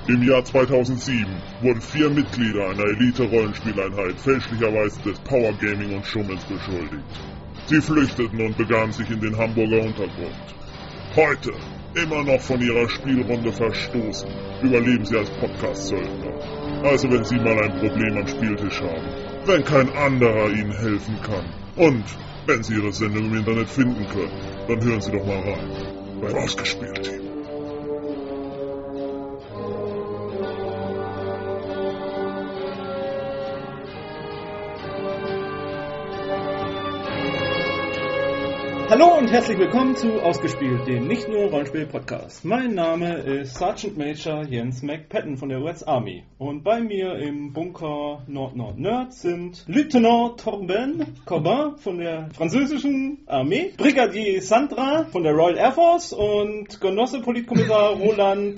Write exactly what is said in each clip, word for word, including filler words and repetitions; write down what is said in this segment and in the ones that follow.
Im Jahr zweitausendsieben wurden vier Mitglieder einer Elite-Rollenspieleinheit fälschlicherweise des Power Gaming und Schummels beschuldigt. Sie flüchteten und begaben sich in den Hamburger Untergrund. Heute, immer noch von ihrer Spielrunde verstoßen, überleben sie als Podcast-Söldner. Also wenn Sie mal ein Problem am Spieltisch haben, wenn kein anderer Ihnen helfen kann und wenn Sie Ihre Sendung im Internet finden können, dann hören Sie doch mal rein beim Ausgespielt-Team. Hallo und herzlich willkommen zu Ausgespielt, dem nicht nur Rollenspiel-Podcast. Mein Name ist Sergeant Major Jens McPatten von der U S Army. Und bei mir im Bunker Nord-Nord-Nerd sind Lieutenant Torben Corbin von der französischen Armee, Brigadier Sandra von der Royal Air Force und Genosse Politkommissar Roland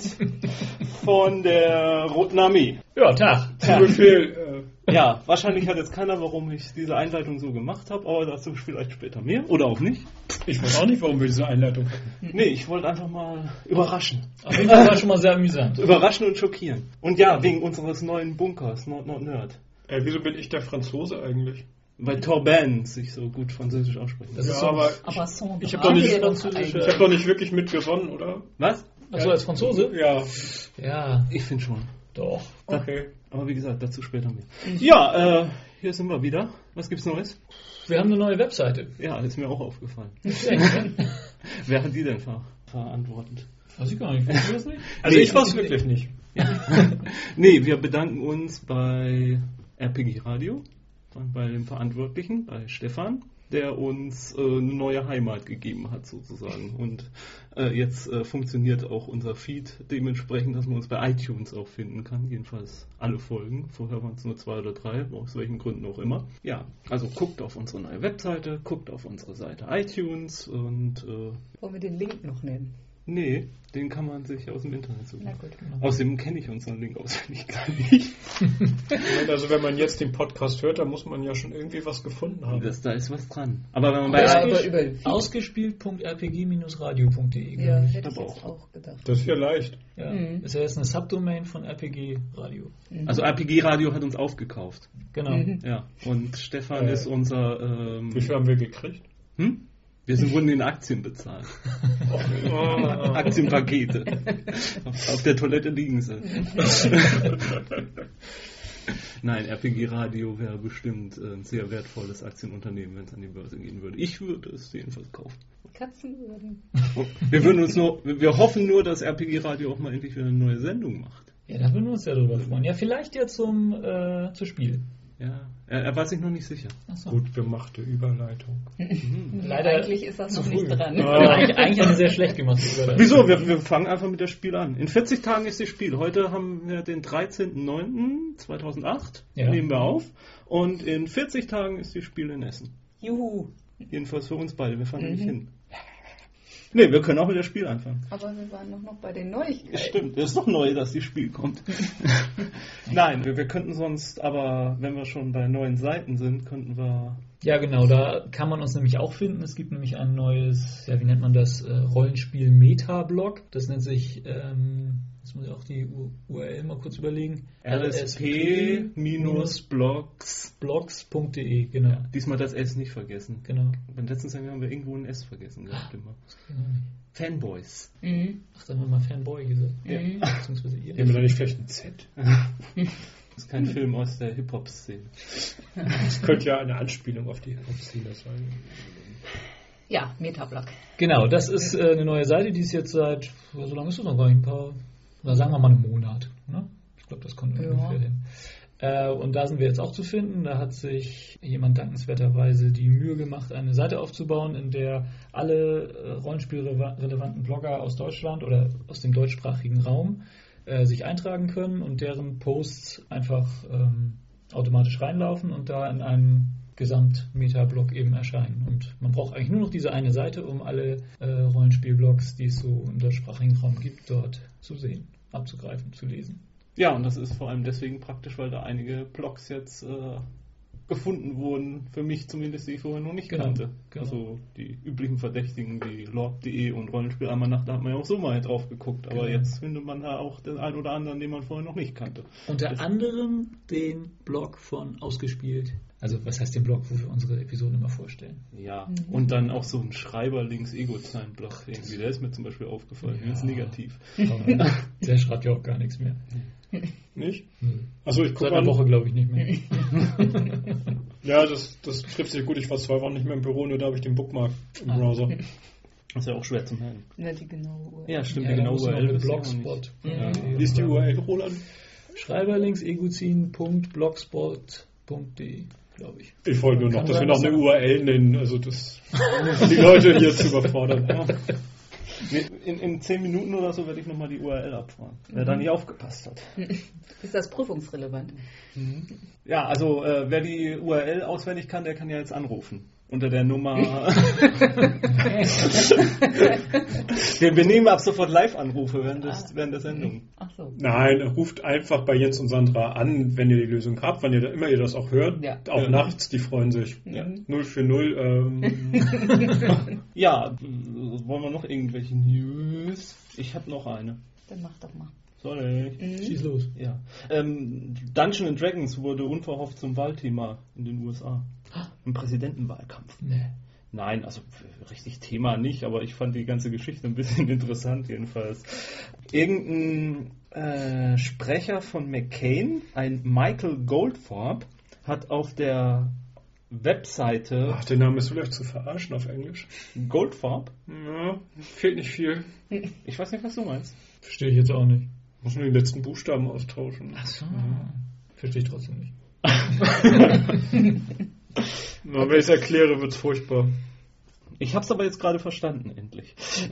von der Roten Armee. Ja, Tag. Ja. Zu Befehl. Äh Ja, wahrscheinlich hat jetzt keiner, warum ich diese Einleitung so gemacht habe, aber dazu vielleicht später mehr oder auch nicht. Ich weiß auch nicht, warum wir diese Einleitung hatten. Nee, ich wollte einfach mal überraschen. Auf jeden Fall war schon mal sehr amüsant. Überraschen und schockieren. Und ja, wegen unseres neuen Bunkers, Nord-Nord-Nerd. Äh, wieso bin ich der Franzose eigentlich? Weil Torben sich so gut Französisch aussprechen. Das ja, ist so, aber aber ich, so ich habe doch, nicht- Französisch. ich hab doch nicht wirklich mitgewonnen, oder? Was? Achso, als Franzose? Ja, Ja, Ich finde schon. doch. okay. Aber wie gesagt, dazu später mehr. Ja, äh, hier sind wir wieder. Was gibt's Neues? Wir haben eine neue Webseite. Ja, ist mir auch aufgefallen. Weiß Wer hat die denn ver verantwortet? ich gar nicht. Weißt du das nicht? Also Nee. ich war's wirklich nicht. Nee, wir bedanken uns bei R P G Radio, bei dem Verantwortlichen, bei Stefan, der uns äh, eine neue Heimat gegeben hat sozusagen. Und äh, jetzt äh, funktioniert auch unser Feed dementsprechend, dass man uns bei iTunes auch finden kann. Jedenfalls alle Folgen. Vorher waren es nur zwei oder drei, aus welchen Gründen auch immer. Ja, also guckt auf unsere neue Webseite, guckt auf unsere Seite iTunes und äh, Wollen wir den Link noch nennen? nee, den kann man sich aus dem Internet Na suchen. gut. Außerdem kenne ich unseren Link auswendig gar nicht. Also wenn man jetzt den Podcast hört, dann muss man ja schon irgendwie was gefunden haben. Das, da ist was dran. Aber wenn man bei Ja, Ausges- aber über den Feed. Ausgespielt punkt r p g Bindestrich radio punkt d e. Ja, ich hätte ich aber jetzt auch gedacht. Das ist ja leicht. Ja. Mhm. Ist ja jetzt eine Subdomain von R P G Radio. Also R P G Radio hat uns aufgekauft. Genau. Mhm. Ja. Und Stefan Äh, ist unser ähm, Wie viel haben wir gekriegt? hm? Wir sind wurden in Aktien bezahlt. Oh. Aktienpakete. auf, auf der Toilette liegen sie. Nein, R P G Radio wäre bestimmt ein sehr wertvolles Aktienunternehmen, wenn es an die Börse gehen würde. Ich würde es jedenfalls kaufen. Katzenöhren. Wir würden uns nur, wir hoffen nur, dass R P G Radio auch mal endlich wieder eine neue Sendung macht. Ja, da würden wir uns ja drüber freuen. Ja, vielleicht ja zum äh, zu Spiel. Ja, er, er war sich noch nicht sicher. Achso. Gut gemachte Überleitung. Leider Eigentlich ist das zu noch früh. nicht dran. Ja, eigentlich, eigentlich eine sehr schlecht gemachte Überleitung. Wieso? Wir, wir fangen einfach mit das Spiel an. In vierzig Tagen ist das Spiel. Heute haben wir den dreizehnten neunten zweitausendacht. Ja. Nehmen wir auf. Und in vierzig Tagen ist das Spiel in Essen. Juhu. Jedenfalls für uns beide. Wir fahren Mhm. nicht hin. Nee, wir können auch mit das Spiel anfangen. Aber wir waren doch noch bei den Neuigkeiten. Stimmt, es ist doch neu, dass das Spiel kommt. Nein, wir, wir könnten sonst, aber wenn wir schon bei neuen Seiten sind, könnten wir... Ja, genau, da kann man uns nämlich auch finden. Es gibt nämlich ein neues, ja, wie nennt man das, äh, Rollenspiel-Meta-Blog. Das nennt sich, ähm, jetzt muss ich auch die U R L mal kurz überlegen. L S P Blogs. blogs punkt d e, genau. Ja, diesmal das S nicht vergessen. Genau. Beim letzten Mal haben wir irgendwo ein S vergessen gehabt immer. Fanboys. Mhm. Ach, da haben wir mal Fanboy gesagt. Ja. Mhm. Beziehungsweise ihr. Nehmen wir da nicht vielleicht ein Z? Das ist kein Film aus der Hip-Hop-Szene. Das könnte ja eine Anspielung auf die Hip-Hop-Szene sein. Ja, Metablog. Genau, das ist äh, eine neue Seite, die ist jetzt seit, ja, so lange ist es noch gar nicht, ein paar, oder sagen wir mal einen Monat. Ne? Ich glaube, das kommt Ja. ungefähr hin. Äh, und da sind wir jetzt auch zu finden. Da hat sich jemand dankenswerterweise die Mühe gemacht, eine Seite aufzubauen, in der alle äh, rollenspielrelevanten Blogger aus Deutschland oder aus dem deutschsprachigen Raum äh, sich eintragen können und deren Posts einfach ähm, automatisch reinlaufen und da in einem Gesamt-Meta-Blog eben erscheinen. Und man braucht eigentlich nur noch diese eine Seite, um alle äh, Rollenspiel-Blogs, die es so im deutschsprachigen Raum gibt, dort zu sehen, abzugreifen, zu lesen. Ja, und das ist vor allem deswegen praktisch, weil da einige Blogs jetzt äh, gefunden wurden, für mich zumindest, die ich vorher noch nicht Genau, kannte. genau. Also die üblichen Verdächtigen wie lorp punkt de und Rollenspielalmanach, da hat man ja auch so mal drauf geguckt. Aber Genau. jetzt findet man da auch den einen oder anderen, den man vorher noch nicht kannte. Unter Das- anderem den Blog von Ausgespielt. Also was heißt den Blog, wo wir unsere Episoden immer vorstellen? Ja, und dann auch so ein Schreiber-Links-Ego-Sein-Blog irgendwie, der ist mir zum Beispiel aufgefallen, Ja. ganz negativ. Aber der schreibt ja auch gar nichts mehr. Nicht? Nö. Also ich gucke Seit einer an. Woche glaube ich nicht mehr. Ja, das, das trifft sich gut. Ich war zwei Wochen nicht mehr im Büro, nur da habe ich den Bookmark im Ah. Browser. Das ist ja auch schwer zu merken. Ja, die genaue Uhr. Ja, stimmt, Ja, die da genaue musst du U noch R L mit ist ja auch Blogspot. nicht. Ja. Wie ist die U R L, Roland? Schreiberlinksegozin punkt blogspot punkt de, glaube ich. Ich wollte nur noch, Kann dass wir sein, noch dass eine er- U R L nennen. Also das die Leute hier zu überfordern. In, in zehn Minuten oder so werde ich nochmal die U R L abfahren, wer da nicht aufgepasst hat. Ist das prüfungsrelevant? Ja, also äh, wer die U R L auswendig kann, der kann ja jetzt anrufen. Unter der Nummer... wir, wir nehmen ab sofort Live-Anrufe während, des, während der Sendung. Ach so. Nein, ruft einfach bei Jens und Sandra an, wenn ihr die Lösung habt, wann ihr da immer ihr das auch hört. Ja. Auch Ja. nachts, die freuen sich. Ja. null vier null. Ähm, Ja, äh, wollen wir noch irgendwelche News? Ich habe noch eine. Dann mach doch mal. Soll ich? Mhm. Schieß los. Ja. Ähm, Dungeons and Dragons wurde unverhofft zum Wahlthema in den U S A. Im Präsidentenwahlkampf. Nee. Nein, also richtig Thema nicht, aber ich fand die ganze Geschichte ein bisschen interessant jedenfalls. Irgendein äh, Sprecher von McCain, ein Michael Goldfarb, hat auf der Webseite ach, der Name ist vielleicht zu verarschen auf Englisch. Goldfarb, Ja, fehlt nicht viel. ich weiß nicht, was du meinst. Verstehe ich jetzt auch nicht. Muss nur die letzten Buchstaben austauschen. Ach so. Verstehe ich trotzdem nicht. Na, wenn ich es erkläre, wird es furchtbar. Ich habe es aber jetzt gerade verstanden, endlich.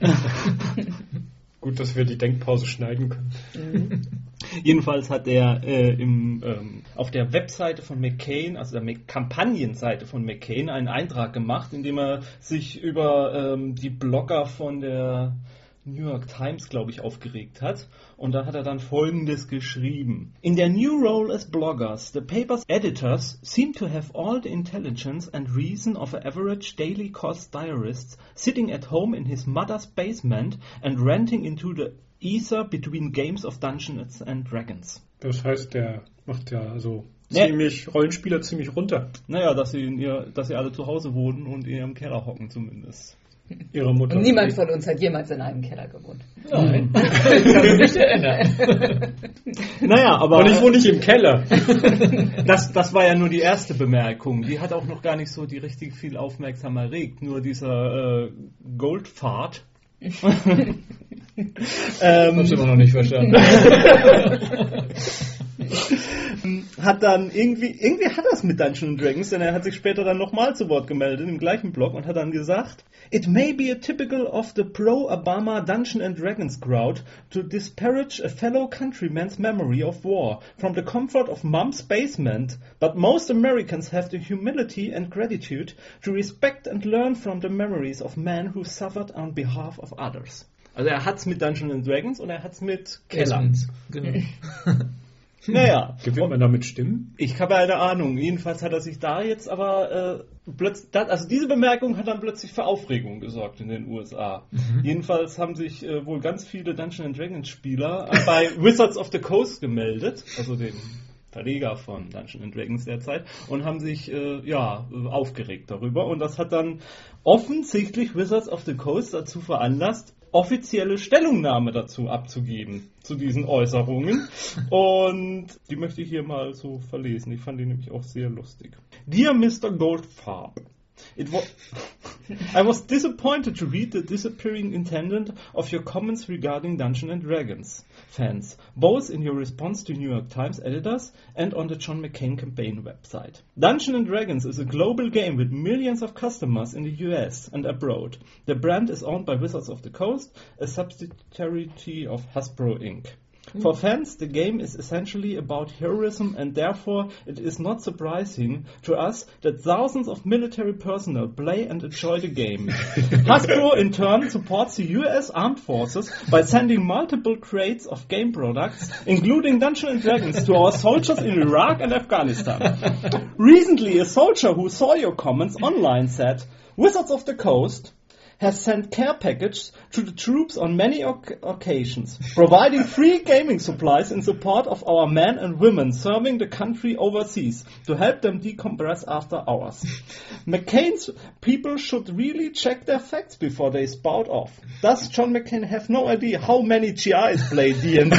Gut, dass wir die Denkpause schneiden können. Jedenfalls hat er äh, im, ähm, auf der Webseite von McCain, also der Mac- Kampagnenseite von McCain, einen Eintrag gemacht, in dem er sich über ähm, die Blogger von der New York Times, glaube ich, aufgeregt hat. Und da hat er dann Folgendes geschrieben. In their new role as bloggers, the paper's editors seem to have all the intelligence and reason of an average daily cost diarist sitting at home in his mother's basement and ranting into the ether between games of Dungeons and Dragons. Das heißt, der macht ja also Ja. ziemlich Rollenspieler ziemlich runter. Naja, dass sie, in ihr, dass sie alle zu Hause wohnen und in ihrem Keller hocken zumindest. Ihrer Mutter. Und niemand von uns hat jemals in einem Keller gewohnt. Nein. Ich kann mich nicht erinnern. Naja, aber Und ich wohne nicht im Keller. das, das war ja nur die erste Bemerkung. Die hat auch noch gar nicht so die richtig viel Aufmerksam erregt. Nur dieser äh, Goldfahrt. ähm, Hab's immer noch nicht verstanden. hat dann irgendwie, irgendwie hat er es mit Dungeons and Dragons, denn er hat sich später dann nochmal zu Wort gemeldet im gleichen Blog und hat dann gesagt, it may be a typical of the pro-Obama Dungeons and Dragons crowd to disparage a fellow countryman's memory of war from the comfort of mom's basement, but most Americans have the humility and gratitude to respect and learn from the memories of men who suffered on behalf of others. Also er hat's mit Dungeons and Dragons und er hat's mit Keller. Basements, genau. Naja. Gewinnt man damit Stimmen? Ich habe eine Ahnung. Jedenfalls hat er sich da jetzt aber äh, plötzlich, also diese Bemerkung hat dann plötzlich für Aufregung gesorgt in den U S A. Mhm. Jedenfalls haben sich äh, wohl ganz viele Dungeons and Dragons Spieler bei Wizards of the Coast gemeldet, also den Verleger von Dungeons and Dragons derzeit, und haben sich äh, ja aufgeregt darüber. Und das hat dann offensichtlich Wizards of the Coast dazu veranlasst, offizielle Stellungnahme dazu abzugeben, zu diesen Äußerungen. Und die möchte ich hier mal so verlesen. Ich fand die nämlich auch sehr lustig. Dear Mister Goldfarb, it was I was disappointed to read the disappearing intendant of your comments regarding Dungeons and Dragons fans, both in your response to New York Times editors and on the John McCain campaign website. Dungeons and Dragons is a global game with millions of customers in the U S and abroad. The brand is owned by Wizards of the Coast, a subsidiary of Hasbro Incorporated. For fans, the game is essentially about heroism, and therefore it is not surprising to us that thousands of military personnel play and enjoy the game. Hasbro, in turn, supports the U S Armed Forces by sending multiple crates of game products, including Dungeons and Dragons, to our soldiers in Iraq and Afghanistan. Recently, a soldier who saw your comments online said, Wizards of the Coast has sent care packages to the troops on many oc- occasions, providing free gaming supplies in support of our men and women serving the country overseas to help them decompress after hours. McCain's people should really check their facts before they spout off. Does John McCain have no idea how many G Is play D and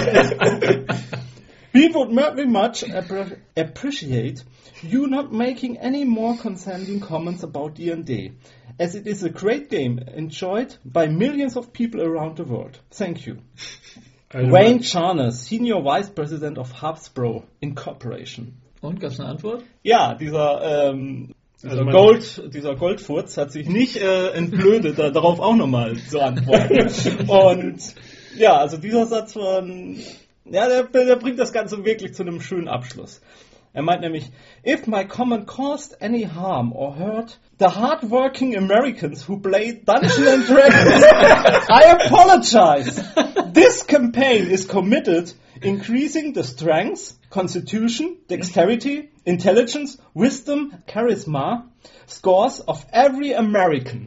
D? We would very much appre- appreciate you not making any more consenting comments about D and D, as it is a great game enjoyed by millions of people around the world. Thank you. Also Wayne Charnes, Senior Vice President of Hasbro Incorporation. Und, gab's eine Antwort? Ja, dieser, ähm, dieser, also Gold, dieser Goldfurz hat sich nicht äh, entblödet, da, darauf auch nochmal zu antworten. Und ja, also dieser Satz war, ja, der, der bringt das Ganze wirklich zu einem schönen Abschluss. Er meint nämlich, if my comment caused any harm or hurt the hard-working Americans who play Dungeons and Dragons, I apologize. This campaign is committed increasing the strength, constitution, dexterity, intelligence, wisdom, charisma scores of every American.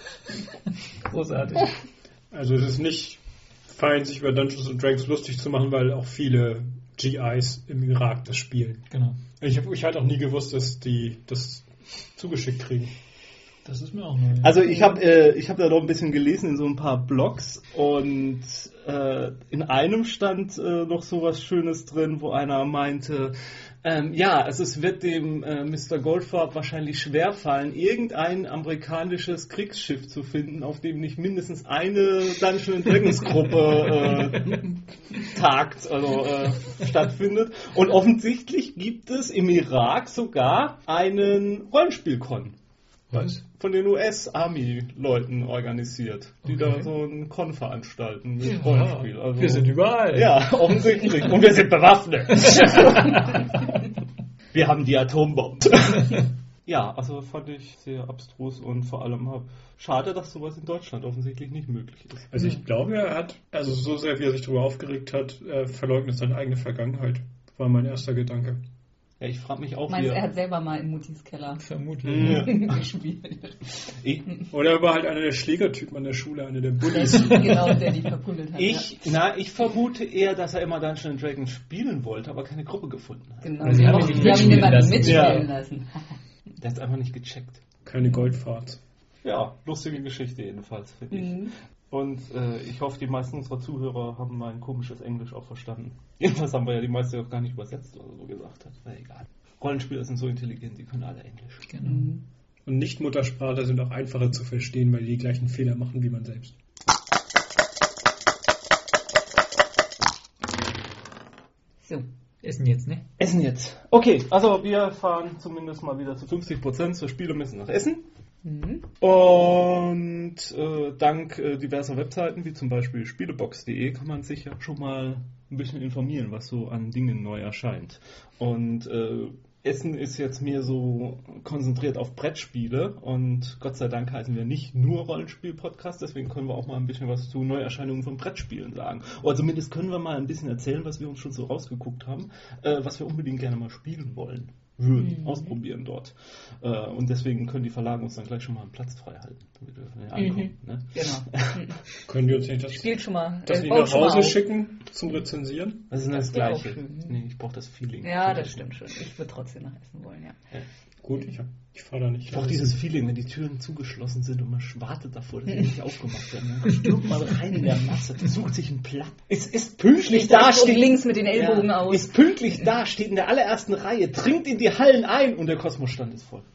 Großartig. Also es ist nicht fein, sich über Dungeons and Dragons lustig zu machen, weil auch viele G Is im Irak das spielen. Genau. Ich habe ich hatte auch nie gewusst, dass die das zugeschickt kriegen. Das ist mir auch neu. Also ich habe äh, ich habe da noch ein bisschen gelesen in so ein paar Blogs und äh, in einem stand äh, noch so was Schönes drin, wo einer meinte, ähm, ja, also es wird dem äh, Mister Goldfarb wahrscheinlich schwerfallen, irgendein amerikanisches Kriegsschiff zu finden, auf dem nicht mindestens eine Dungeons and Dragons Gruppe äh, tagt, also äh, stattfindet. Und offensichtlich gibt es im Irak sogar einen Rollenspielkon. Was? Von den U S-Army-Leuten organisiert, die Okay. da so einen Con veranstalten mit Ja, Rollenspiel. Also, wir sind überall. Ja, offensichtlich. Und wir sind bewaffnet. Wir haben die Atombombe. Ja, also fand ich sehr abstrus und vor allem hab, schade, dass sowas in Deutschland offensichtlich nicht möglich ist. Also ich glaube, er hat, also so sehr wie er sich darüber aufgeregt hat, äh, verleugnet seine eigene Vergangenheit. War mein erster Gedanke. Ja, ich frage mich auch, Meinst wie du, er er... hat selber mal in Mutis Keller Vermutlich. Ja. gespielt. Ich, Oder er war halt einer der Schlägertypen an der Schule, einer der Bullies. Genau, der die verprügelt hat. ich, na, ich vermute eher, dass er immer Dungeons and Dragons spielen wollte, aber keine Gruppe gefunden ja. hat. Genau, Also die haben haben, ihn nicht die haben ihn mitspielen immer lassen. mitspielen Ja. lassen. Der hat einfach nicht gecheckt. Keine Goldfarts. Ja, lustige Geschichte jedenfalls, finde ich. Mhm. Und äh, ich hoffe, die meisten unserer Zuhörer haben mein komisches Englisch auch verstanden. Jedenfalls haben wir ja die meisten auch gar nicht übersetzt oder so gesagt hat. Aber egal. Rollenspieler sind so intelligent, die können alle Englisch. Genau. Mhm. Und Nicht-Muttersprachler sind auch einfacher zu verstehen, weil die die gleichen Fehler machen wie man selbst. So. Essen jetzt, ne? Essen jetzt. Okay, also wir fahren zumindest mal wieder zu fünfzig Prozent zur Spielemesse nach Essen. Mhm. Und äh, dank äh, diverser Webseiten, wie zum Beispiel spielebox punkt de, kann man sich ja schon mal ein bisschen informieren, was so an Dingen neu erscheint. Und äh, Essen ist jetzt mehr so konzentriert auf Brettspiele und Gott sei Dank heißen wir nicht nur Rollenspiel-Podcast, deswegen können wir auch mal ein bisschen was zu Neuerscheinungen von Brettspielen sagen. Oder zumindest können wir mal ein bisschen erzählen, was wir uns schon so rausgeguckt haben, äh, was wir unbedingt gerne mal spielen wollen. Würden, mhm. ausprobieren dort. Äh, und deswegen können die Verlage uns dann gleich schon mal einen Platz frei halten, damit wir von ankommen. Mhm. Ne? Genau. Können wir uns nicht das, Spielt schon mal. das äh, nicht baut nach schon mal Hause auf. schicken zum Rezensieren? Das ist das, Das wäre auch Gleiche. schön. Nee, ich brauche das Feeling. Ja, das stimmt schon. Ich würde trotzdem nach Essen wollen, ja. Ja. Gut, ich, hab, ich fahre da nicht. Ich brauche dieses Feeling, wenn die Türen zugeschlossen sind und man wartet davor, dass sie nicht aufgemacht werden. Dann stürmt man rein in der Masse, sucht sich einen Platz. Es ist pünktlich Steht da, rechts und steht, links mit den Ellbogen ja, aus. ist pünktlich da, steht in der allerersten Reihe, dringt in die Hallen ein und der Kosmosstand ist voll.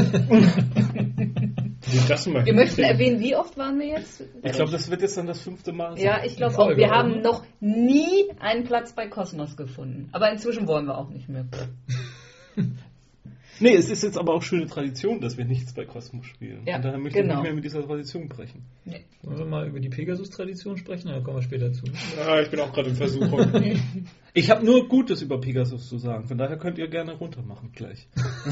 Wie das mal Wir möchten hinkriegen. erwähnen, wie oft waren wir jetzt? Ich glaube, das wird jetzt dann das fünfte Mal sein. Ja, ich glaube auch. Wir haben noch nie einen Platz bei Cosmos gefunden. Aber inzwischen wollen wir auch nicht mehr. Nee, es ist jetzt aber auch schöne Tradition, dass wir nichts bei Cosmos spielen. Ja, und daher möchte genau. ich nicht mehr mit dieser Tradition brechen. Nee. Wollen wir mal über die Pegasus-Tradition sprechen? Dann kommen wir später zu. Ja, ich bin auch gerade in Versuchung. Ich habe nur Gutes über Pegasus zu sagen, von daher könnt ihr gerne runtermachen gleich.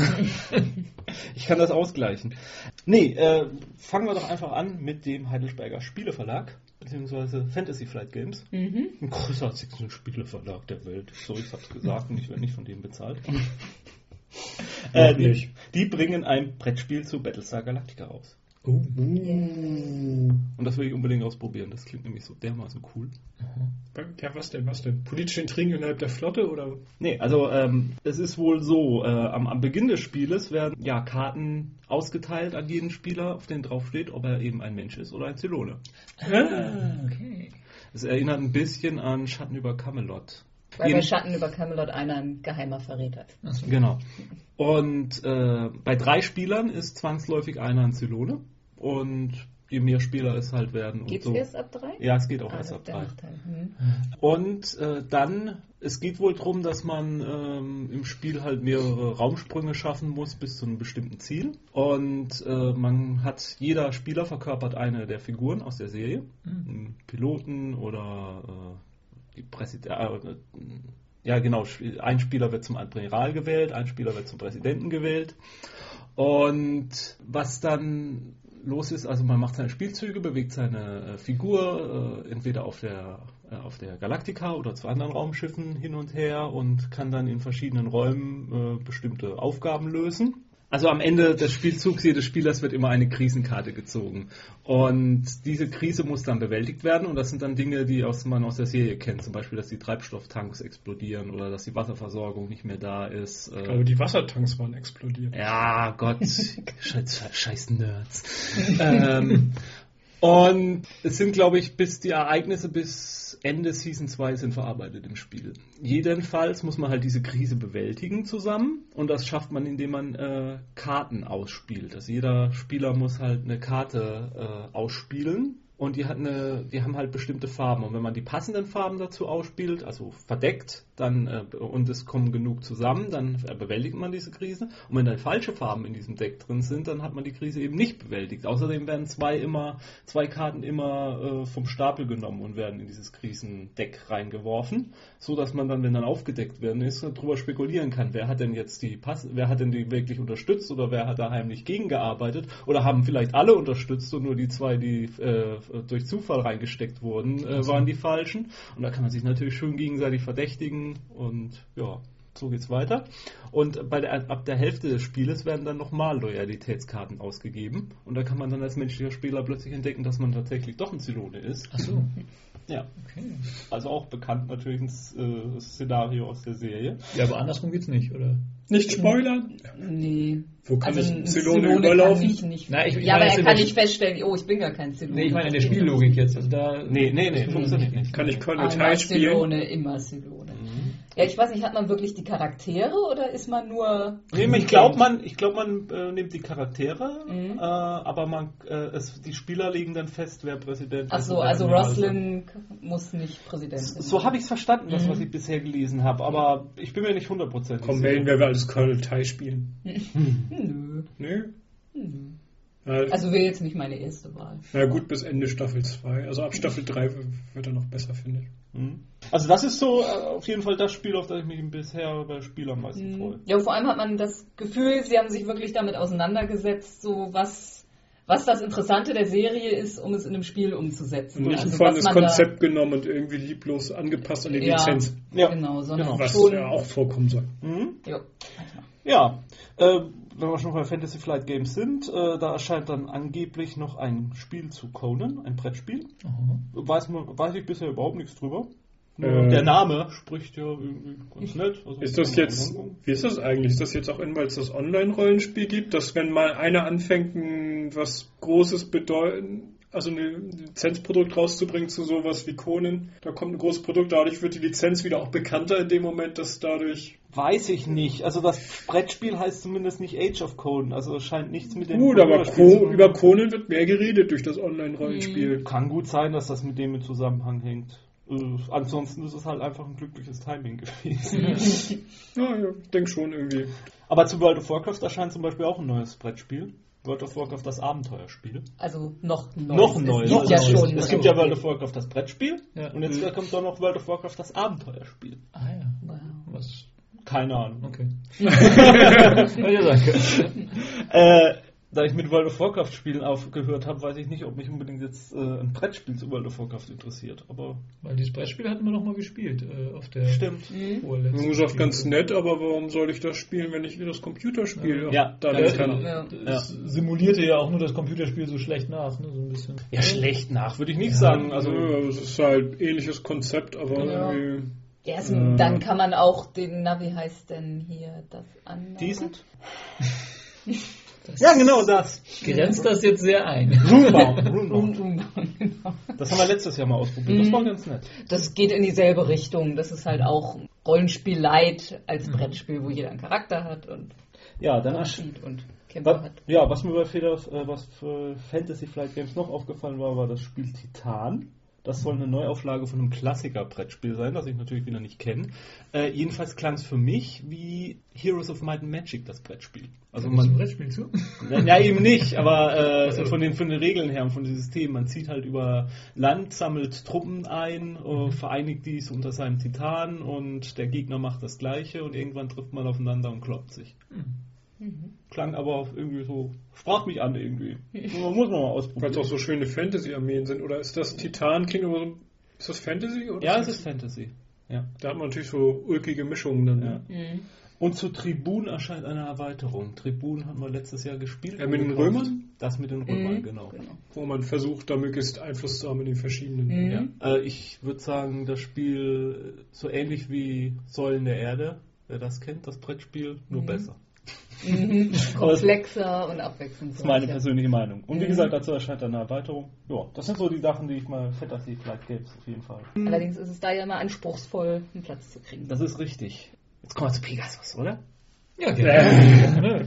Ich kann das ausgleichen. Nee, äh, fangen wir doch einfach an mit dem Heidelberger Spieleverlag, beziehungsweise Fantasy Flight Games. Mhm. Ein großartigsten Spieleverlag der Welt. So, ich hab's gesagt und ich werde nicht von denen bezahlt. äh, die, die bringen ein Brettspiel zu Battlestar Galactica raus. Uh. Und das will ich unbedingt ausprobieren. Das klingt nämlich so dermaßen cool. Ja, was denn, was denn? Politische Intrigen innerhalb der Flotte, oder? Nee, also ähm, es ist wohl so, äh, am, am Beginn des Spieles werden ja Karten ausgeteilt an jeden Spieler, auf denen drauf steht, ob er eben ein Mensch ist oder ein Zylone. Ah, okay. Es erinnert ein bisschen an Schatten über Camelot. Weil Jeden- bei Schatten über Camelot einer ein geheimer Verräter ist. Achso. Genau. Und äh, bei drei Spielern ist zwangsläufig einer ein Zylone. Und je mehr Spieler es halt werden. Geht's und so. erst ab drei? Ja, es geht auch Ah, erst das ab ist der drei. Nachteil. Hm. Und äh, dann, es geht wohl darum, dass man ähm, im Spiel halt mehrere Raumsprünge schaffen muss bis zu einem bestimmten Ziel. Und äh, man hat, jeder Spieler verkörpert eine der Figuren aus der Serie. Einen Piloten oder äh, die Präsident. Äh, ja, genau, ein Spieler wird zum Admiral gewählt, ein Spieler wird zum Präsidenten gewählt. Und was dann los ist, also man macht seine Spielzüge, bewegt seine äh, Figur äh, entweder auf der, äh, auf der Galactica oder zu anderen Raumschiffen hin und her und kann dann in verschiedenen Räumen äh, bestimmte Aufgaben lösen. Also am Ende des Spielzugs jedes Spielers wird immer eine Krisenkarte gezogen. Und diese Krise muss dann bewältigt werden. Und das sind dann Dinge, die aus, man aus der Serie kennt. Zum Beispiel, dass die Treibstofftanks explodieren oder dass die Wasserversorgung nicht mehr da ist. Ich glaube, die Wassertanks waren explodiert. Ja, Gott, scheiß, scheiß Nerds. ähm, und es sind, glaube ich, bis die Ereignisse bis Ende Season zwei sind verarbeitet im Spiel. Jedenfalls muss man halt diese Krise bewältigen zusammen und das schafft man, indem man äh, Karten ausspielt. Also jeder Spieler muss halt eine Karte äh, ausspielen. Und die, hat eine, die haben halt bestimmte Farben. Und wenn man die passenden Farben dazu ausspielt, also verdeckt, dann äh, und es kommen genug zusammen, dann äh, bewältigt man diese Krise. Und wenn dann falsche Farben in diesem Deck drin sind, dann hat man die Krise eben nicht bewältigt. Außerdem werden zwei immer zwei Karten immer äh, vom Stapel genommen und werden in dieses Krisendeck reingeworfen, so dass man dann, wenn dann aufgedeckt werden ist, darüber spekulieren kann, wer hat denn jetzt die Pass, wer hat denn die wirklich unterstützt oder wer hat da heimlich gegengearbeitet oder haben vielleicht alle unterstützt und nur die zwei, die äh, durch Zufall reingesteckt wurden, äh, waren die falschen. Und da kann man sich natürlich schön gegenseitig verdächtigen und ja, so geht's weiter. Und bei der, ab der Hälfte des Spieles werden dann nochmal Loyalitätskarten ausgegeben und da kann man dann als menschlicher Spieler plötzlich entdecken, dass man tatsächlich doch ein Zylone ist. Ach so. Ja. Okay. Also auch bekannt natürlich ein äh, Szenario aus der Serie. Ja, aber andersrum geht's nicht, oder? Nicht spoilern? Nee. Wo kann Also ich ein einen Zylone Zylone überlaufen? kann ich nicht. Na, ich- ich ja, meine aber jetzt er in kann der nicht feststellen, oh, ich bin gar kein Zylone. Nee, ich meine in der Spiellogik jetzt. Also da Nee, nee, nee, funktioniert nicht. Kann ich Colonel Einmal Ty spielen? Zylone, immer Zylone. Ja, ich weiß nicht, hat man wirklich die Charaktere oder ist man nur... Nee, ich glaube, man, ich glaub, man äh, nimmt die Charaktere, Mhm. äh, aber man, äh, es, die Spieler legen dann fest, wer Präsident ist. Achso, und wer also Admiral Roslin muss nicht Präsident sein. So habe ich es verstanden, das, Mhm. was ich bisher gelesen habe, aber ich bin mir nicht hundertprozentig Komm, wählen wir als Colonel Ty spielen. Nö. Nö? Nö. Na, Also wäre jetzt nicht meine erste Wahl. na gut, bis Ende Staffel zwei. Also ab Staffel drei wird er noch besser, finde ich. Mhm. Also das ist so äh, auf jeden Fall das Spiel, auf das ich mich bisher bei Spiel am meisten freue. Ja, vor allem hat man das Gefühl, sie haben sich wirklich damit auseinandergesetzt, so was, was das Interessante der Serie ist, um es in einem Spiel umzusetzen. Und nicht ein Also, volles was man Konzept genommen und irgendwie lieblos angepasst an die Ja. Lizenz. Ja. Genau, sondern Genau. Was schon... ja auch vorkommen soll. Mhm. Jo. Ja, äh, wenn wir schon bei Fantasy Flight Games sind, äh, da erscheint dann angeblich noch ein Spiel zu Conan, ein Brettspiel. Aha. Weiß, man, weiß ich bisher überhaupt nichts drüber. Nur Äh. der Name spricht ja irgendwie ganz nett. Also Ist das kann man jetzt, angucken. wie ist das eigentlich? Ist das jetzt auch in, weil es das Online-Rollenspiel gibt, dass wenn mal einer anfängt, ein, was Großes bedeuten, also ein Lizenzprodukt rauszubringen zu sowas wie Conan, da kommt ein großes Produkt, dadurch wird die Lizenz wieder auch bekannter in dem Moment, dass dadurch... Weiß ich nicht. Also das Brettspiel heißt zumindest nicht Age of Conan. Also es scheint nichts mit dem... Gut, aber Computerspiel zu Co- tun. über Conan wird mehr geredet durch das Online-Rollenspiel. Kann gut sein, dass das mit dem in Zusammenhang hängt. Äh, ansonsten ist es halt einfach ein glückliches Timing gewesen. Ja, ja, ich denke schon irgendwie. Aber zu World of Warcraft erscheint zum Beispiel auch ein neues Brettspiel. World of Warcraft, das Abenteuerspiel. Also noch ein neues. Noch ein neues. Es gibt ja Also schon. Es gibt ja World of Warcraft, das Brettspiel. Ja. Und jetzt kommt doch noch World of Warcraft, das Abenteuerspiel. Ah ja. Wow. Was? Keine Ahnung. Okay. Ja, danke. Äh, da ich mit World of Warcraft Spielen aufgehört habe, weiß ich nicht, ob mich unbedingt jetzt äh, ein Brettspiel zu World of Warcraft interessiert. Aber Weil dieses Brettspiel hatten wir noch mal gespielt äh, auf der stimmt. Mhm. vorletzten Nur gesagt, ganz Spiel. nett, aber warum soll ich das spielen, wenn ich das Computerspiel Ja, dann ganz kann? genau. Ja. Das simulierte ja auch nur das Computerspiel so schlecht nach, ne? So ein bisschen. Ja, schlecht nach, würde ich nicht Ja. sagen. Also, Also, ja, es ist halt ähnliches Konzept, aber Ja. irgendwie. Ja, ist ein, dann kann man auch den, na, wie heißt denn hier das andere? diesen? Das Ja, genau das. Grenzt das jetzt sehr ein. Runebound. Rum, Runebound. rum, genau. Das haben wir letztes Jahr mal ausprobiert. Das war ganz nett. Das geht in dieselbe Richtung. Das ist halt auch Rollenspiel Light als Brettspiel, wo jeder einen Charakter hat und Ja, dann erschien. sieht und Kämpfer Was, hat. ja, was mir bei Feder, äh, was für Fantasy Flight Games noch aufgefallen war, war das Spiel Titan. Das soll eine Neuauflage von einem Klassiker-Brettspiel sein, das ich natürlich wieder nicht kenne. Äh, jedenfalls klang es für mich wie Heroes of Might and Magic, das Brettspiel. Also Kommt das ein man, Brettspiel zu? ja, eben nicht, aber äh, von, den, von den Regeln her und von dem System. Man zieht halt über Land, sammelt Truppen ein, äh, vereinigt dies unter seinem Titan und der Gegner macht das Gleiche und irgendwann trifft man aufeinander und kloppt sich. Mhm. Klang aber irgendwie so, sprach mich an irgendwie. Man muss man mal Weil ausprobieren. es auch so schöne Fantasy-Armeen sind. Oder ist das Titan, klingt aber so. Ist das Fantasy? Oder Ja, es ist Fantasy. Ja. Da hat man natürlich so ulkige Mischungen dann. Ja. Ne? Mhm. Und zu Tribun erscheint eine Erweiterung. Tribun haben wir letztes Jahr gespielt. Ja, mit den gekauft. Römern? Das mit den Römern, Mhm. genau. Genau. Wo man versucht, da möglichst Einfluss zu haben in den verschiedenen. Mhm. Ja. Äh, ich würde sagen, das Spiel so ähnlich wie Säulen der Erde, wer das kennt, das Brettspiel, nur Mhm. besser. Mhm. Komplexer und abwechslungsreicher. Das ist meine persönliche Meinung. Und wie Mhm. gesagt, dazu erscheint eine Erweiterung. Ja, das sind so die Sachen, die ich mal Fantasy Flight Games auf jeden Fall. Allerdings ist es da ja immer anspruchsvoll, einen Platz zu kriegen. Das ist richtig. Jetzt kommen wir zu Pegasus, oder? Ja, gerne.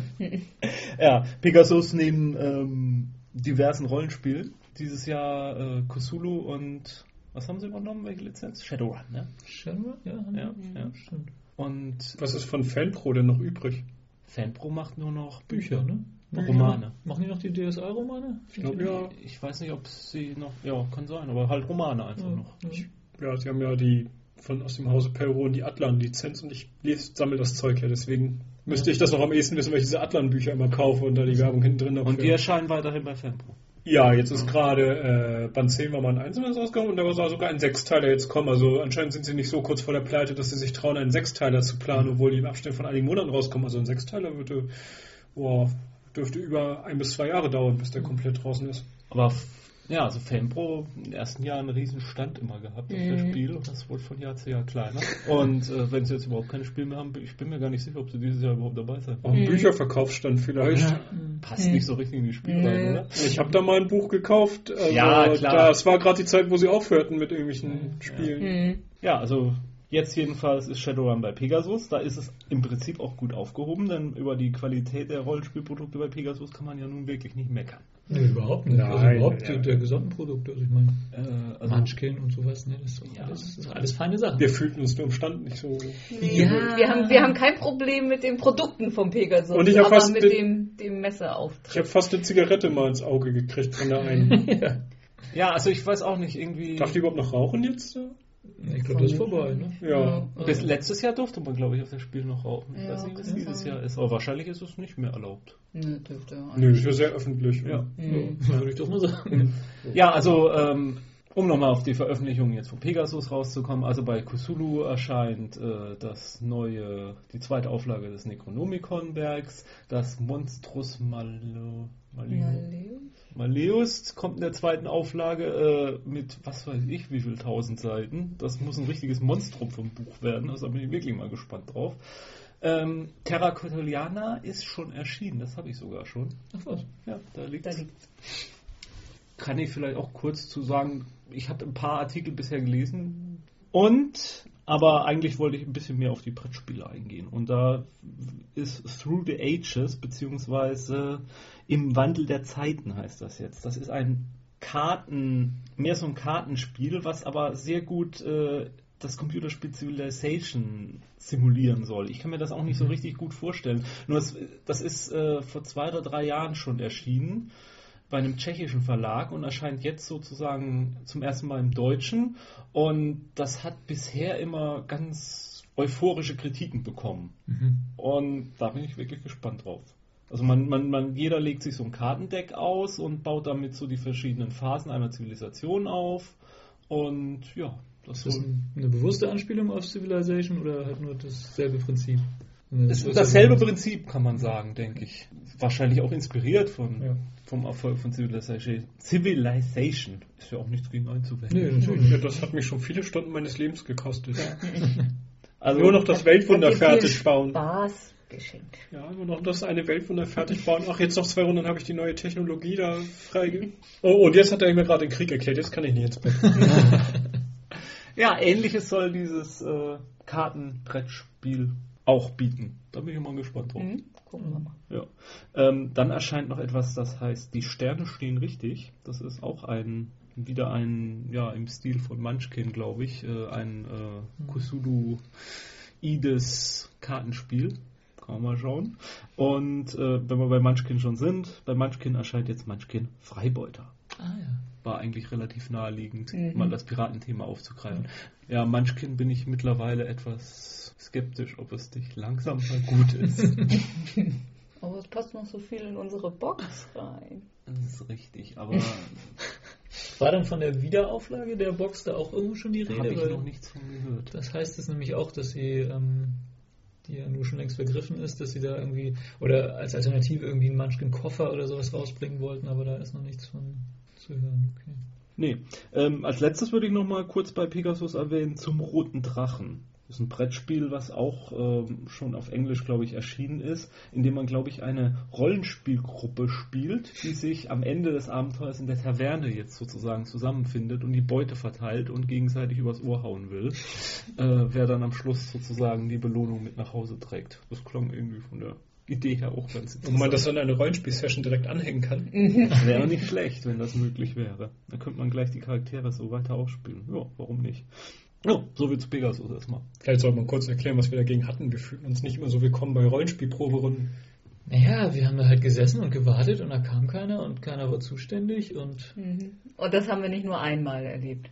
Ja, Pegasus neben ähm, diversen Rollenspielen. Dieses Jahr äh, Cthulhu und was haben sie übernommen? Welche Lizenz? Shadowrun, ne? Shadowrun? Ja, Ja, ja. stimmt. Und Was ist von Fanpro denn noch übrig? Fanpro macht nur noch Bücher, ne? Romane. Machen die noch die D S A-Romane? Ich glaube, ja. Ich weiß nicht, ob sie noch, ja, kann sein, aber halt Romane einfach Ja, noch. ja. Ja, sie haben ja die von aus dem Hause Perron die Atlan-Lizenz und ich lese, sammle das Zeug ja, deswegen müsste ich das noch am ehesten wissen, weil ich diese Atlan-Bücher immer kaufe und da die Werbung hinten drin habe. Und die erscheinen weiterhin bei Fanpro. Ja, jetzt ist gerade äh, Band zehn war mal ein Einzelnes rausgekommen und da war sogar ein Sechsteiler jetzt kommen. Also anscheinend sind sie nicht so kurz vor der Pleite, dass sie sich trauen, einen Sechsteiler zu planen, obwohl die im Abstand von einigen Monaten rauskommen. Also ein Sechsteiler würde, boah, dürfte über ein bis zwei Jahre dauern, bis der komplett draußen ist. Aber f- ja, also Fanpro im ersten Jahr einen riesen Stand immer gehabt auf das Mhm. Spiel und das wurde von Jahr zu Jahr kleiner. Und äh, wenn sie jetzt überhaupt keine Spiele mehr haben, ich bin mir gar nicht sicher, ob sie dieses Jahr überhaupt dabei sein Auch ein werden. Mhm. Bücherverkaufsstand vielleicht. Passt Mhm. nicht so richtig in die Spiele Mhm. rein, oder? Ich habe da mal ein Buch gekauft. Also Ja, klar. Das war gerade die Zeit, wo sie aufhörten mit irgendwelchen Spielen. Mhm. Ja, also jetzt jedenfalls ist Shadowrun bei Pegasus. Da ist es im Prinzip auch gut aufgehoben, denn über die Qualität der Rollenspielprodukte bei Pegasus kann man ja nun wirklich nicht meckern. Nee, überhaupt nicht. also Nein, überhaupt ja. der gesamten Produkte. Also ich meine, Äh, also Munchkin und sowas, ne? Das ist doch Ja. alles, das ist doch alles feine Sachen. Wir fühlten uns nur im Stand nicht so. Ja. Wir haben, wir haben kein Problem mit den Produkten vom Pegasus, Und ich hab aber fast mit den- dem, dem Ich Messeauftritt. habe fast eine Zigarette mal ins Auge gekriegt von der einen. Ja. ja, also ich weiß auch nicht, irgendwie. Darf die überhaupt noch rauchen jetzt? Ich glaube, das ist vorbei, ne? Ja. Bis letztes Jahr durfte man, glaube ich, auf das Spiel noch rauchen. Ich Ja, weiß nicht, was kann dieses sein. Jahr ist. Aber wahrscheinlich ist es nicht mehr erlaubt. Nö, dürfte auch Nö, nicht. ist ja sehr öffentlich. Ja. Mhm. Ja, würde ich doch mal sagen. Ja, also ähm, um nochmal auf die Veröffentlichung jetzt von Pegasus rauszukommen, also bei Cthulhu erscheint äh, das neue, die zweite Auflage des Necronomicon-Werks, das Monstrus Malo, Maleo, Malleus? Malleus kommt in der zweiten Auflage äh, mit, was weiß ich, wie viel tausend Seiten. Das muss ein richtiges Monstrum vom Buch werden, also da bin ich wirklich mal gespannt drauf. Ähm, Terra Cthulhiana ist schon erschienen, das habe ich sogar schon. Ach was. Ja, da liegt Da liegt's. Kann ich vielleicht auch kurz zu sagen, ich habe ein paar Artikel bisher gelesen und, aber eigentlich wollte ich ein bisschen mehr auf die Brettspiele eingehen. Und da ist Through the Ages, beziehungsweise Im Wandel der Zeiten heißt das jetzt. Das ist ein Karten, mehr so ein Kartenspiel, was aber sehr gut äh, das Computerspiel Civilization simulieren soll. Ich kann mir das auch nicht so richtig gut vorstellen. Nur das, das ist äh, vor zwei oder drei Jahren schon erschienen bei einem tschechischen Verlag und erscheint jetzt sozusagen zum ersten Mal im Deutschen. Und das hat bisher immer ganz euphorische Kritiken bekommen. Mhm. Und da bin ich wirklich gespannt drauf. Also man, man, man, jeder legt sich so ein Kartendeck aus und baut damit so die verschiedenen Phasen einer Zivilisation auf. Und ja, das ist das eine bewusste Anspielung auf Civilization oder halt nur dasselbe Prinzip? Es ist dasselbe Prinzip, kann man sagen, denke ich. Wahrscheinlich auch inspiriert von, ja. vom Erfolg von Civilization. Civilization ist ja auch nichts gegen einzuwenden. Nee, natürlich. Ja, das hat mich schon viele Stunden meines Lebens gekostet. Ja. Also nur noch das Weltwunder fertig bauen. Spaß geschenkt. Ja, nur noch das eine Weltwunder fertig bauen. Ach, jetzt noch zwei Runden habe ich die neue Technologie da freigegeben. Oh, und jetzt hat er mir gerade den Krieg erklärt. Jetzt kann ich nicht ins Bett. Ja, ähnliches soll dieses äh, Kartenbrettspiel auch bieten. Da bin ich mal gespannt drauf. Mhm. Gucken wir mal. Ja. Ähm, dann erscheint noch etwas, das heißt Die Sterne stehen richtig. Das ist auch ein wieder ein, ja, im Stil von Munchkin, glaube ich, äh, ein äh, Cthulhu-ides Kartenspiel. Kann man mal schauen. Und äh, wenn wir bei Munchkin schon sind, bei Munchkin erscheint jetzt Munchkin Freibeuter. Ah ja. War eigentlich relativ naheliegend, mhm. mal das Piratenthema aufzugreifen. Ja, Munchkin bin ich mittlerweile etwas skeptisch, ob es nicht langsam mal gut ist. Aber es passt noch so viel in unsere Box rein. Das ist richtig, aber... War dann von der Wiederauflage der Box da auch irgendwo schon die Rede? Habe ich noch nichts von gehört. Das heißt es nämlich auch, dass sie, ähm, die ja nur schon längst vergriffen ist, dass sie da irgendwie, oder als Alternative irgendwie einen Munchkin-Koffer oder sowas rausbringen wollten, aber da ist noch nichts von zu hören. Okay. Nee, ähm, als letztes würde ich noch mal kurz bei Pegasus erwähnen, Zum Roten Drachen. Das ist ein Brettspiel, was auch ähm, schon auf Englisch, glaube ich, erschienen ist, in dem man, glaube ich, eine Rollenspielgruppe spielt, die sich am Ende des Abenteuers in der Taverne jetzt sozusagen zusammenfindet und die Beute verteilt und gegenseitig übers Ohr hauen will, äh, wer dann am Schluss sozusagen die Belohnung mit nach Hause trägt. Das klang irgendwie von der Idee her auch ganz interessant. Und man das an eine Rollenspiel-Session direkt anhängen kann. Das wäre nicht schlecht, wenn das möglich wäre. Dann könnte man gleich die Charaktere so weiter ausspielen. Ja, warum nicht? Ja, so wie zu Pegasus erstmal. Vielleicht sollte man kurz erklären, was wir dagegen hatten. Wir fühlten uns nicht immer so willkommen bei Rollenspielproberunden. Naja, wir haben da halt gesessen und gewartet und da kam keiner und keiner war zuständig und... Mhm. Und das haben wir nicht nur einmal erlebt.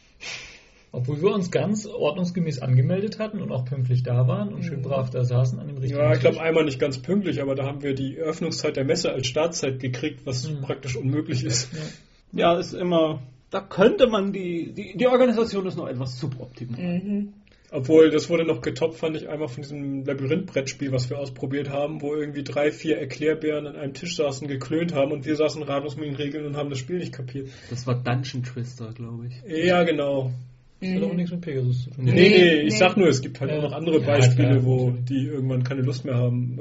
Obwohl wir uns ganz ordnungsgemäß angemeldet hatten und auch pünktlich da waren und mhm. schön brav da saßen an dem richtigen Ja, ich glaube einmal nicht ganz pünktlich, aber da haben wir die Öffnungszeit der Messe als Startzeit gekriegt, was mhm. praktisch unmöglich ist. Ja, ja, ist immer... Da könnte man die, die, die Organisation ist noch etwas suboptimal. Mhm. Obwohl, das wurde noch getoppt, fand ich einmal von diesem Labyrinth-Brettspiel, was wir ausprobiert haben, wo irgendwie drei, vier Erklärbären an einem Tisch saßen, geklönt haben und wir saßen ratlos mit den Regeln und haben das Spiel nicht kapiert. Das war Dungeon Twister, glaube ich. Ja, genau. Das hat auch nichts mit Pegasus zu tun. Nee, nee, nee, ich sag nur, es gibt halt ja. auch noch andere ja, Beispiele, klar, wo die irgendwann keine Lust mehr haben.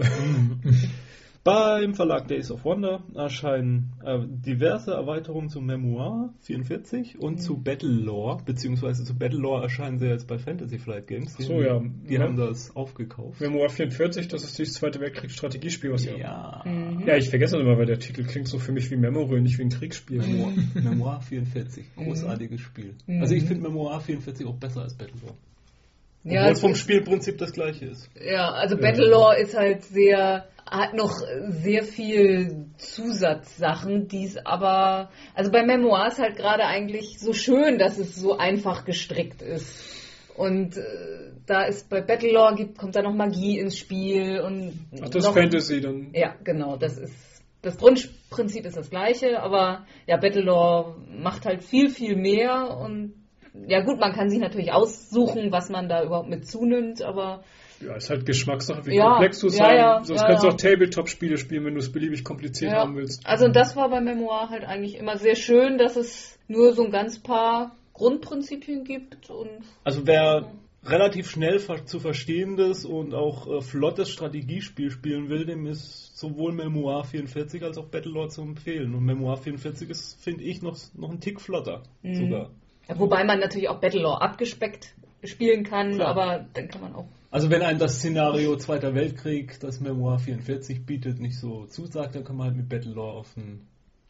Beim Verlag Days of Wonder erscheinen äh, diverse Erweiterungen zu Memoir vierundvierzig und mhm. zu Battlelore, beziehungsweise zu Battlelore erscheinen sie jetzt bei Fantasy Flight Games. Die, so, ja. Die ja. haben das aufgekauft. Memoir vierundvierzig, das ist dieses Zweite Weltkriegs-Strategiespiel, was ja. Ja. Mhm. Ja, ich vergesse das immer, weil der Titel klingt so für mich wie Memory, nicht wie ein Kriegsspiel. Memoir, Memoir vierundvierzig, großartiges mhm. Spiel. Also ich finde Memoir vierundvierzig auch besser als Battlelore. Obwohl ja, es vom Spielprinzip das gleiche ist. Ja, also Battlelore ja. ist halt sehr, hat noch sehr viel Zusatzsachen, die es aber, also bei Memoir ist halt gerade eigentlich so schön, dass es so einfach gestrickt ist. Und äh, da ist bei Battlelore gibt, kommt da noch Magie ins Spiel und Ach, das noch, ist Fantasy dann. Ja, genau, das ist das Grundprinzip ist das gleiche, aber ja, Battlelore macht halt viel, viel mehr und ja gut, man kann sich natürlich aussuchen, was man da überhaupt mit zunimmt, aber... Ja, ist halt Geschmackssache, wie ja, komplex du es ja, sein. ja, Sonst ja, kannst du ja. auch Tabletop-Spiele spielen, wenn du es beliebig kompliziert ja. haben willst. Also das war bei Memoir halt eigentlich immer sehr schön, dass es nur so ein ganz paar Grundprinzipien gibt. Und also wer relativ schnell zu verstehendes und auch äh, flottes Strategiespiel spielen will, dem ist sowohl Memoir vierundvierzig als auch Battlelore zu empfehlen. Und Memoir vierundvierzig ist, finde ich, noch, noch ein Tick flotter mhm. sogar. Ja, wobei man natürlich auch Battlelore abgespeckt spielen kann, Klar. aber dann kann man auch... Also wenn einem das Szenario Zweiter Weltkrieg, das Memoir vierundvierzig bietet, nicht so zusagt, dann kann man halt mit Battlelore auf ein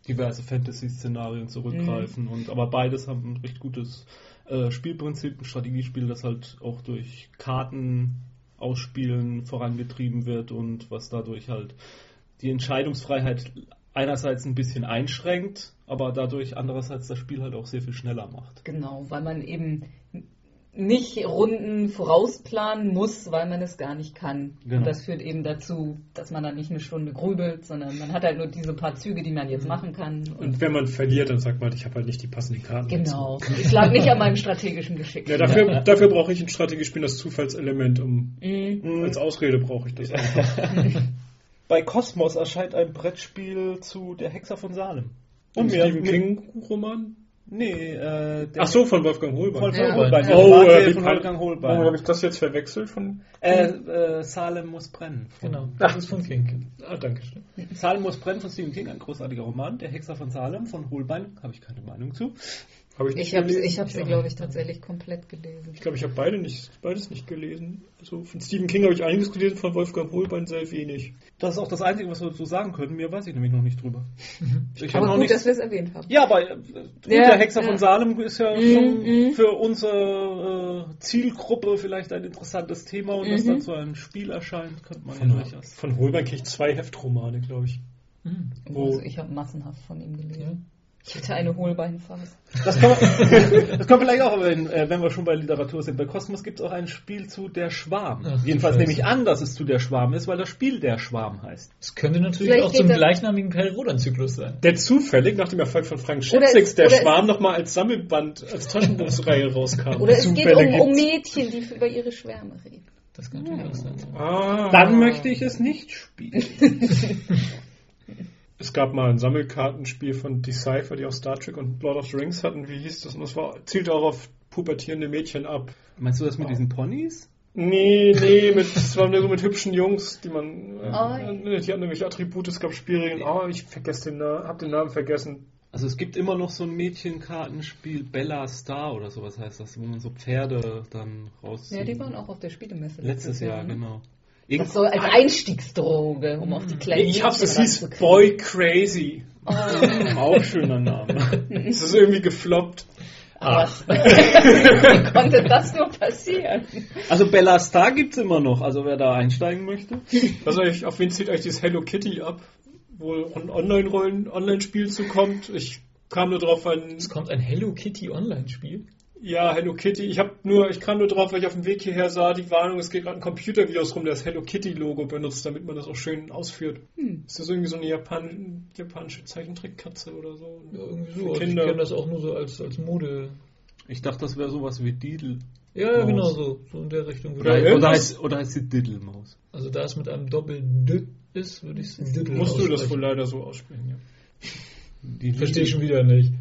diverse Fantasy-Szenarien zurückgreifen. Mhm. Und aber beides haben ein recht gutes äh, Spielprinzip, ein Strategiespiel, das halt auch durch Karten ausspielen vorangetrieben wird und was dadurch halt die Entscheidungsfreiheit einerseits ein bisschen einschränkt, aber dadurch andererseits das Spiel halt auch sehr viel schneller macht. Genau, weil man eben nicht Runden vorausplanen muss, weil man es gar nicht kann. Genau. Und das führt eben dazu, dass man dann nicht eine Stunde grübelt, sondern man hat halt nur diese paar Züge, die man jetzt machen kann. Und, und wenn man verliert, dann sagt man, ich habe halt nicht die passenden Karten. Genau. Es lag nicht an meinem strategischen Geschick. Ja, dafür, dafür brauche ich ein Strategiespiel, das Zufallselement. Um, mhm. Als Ausrede brauche ich das einfach. Bei Kosmos erscheint ein Brettspiel zu Der Hexer von Salem. Und Stephen King-Roman? Nee, äh... Ach so, von Wolfgang Holbein. Von ja. Holbein. Ja. Oh, äh, von Wolfgang Holbein. Warum habe ich das jetzt verwechselt? Von äh, äh, Salem muss brennen. Genau, das ist von King. Ah, danke schön. Salem muss brennen von Stephen King, ein großartiger Roman. Der Hexer von Salem von Holbein, habe ich keine Meinung zu. Hab ich ich habe ich hab sie, glaube ich, tatsächlich komplett gelesen. Ich glaube, ich habe beide nicht, beides nicht gelesen. Also von Stephen King habe ich einiges gelesen, von Wolfgang Holbein sehr wenig. Das ist auch das Einzige, was wir dazu sagen können. Mehr weiß ich nämlich noch nicht drüber. Ich aber gut, nicht... dass wir es erwähnt haben. Ja, aber äh, ja, der Hexer ja. von Salem ist ja mhm, schon für unsere äh, Zielgruppe vielleicht ein interessantes Thema und mhm. dass dann so ein Spiel erscheint, könnte man von, ja durchaus. Von Holbein kriege ich zwei Heftromane, glaube ich. Mhm. Also ich habe massenhaft von ihm gelesen. Ich hatte eine Holbeinphase. Das kann, man, das kann vielleicht auch, wenn, wenn wir schon bei Literatur sind. Bei Kosmos gibt es auch ein Spiel zu Der Schwarm. Ach, Jedenfalls nehme ich an, dass es zu Der Schwarm ist, weil das Spiel Der Schwarm heißt. Es könnte natürlich vielleicht auch zum gleichnamigen Perl-Rodan-Zyklus sein. Der zufällig nach dem Erfolg von Frank Schätzig Der Schwarm nochmal als Sammelband, als Taschenbuchsreihe rauskam. Oder es geht um, um Mädchen, die über ihre Schwärme reden. Das kann natürlich auch sein. Ah. Dann möchte ich es nicht spielen. Es gab mal ein Sammelkartenspiel von Decipher, die auch Star Trek und Lord of the Rings hatten. Wie hieß das? Und das war, zielte auch auf pubertierende Mädchen ab. Meinst du das mit oh. diesen Ponys? Nee, nee, mit, das waren so mit hübschen Jungs, die man, äh, oh. die hatten irgendwelche Attribute, es gab Spielregeln. Oh, ich vergesse den Namen, hab den Namen vergessen. Also es gibt immer noch so ein Mädchenkartenspiel, Bella Star oder sowas heißt das, wo man so Pferde dann rauszieht. Ja, die waren auch auf der Spielemesse. Letztes Jahr, Jahr, genau. Das so als Einstiegsdroge, um auf die kleinen Ich hab's, es hieß Boy Crazy. Oh. Auch schöner Name. Es ist irgendwie gefloppt. Ach. Wie konnte das nur passieren? Also Bella Star gibt's immer noch, also wer da einsteigen möchte. Was eigentlich, auf wen zieht eigentlich dieses Hello Kitty ab? Wo ein Online-Rollen, Online-Spiel zukommt. Ich kam nur drauf, weil... Es kommt ein Hello Kitty Online-Spiel? Ja, Hello Kitty. Ich hab nur, ich kam nur drauf, weil ich auf dem Weg hierher sah, die Warnung, es geht gerade ein Computervirus rum, der das Hello Kitty Logo benutzt, damit man das auch schön ausführt. Hm. Ist das irgendwie so eine Japan, japanische Zeichentrickkatze oder so? Ja, irgendwie so. Also ich kenne das auch nur so als, als Mode. Ich dachte, das wäre sowas wie Diddle. Ja, ja, genau so. So in der Richtung. Oder, oder, heißt, oder heißt sie Diddle-Maus? Also da es mit einem Doppel-D ist, würde ich es Diddle Musst du das wohl leider so aussprechen, ja. Verstehe ich schon wieder nicht.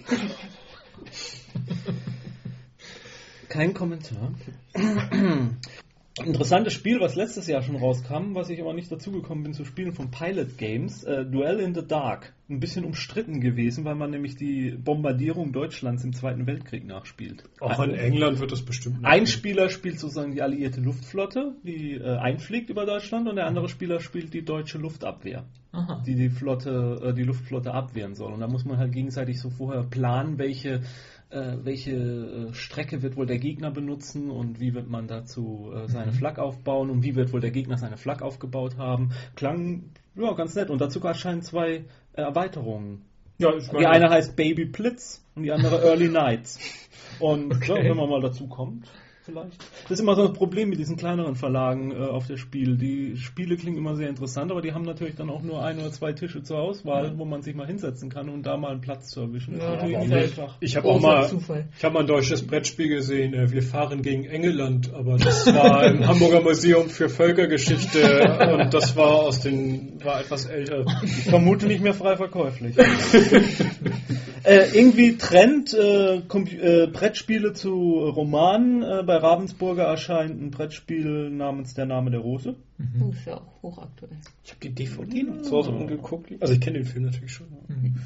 Kein Kommentar. Interessantes Spiel, was letztes Jahr schon rauskam, was ich aber nicht dazugekommen bin zu spielen, von Pilot Games, äh, Duel in the Dark. Ein bisschen umstritten gewesen, weil man nämlich die Bombardierung Deutschlands im Zweiten Weltkrieg nachspielt. Auch in England wird das bestimmt Ein nicht. Spieler spielt sozusagen die alliierte Luftflotte, die äh, einfliegt über Deutschland, und der andere Spieler spielt die deutsche Luftabwehr, Aha. die die Flotte, äh, die Luftflotte abwehren soll. Und da muss man halt gegenseitig so vorher planen, welche Äh, welche äh, Strecke wird wohl der Gegner benutzen und wie wird man dazu äh, seine mhm. Flak aufbauen und wie wird wohl der Gegner seine Flak aufgebaut haben. Klang ja ganz nett, und dazu erscheinen zwei äh, Erweiterungen. Ja, ich meine, die eine heißt Baby Blitz und die andere Early Nights. Und okay. ja, wenn man mal dazu kommt, vielleicht. Das ist immer so ein Problem mit diesen kleineren Verlagen äh, auf der Spiel. Die Spiele klingen immer sehr interessant, aber die haben natürlich dann auch nur ein oder zwei Tische zur Auswahl, wo man sich mal hinsetzen kann und da mal einen Platz zu erwischen. Ja, ja, einfach. Ich habe auch mal, ich habe mal ein deutsches Brettspiel gesehen. Äh, wir fahren gegen England, aber das war im Hamburger Museum für Völkergeschichte und das war aus den, war etwas älter. Ich vermute nicht mehr frei verkäuflich. äh, irgendwie Trend äh, Compu- äh, Brettspiele zu Romanen. Äh, bei Ravensburger erscheint ein Brettspiel namens Der Name der Rose. Mhm. Oh, ist ja auch hochaktuell. Ich habe die D V D noch zu Hause angeguckt. Also ich kenne den Film natürlich schon. Mhm.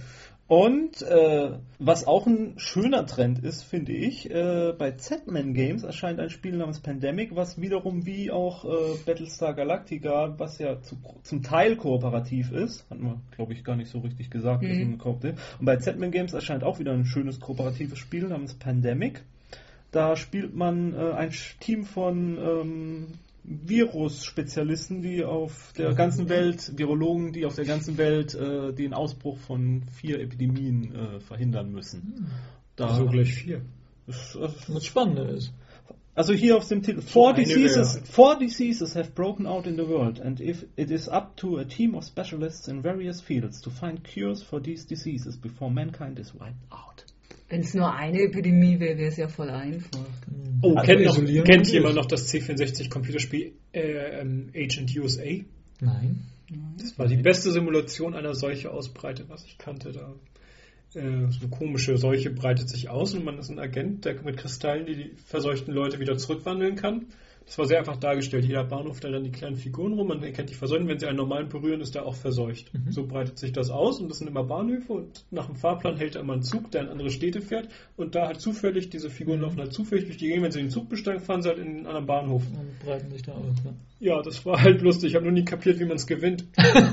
Und äh, was auch ein schöner Trend ist, finde ich, äh, bei Z-Man Games erscheint ein Spiel namens Pandemic, was wiederum wie auch äh, Battlestar Galactica, was ja zu, zum Teil kooperativ ist, hat man, glaube ich, gar nicht so richtig gesagt. Mhm. Und bei Z-Man Games erscheint auch wieder ein schönes kooperatives Spiel namens Pandemic. Da spielt man äh, ein Team von ähm, Virus-Spezialisten, die auf der ganzen Welt, Virologen, die auf der ganzen Welt äh, den Ausbruch von vier Epidemien äh, verhindern müssen. Da also gleich vier. Das, das was Spannende ist. Also hier auf dem Titel, four diseases, four diseases have broken out in the world and if it is up to a team of specialists in various fields to find cures for these diseases before mankind is wiped out. Wenn es nur eine Epidemie wäre, wäre es ja voll einfach. Oh, also kennt, noch, kennt jemand noch das C vierundsechzig Computerspiel äh, ähm, Agent U S A? Nein. Das war die beste Simulation einer Seuche ausbreitet, was ich kannte. Da äh, so eine komische Seuche breitet sich aus und man ist ein Agent, der mit Kristallen die, die verseuchten Leute wieder zurückwandeln kann. Das war sehr einfach dargestellt. Jeder Bahnhof, da dann die kleinen Figuren rum, man erkennt die Verseuchten. Wenn sie einen normalen berühren, ist der auch verseucht. Mhm. So breitet sich das aus und das sind immer Bahnhöfe und nach dem Fahrplan hält er immer einen Zug, der in andere Städte fährt und da halt zufällig, diese Figuren mhm. laufen halt zufällig durch die Gegend, wenn sie den Zug besteigen, fahren sie halt in einen anderen Bahnhof. Und breiten sich da aus, ne? Ja, das war halt lustig. Ich habe noch nie kapiert, wie man es gewinnt.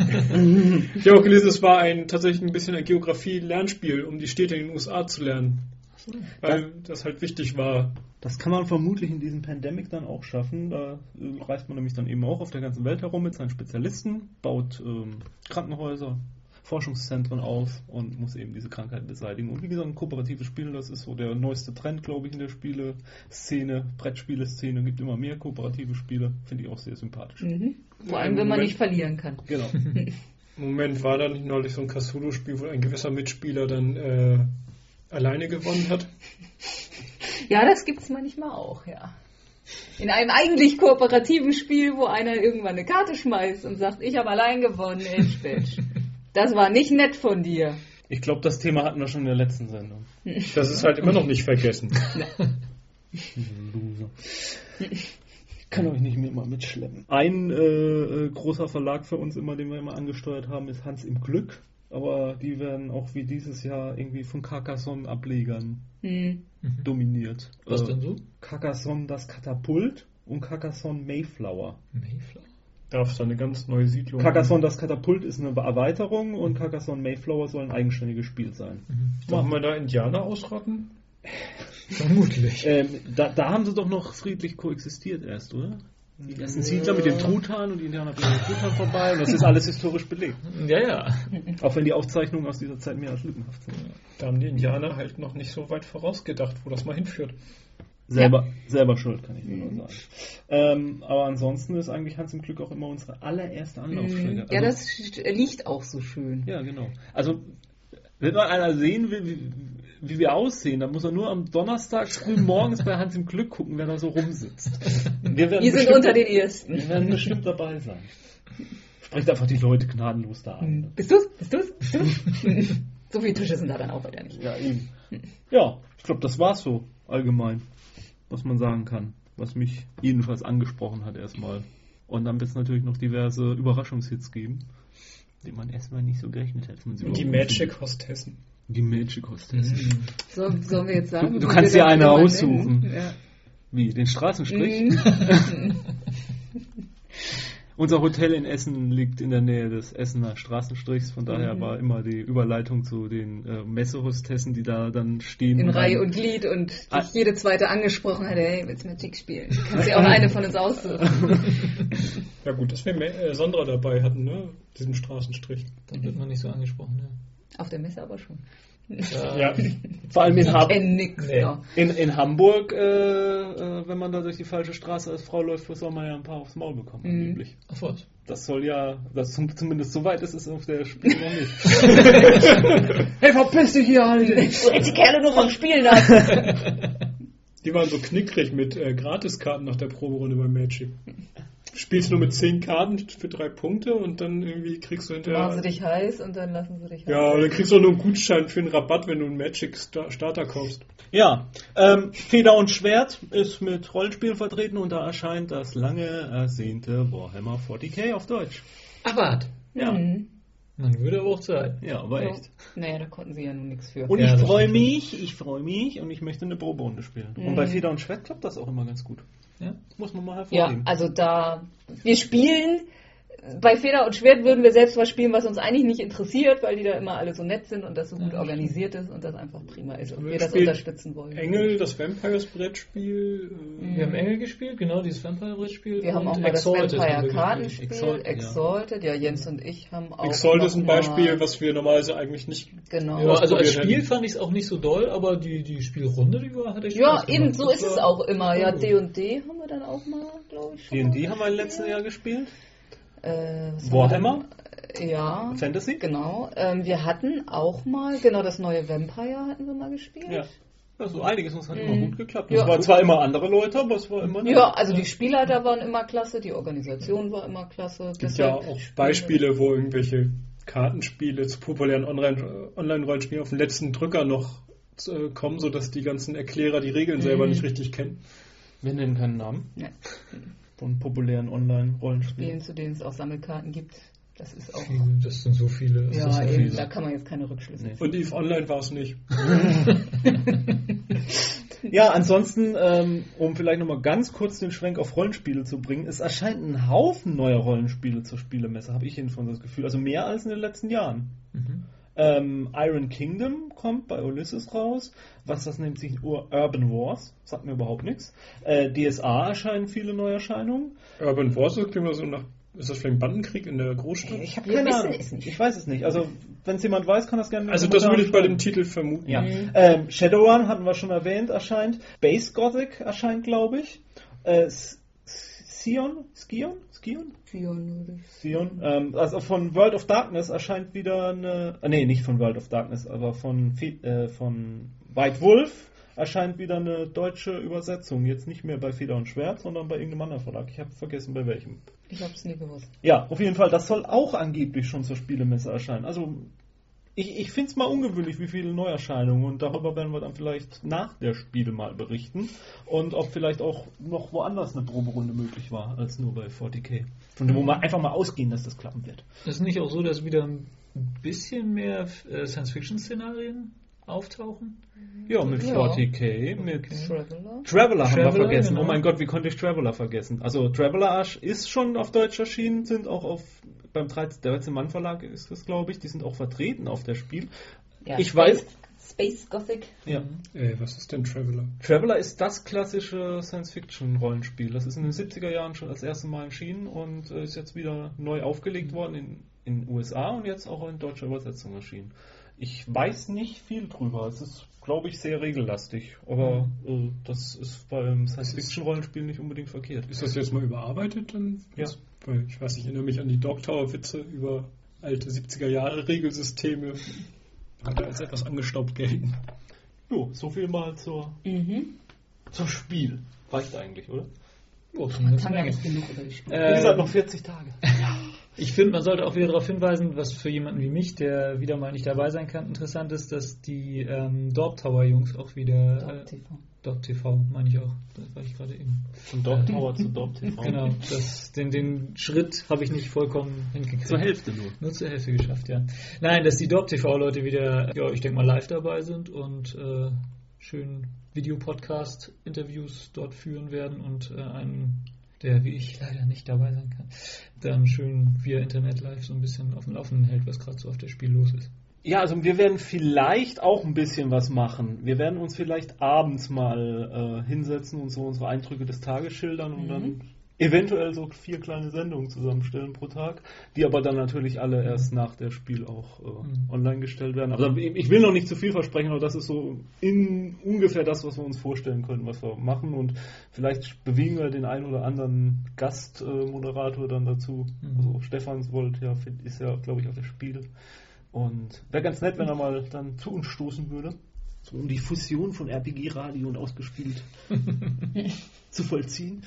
Ich habe auch gelesen, es war ein tatsächlich ein bisschen ein Geografie-Lernspiel, um die Städte in den U S A zu lernen. Weil das halt wichtig war. Das kann man vermutlich in diesem Pandemic dann auch schaffen. Da äh, reist man nämlich dann eben auch auf der ganzen Welt herum mit seinen Spezialisten, baut ähm, Krankenhäuser, Forschungszentren auf und muss eben diese Krankheit beseitigen. Und wie gesagt, ein kooperatives Spiel, das ist so der neueste Trend, glaube ich, in der Spieleszene, Brettspieleszene. Gibt immer mehr kooperative Spiele. Finde ich auch sehr sympathisch. Mhm. Vor allem, wenn man nicht verlieren kann. Genau. Moment, war da nicht neulich so ein Cthulhu-Spiel, wo ein gewisser Mitspieler dann äh, alleine gewonnen hat? Ja, das gibt's manchmal auch, ja. In einem eigentlich kooperativen Spiel, wo einer irgendwann eine Karte schmeißt und sagt, ich habe allein gewonnen, Edge Badge. Das war nicht nett von dir. Ich glaube, das Thema hatten wir schon in der letzten Sendung. Das ist halt immer noch nicht vergessen. Loser. Ich kann euch nicht mehr mal mitschleppen. Ein äh, großer Verlag für uns immer, den wir immer angesteuert haben, ist Hans im Glück. Aber die werden auch wie dieses Jahr irgendwie von Carcassonne-Ablegern hm. dominiert. Was äh, denn so? Carcassonne das Katapult und Carcassonne Mayflower. Mayflower? Da ist eine ganz neue Siedlung. Carcassonne das Katapult ist eine Erweiterung und Carcassonne Mayflower soll ein eigenständiges Spiel sein. Mhm. Machen wir da Indianer ausrotten? Vermutlich. Ähm, da, da haben sie doch noch friedlich koexistiert erst, oder? Die ersten Siedler mit dem Truthahn und die Indianer bringen den Truthahn vorbei und das ist alles historisch belegt. Ja, ja. Auch wenn die Aufzeichnungen aus dieser Zeit mehr als lückenhaft sind. Da haben die Indianer halt noch nicht so weit vorausgedacht, wo das mal hinführt. Selber, ja. selber schuld, kann ich nur sagen. Ähm, aber ansonsten ist eigentlich Hans im Glück auch immer unsere allererste Anlaufstelle. Ja, also, das liegt auch so schön. Ja, genau. Also, wenn mal einer sehen will, wie, wie wir aussehen, dann muss er nur am Donnerstag früh morgens bei Hans im Glück gucken, wer da so rumsitzt. Wir, wir sind unter den Ersten. Wir werden bestimmt dabei sein. Sprecht einfach die Leute gnadenlos da an. Ne? Bist du's? Bist du's? Bist du's? So viele Tische sind da dann auch wieder nicht. Ja, eben. Ja, ich glaube, das war's so allgemein, was man sagen kann. Was mich jedenfalls angesprochen hat erstmal. Und dann wird es natürlich noch diverse Überraschungshits geben, die man erstmal nicht so gerechnet hätte. Und die Magic Hostessen. Die Magic Hostessen. Mhm. So, sollen wir jetzt sagen? Du, du kannst dir eine aussuchen. Ja. Wie? Den Straßenstrich? Mhm. Unser Hotel in Essen liegt in der Nähe des Essener Straßenstrichs, von daher mhm. war immer die Überleitung zu den äh, Messehostessen, die da dann stehen. In Reihe und Glied und ah. dich jede zweite angesprochen hat, hey, willst du Magic spielen? Du kannst dir auch eine von uns aussuchen. Ja gut, dass wir äh, Sandra dabei hatten, ne? Diesen Straßenstrich. Dann wird man nicht so angesprochen, ja. Auf der Messe aber schon. Ja, vor allem in, Hab- nix, nee. ja. in, in Hamburg, äh, äh, wenn man da durch die falsche Straße als Frau läuft, soll man ja ein paar aufs Maul bekommen, mhm. angeblich. Ach was. Das soll ja, das zumindest so weit ist es auf der Spiel noch nicht. Hey, verpiss dich hier, Alter! Du hättest die Kerle nur vom Spielen lassen. Die waren so knickrig mit äh, Gratiskarten nach der Proberunde bei Magic. Du spielst nur mit zehn Karten für drei Punkte und dann irgendwie kriegst du hinterher... Machen sie dich heiß und dann lassen sie dich heiß. Ja, und dann kriegst du auch nur einen Gutschein für einen Rabatt, wenn du einen Magic Star- Starter kaufst. Ja, ähm, Feder und Schwert ist mit Rollenspielen vertreten und da erscheint das lange ersehnte Warhammer vierzig K auf Deutsch. Ach, wart. Ja. Mhm. Man würde aber auch Zeit. Ja, aber Ja. echt. Naja, da konnten sie ja nun nichts für. Und Ja, ich das freue stimmt. mich, ich freue mich und ich möchte eine Proberunde spielen. Mhm. Und bei Feder und Schwert klappt das auch immer ganz gut. Ja. Das muss man mal Ja, hervorheben. also da, wir spielen, bei Feder und Schwert würden wir selbst was spielen, was uns eigentlich nicht interessiert, weil die da immer alle so nett sind und das so gut Ja. organisiert ist und das einfach prima ist und Wir wir das spielen unterstützen wollen. Engel, das Vampires-Brettspiel. Äh, Wir haben Engel gespielt, genau, dieses Vampire-Brettspiel. Wir haben und auch mal das Exalted haben wir Vampire-Kartenspiel, gespielt. Exalted, ja. Exalted, ja. Jens und ich haben auch Exalt noch ist ein mal- Beispiel, was wir normalerweise eigentlich nicht. Genau. Ja, also als ausprobiert Spiel hätten. fand ich es auch nicht so doll, aber die, die Spielrunde, die war, hatte ich Ja, Spaß eben, gemacht. so Das ist es war- auch immer. Ja, war D gut. und D haben wir dann auch mal, glaube ich, schon D und D mal haben wir im letzten gespielt. Jahr gespielt. Äh, was Warhammer? haben wir denn? Ja, Fantasy? genau. Ähm, wir hatten auch mal, genau, das neue Vampire hatten wir mal gespielt. Ja. Also einiges, das hat Mhm. immer gut geklappt. Ja. Es waren zwar immer andere Leute, aber es war immer nett. Ja, also die Spielleiter waren immer klasse, die Organisation war immer klasse. Es gibt ja Deshalb auch spielen Beispiele, wo irgendwelche Kartenspiele zu populären Online- Online-Rollenspielen auf den letzten Drücker noch äh, kommen, sodass die ganzen Erklärer die Regeln selber Mhm. nicht richtig kennen. Wir nennen keinen Namen wir- Ja, von populären Online-Rollenspielen. Spielen, zu denen es auch Sammelkarten gibt. Das ist auch. Das sind so viele. Das Ja, ist so eben, viele. da kann man jetzt keine Rückschlüsse. Nee. Und EVE Online war es nicht. Ja, ansonsten, ähm, um vielleicht nochmal ganz kurz den Schwenk auf Rollenspiele zu bringen, es erscheint ein Haufen neuer Rollenspiele zur Spielemesse, habe ich jedenfalls das Gefühl. Also mehr als in den letzten Jahren. Mhm. Ähm, Iron Kingdom kommt bei Ulysses raus. Was das nennt sich Ur- Urban Wars. Sagt mir überhaupt nichts. Äh, D S A erscheinen viele Neuerscheinungen. Urban Wars klingt immer so nach. Ist das vielleicht ein Bandenkrieg in der Großstadt? Ich habe Wir keine wissen Ahnung. es nicht. Ich weiß es nicht. Also, wenn es jemand weiß, kann das gerne. Also in den das würde ich bei Kommentaren dem Titel vermuten. Ja. Mhm. Ähm, Shadowrun hatten wir schon erwähnt, erscheint. Base Gothic erscheint, glaube ich. Äh, S- Sion? Skion? Skion? Sion. Ähm, also von World of Darkness erscheint wieder eine. Äh, nee, nicht von World of Darkness, aber von, Fe- äh, von White Wolf erscheint wieder eine deutsche Übersetzung. Jetzt nicht mehr bei Feder und Schwert, sondern bei irgendeinem anderen Verlag. Ich habe vergessen, bei welchem. Ich hab's nie gewusst. Ja, auf jeden Fall. Das soll auch angeblich schon zur Spielemesse erscheinen. Also ich, ich finde es mal ungewöhnlich, wie viele Neuerscheinungen, und darüber werden wir dann vielleicht nach der Spiel mal berichten und ob vielleicht auch noch woanders eine Proberunde möglich war, als nur bei vierzig K. Von dem, wo wir einfach mal ausgehen, dass das klappen wird. Ist nicht auch so, dass wieder ein bisschen mehr äh, Science-Fiction-Szenarien auftauchen? Ja, mit Ja. vierzig K, mit Okay. Traveler. Traveler haben wir Traveler, vergessen. genau. Oh mein Gott, wie konnte ich Traveler vergessen? Also Traveler ist schon auf Deutsch erschienen, sind auch auf beim dreizehn Mann Verlag ist das, glaube ich, die sind auch vertreten auf der Spiel. Ja, Ich Space, weiß- Space Gothic. Ja. Ey, was ist denn Traveler? Traveler ist das klassische Science-Fiction-Rollenspiel. Das ist in den siebziger Jahren schon das erste Mal erschienen und äh, ist jetzt wieder neu aufgelegt worden in in den U S A und jetzt auch in deutscher Übersetzung erschienen. Ich weiß nicht viel drüber. Es ist, glaube ich, sehr regellastig. Aber äh, das ist beim Science-Fiction-Rollenspiel nicht unbedingt verkehrt. Ist das jetzt mal überarbeitet dann? Ja. Weil ich weiß, ich erinnere mich an die Dog Tower Witze über alte siebziger Jahre Regelsysteme. Hat als etwas angestaubt gelten. Jo, so viel mal zur, Mhm. zum Spiel. Reicht eigentlich, oder? Oh, Man kann ja nicht genug über die Spiele. Wie Äh, gesagt, noch vierzig Tage. Ich finde, man sollte auch wieder darauf hinweisen, was für jemanden wie mich, der wieder mal nicht dabei sein kann, interessant ist, dass die ähm, Dorp Tower Jungs auch wieder. Äh, Dorp T V, meine ich auch. Das war ich gerade eben. Von Dorp Tower zu Dorp T V. Genau, das, den, den Schritt habe ich nicht vollkommen hingekriegt. Zur Hälfte nur. Nur zur Hälfte geschafft, ja. Nein, dass die Dorp T V-Leute wieder, ja, ich denke mal, live dabei sind und äh, schön Videopodcast-Interviews dort führen werden und äh, einen, der wie ich leider nicht dabei sein kann, dann schön via Internet live so ein bisschen auf dem Laufenden hält, was gerade so auf der Spiel los ist. Ja, also wir werden vielleicht auch ein bisschen was machen. Wir werden uns vielleicht abends mal äh, hinsetzen und so unsere Eindrücke des Tages schildern und Mhm. dann eventuell so vier kleine Sendungen zusammenstellen pro Tag, die aber dann natürlich alle erst nach der Spiel auch äh, Mhm. online gestellt werden. Aber ich will noch nicht zu viel versprechen, aber das ist so in ungefähr das, was wir uns vorstellen können, was wir machen, und vielleicht bewegen wir den einen oder anderen Gastmoderator äh, dann dazu. Mhm. Also Stefans Volt ja, ist ja, glaube ich, auf der Spiel. Und wäre ganz nett, wenn er mal dann zu uns stoßen würde, so um die Fusion von R P G-Radio und ausgespielt zu vollziehen.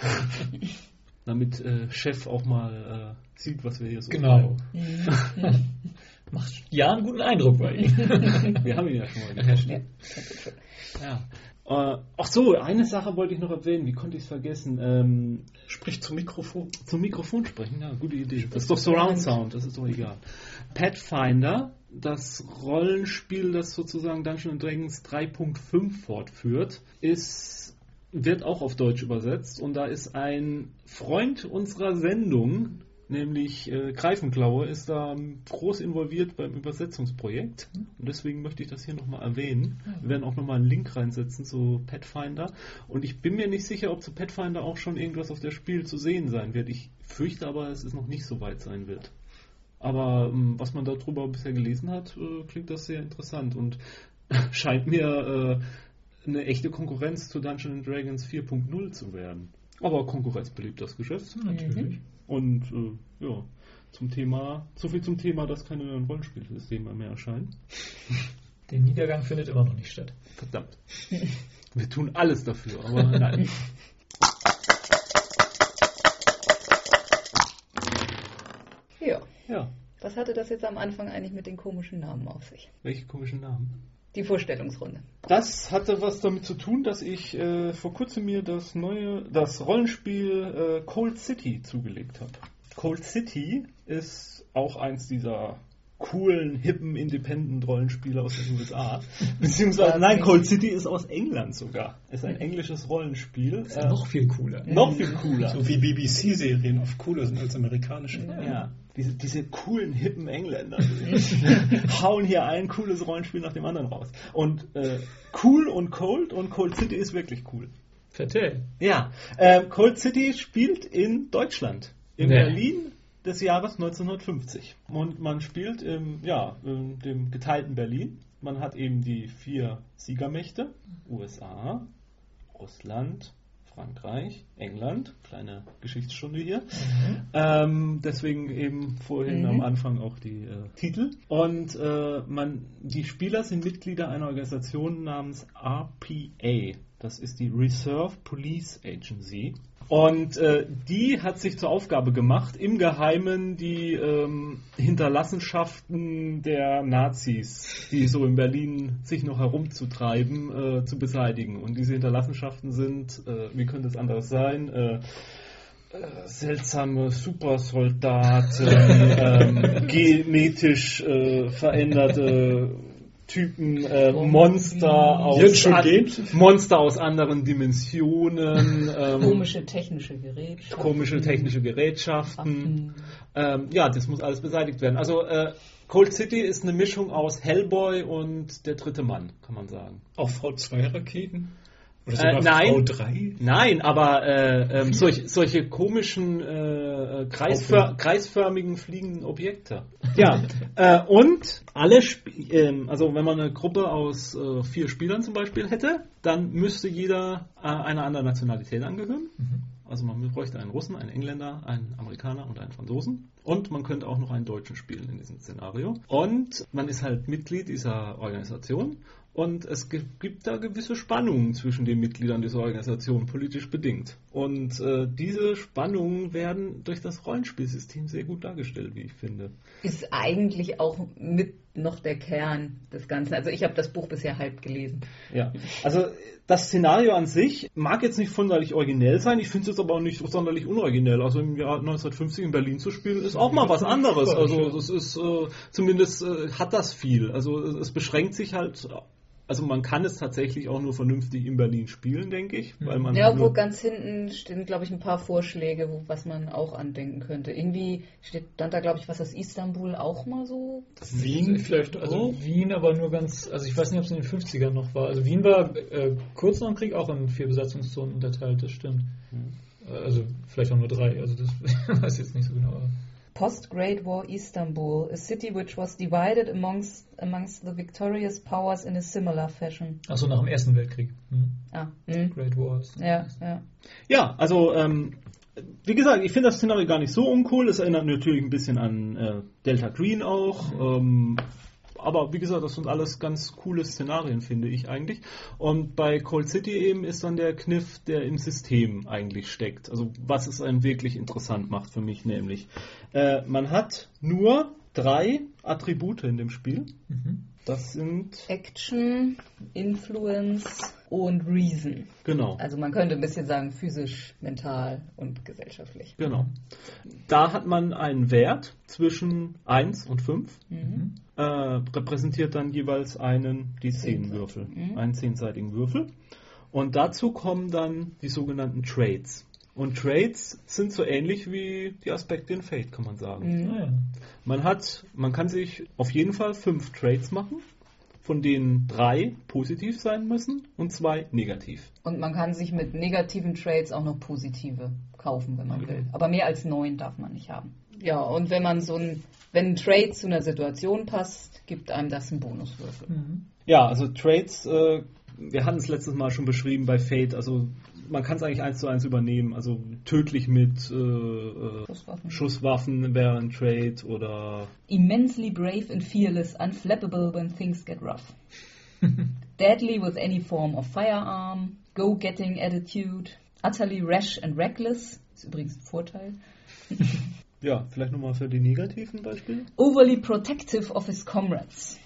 Damit äh, Chef auch mal äh, sieht, was wir hier so Genau. treiben. Macht ja einen guten Eindruck bei ihm. Wir haben ihn ja schon mal Ja, gehabt. stimmt. Ja. Äh, ach so, eine Sache wollte ich noch erwähnen, wie konnte ich es vergessen? Ähm, Sprich zum Mikrofon. Zum Mikrofon sprechen, ja, gute Idee. Das ist doch Surround Sound, das ist doch egal. Pathfinder, das Rollenspiel, das sozusagen Dungeons and Dragons drei Punkt fünf fortführt, ist, wird auch auf Deutsch übersetzt und da ist ein Freund unserer Sendung, nämlich äh, Greifenklaue, ist da groß involviert beim Übersetzungsprojekt und deswegen möchte ich das hier nochmal erwähnen. Wir werden auch nochmal einen Link reinsetzen zu Pathfinder und ich bin mir nicht sicher, ob zu Pathfinder auch schon irgendwas auf der Spiel zu sehen sein wird. Ich fürchte aber, dass es noch nicht so weit sein wird. Aber ähm, was man darüber bisher gelesen hat, äh, klingt das sehr interessant und scheint mir äh, eine echte Konkurrenz zu Dungeons and Dragons vier Punkt null zu werden. Aber Konkurrenz belebt das Geschäft. Natürlich. Und äh, ja, zum Thema, so viel zum Thema, dass keine neuen Rollenspielsysteme mehr erscheinen. Der Niedergang findet immer noch nicht statt. Verdammt. Wir tun alles dafür, aber nein. Ja. Ja. Was hatte das jetzt am Anfang eigentlich mit den komischen Namen auf sich? Welche komischen Namen? Die Vorstellungsrunde. Das hatte was damit zu tun, dass ich äh, vor kurzem mir das neue, das Rollenspiel äh, Cold City zugelegt habe. Cold City ist auch eins dieser coolen, hippen, Independent-Rollenspiele aus den U S A. Beziehungsweise, nein, Cold City ist aus England sogar. Ist ein englisches Rollenspiel. Das ist ja noch viel cooler. Noch viel cooler. So wie B B C-Serien oft cooler sind als amerikanische. Ja. Diese, diese coolen, hippen Engländer die hauen hier ein cooles Rollenspiel nach dem anderen raus. Und äh, cool und Cold und Cold City ist wirklich cool. Vertell. Ja, äh, Cold City spielt in Deutschland, in Nee. Berlin des Jahres neunzehnhundertfünfzig. Und man spielt im, ja, in dem geteilten Berlin. Man hat eben die vier Siegermächte, U S A, Russland, Frankreich, England, kleine Geschichtsstunde hier. Mhm. Ähm, deswegen eben vorhin Mhm. am Anfang auch die äh, Titel. Und äh, man, die Spieler sind Mitglieder einer Organisation namens R P A. Das ist die Reserve Police Agency. Und äh, die hat sich zur Aufgabe gemacht, im Geheimen die ähm, Hinterlassenschaften der Nazis, die so in Berlin sich noch herumzutreiben, äh, zu beseitigen. Und diese Hinterlassenschaften sind, äh, wie könnte es anders sein, äh, äh, seltsame Supersoldaten, ähm, genetisch äh, veränderte Typen, äh, Monster aus Jetzt schon an, geht? Monster aus anderen Dimensionen, ähm, Komische technische Gerätschaften. komische technische Gerätschaften. Ähm, ja, das muss alles beseitigt werden. Also äh, Cold City ist eine Mischung aus Hellboy und der dritte Mann, kann man sagen. Auch V zwei Raketen? Oder Äh, sogar nein. V drei? Nein, aber äh, ähm, solch, solche komischen äh, kreisför- kreisförmigen fliegenden Objekte. Ja, äh, und alle, Sp- ähm, also wenn man eine Gruppe aus äh, vier Spielern zum Beispiel hätte, dann müsste jeder äh, einer anderen Nationalität angehören. Also man bräuchte einen Russen, einen Engländer, einen Amerikaner und einen Franzosen. Und man könnte auch noch einen Deutschen spielen in diesem Szenario. Und man ist halt Mitglied dieser Organisation. Und es gibt da gewisse Spannungen zwischen den Mitgliedern dieser Organisation, politisch bedingt. Und äh, diese Spannungen werden durch das Rollenspielsystem sehr gut dargestellt, wie ich finde. Ist eigentlich auch mit noch der Kern des Ganzen. Also ich habe das Buch bisher halb gelesen. Ja, also das Szenario an sich mag jetzt nicht sonderlich originell sein, ich finde es jetzt aber auch nicht sonderlich unoriginell. Also im Jahr neunzehnhundertfünfzig in Berlin zu spielen, ist auch mal was anderes. Also es ist äh, zumindest äh, hat das viel. Also es, es beschränkt sich halt. Also man kann es tatsächlich auch nur vernünftig in Berlin spielen, denke ich. Weil man Ja, halt wo nur ganz hinten stehen, glaube ich, ein paar Vorschläge, wo, was man auch andenken könnte. Irgendwie steht dann da, glaube ich, was das Istanbul auch mal so. Wien vielleicht, also Oh. Wien aber nur ganz, also ich weiß nicht, ob es in den fünfzigern noch war. Also Wien war äh, kurz nach dem Krieg auch in vier Besatzungszonen unterteilt, das stimmt. Mhm. Also vielleicht auch nur drei, also das weiß ich jetzt nicht so genau. Aber Post-Great War Istanbul, a city which was divided amongst, amongst the victorious powers in a similar fashion. Achso, nach dem Ersten Weltkrieg. Hm. Ah, hm. Great Wars. Ja, ja. Ja, also ähm, wie gesagt, ich finde das Szenario gar nicht so uncool. Es erinnert natürlich ein bisschen an äh, Delta Green auch. Ähm, aber wie gesagt, das sind alles ganz coole Szenarien, finde ich eigentlich. Und bei Cold City eben ist dann der Kniff, der im System eigentlich steckt. Also was es einen wirklich interessant macht für mich nämlich. Äh, man hat nur drei Attribute in dem Spiel. Mhm. Das sind... Action, Influence und Reason. Genau. Also man könnte ein bisschen sagen physisch, mental und gesellschaftlich. Genau. Da hat man einen Wert zwischen eins und fünf. Mhm. Äh, repräsentiert dann jeweils einen, die zehn Würfel. Mhm. Einen zehnseitigen Würfel. Und dazu kommen dann die sogenannten Traits. Und Traits sind so ähnlich wie die Aspekte in Fate, kann man sagen. Mhm. Ah, ja. Man hat, man kann sich auf jeden Fall fünf Traits machen, von denen drei positiv sein müssen und zwei negativ. Und man kann sich mit negativen Traits auch noch positive kaufen, wenn man Okay. will. Aber mehr als neun darf man nicht haben. Ja, und wenn man so ein, wenn ein Trait zu einer Situation passt, gibt einem das einen Bonuswürfel. Mhm. Ja, also Traits, äh, wir hatten es letztes Mal schon beschrieben bei Fate, also man kann es eigentlich eins zu eins übernehmen, also tödlich mit äh, äh, Schusswaffen. Schusswaffen wäre ein Trait oder Immensely brave and fearless, unflappable when things get rough. Deadly with any form of firearm, go-getting attitude, utterly rash and reckless, ist übrigens ein Vorteil. ja, vielleicht nochmal für die negativen Beispiele. Overly protective of his comrades.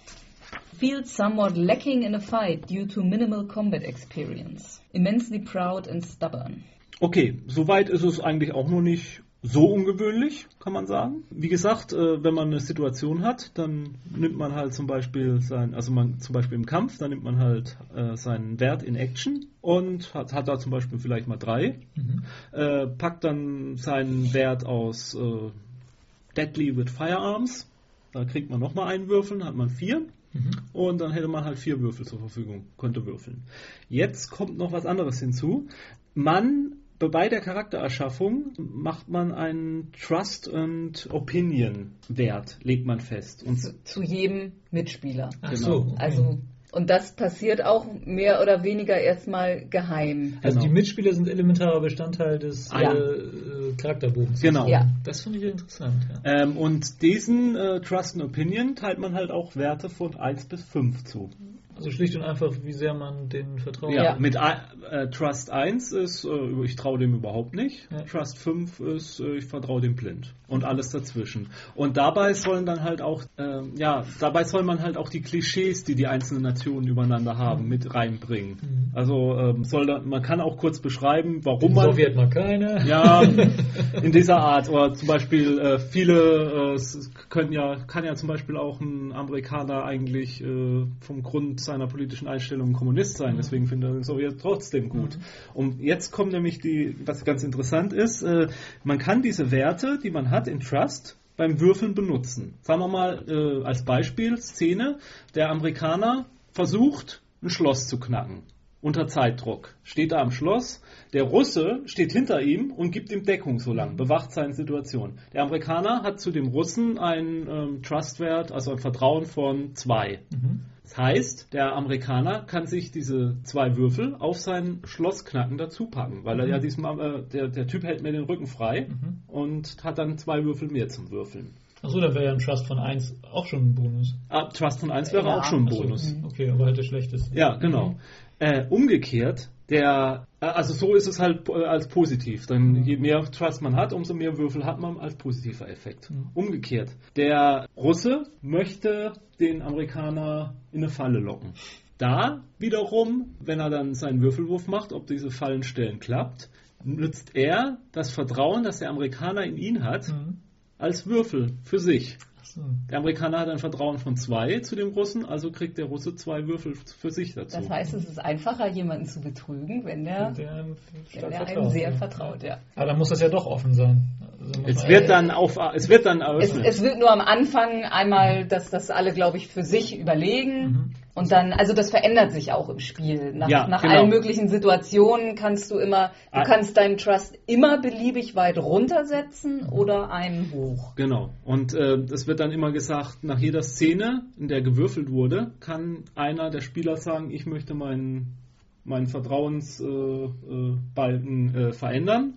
Feels somewhat lacking in a fight due to minimal combat experience. Immensely proud and stubborn. Okay, soweit ist es eigentlich auch noch nicht so ungewöhnlich, kann man sagen. Wie gesagt, äh, wenn man eine Situation hat, dann nimmt man halt zum Beispiel sein, also man zum Beispiel im Kampf, dann nimmt man halt äh, seinen Wert in Action und hat, hat da zum Beispiel vielleicht mal drei, Mhm. äh, packt dann seinen Wert aus äh, Deadly with Firearms, da kriegt man nochmal einen Würfel, hat man vier. Mhm. Und dann hätte man halt vier Würfel zur Verfügung, könnte würfeln. Jetzt kommt noch was anderes hinzu. Man, bei der Charaktererschaffung macht man einen Trust and Opinion Wert, legt man fest. Und Zu, zu jedem Mitspieler. Ach Genau. so. Okay. Also, und das passiert auch mehr oder weniger erstmal geheim. Also Genau. die Mitspieler sind elementarer Bestandteil des Ja. äh, Charakterbogens. Genau. Ja. Das finde ich interessant. Ja. Ähm, und diesen äh, Trust and Opinion teilt man halt auch Werte von eins bis fünf zu. Also schlicht und einfach, wie sehr man den vertraut. Ja, Ja. mit ein- äh, Trust eins ist, äh, ich traue dem überhaupt nicht. Ja. Trust fünf ist, äh, ich vertraue dem blind. Und alles dazwischen. Und dabei sollen dann halt auch, äh, ja, dabei soll man halt auch die Klischees, die die einzelnen Nationen übereinander haben, mit reinbringen. Mhm. Also ähm, soll da, man kann auch kurz beschreiben, warum Den man... Sowjet mag keiner. Ja, in dieser Art. Oder zum Beispiel äh, viele, äh, es können ja, kann ja zum Beispiel auch ein Amerikaner eigentlich äh, vom Grund seiner politischen Einstellung Kommunist sein. Deswegen findet er den Sowjet trotzdem gut. Und jetzt kommt nämlich die, was ganz interessant ist, äh, man kann diese Werte, die man hat in Trust, beim Würfeln benutzen. Sagen wir mal äh, als Beispiel, Szene, der Amerikaner versucht, ein Schloss zu knacken. Unter Zeitdruck. Steht da am Schloss. Der Russe steht hinter ihm und gibt ihm Deckung so lang, bewacht seine Situation. Der Amerikaner hat zu dem Russen einen ähm, Trustwert, also ein Vertrauen von zwei. Mhm. Das heißt, der Amerikaner kann sich diese zwei Würfel auf sein Schlossknacken dazu packen, weil er ja diesem, äh, der, der Typ hält mir den Rücken frei Mhm. und hat dann zwei Würfel mehr zum Würfeln. Achso, dann wäre ja ein Trust von eins auch schon ein Bonus. Ah, Trust von eins wäre Ja. auch schon ein Ach so, Bonus. Okay, aber halt der schlechteste. Ja, genau. Äh, umgekehrt, der, äh, also so ist es halt äh, als positiv. Dann Mhm. je mehr Trust man hat, umso mehr Würfel hat man als positiver Effekt. Mhm. Umgekehrt, der Russe möchte den Amerikaner in eine Falle locken. Da wiederum, wenn er dann seinen Würfelwurf macht, ob diese Fallenstellen klappt, nützt er das Vertrauen, das der Amerikaner in ihn hat, Mhm. als Würfel für sich. Achso. Der Amerikaner hat ein Vertrauen von zwei zu dem Russen, also kriegt der Russe zwei Würfel für sich dazu. Das heißt, es ist einfacher, jemanden zu betrügen, wenn der, Der einem wenn stark der einem vertraut, sehr ja. vertraut. Ja. Aber dann muss das ja doch offen sein. Also muss Es man- wird dann auf, es wird dann Es, eröffnet. es wird nur am Anfang einmal, dass das alle, glaube ich, für sich überlegen. Mhm. Und dann, also das verändert sich auch im Spiel. Nach, Ja, nach genau. allen möglichen Situationen kannst du immer, du Ah. kannst deinen Trust immer beliebig weit runtersetzen oder einen hoch. Genau. Und äh, es wird dann immer gesagt, nach jeder Szene, in der gewürfelt wurde, kann einer der Spieler sagen, ich möchte meinen meinen Vertrauensbalken äh, Balken, äh, verändern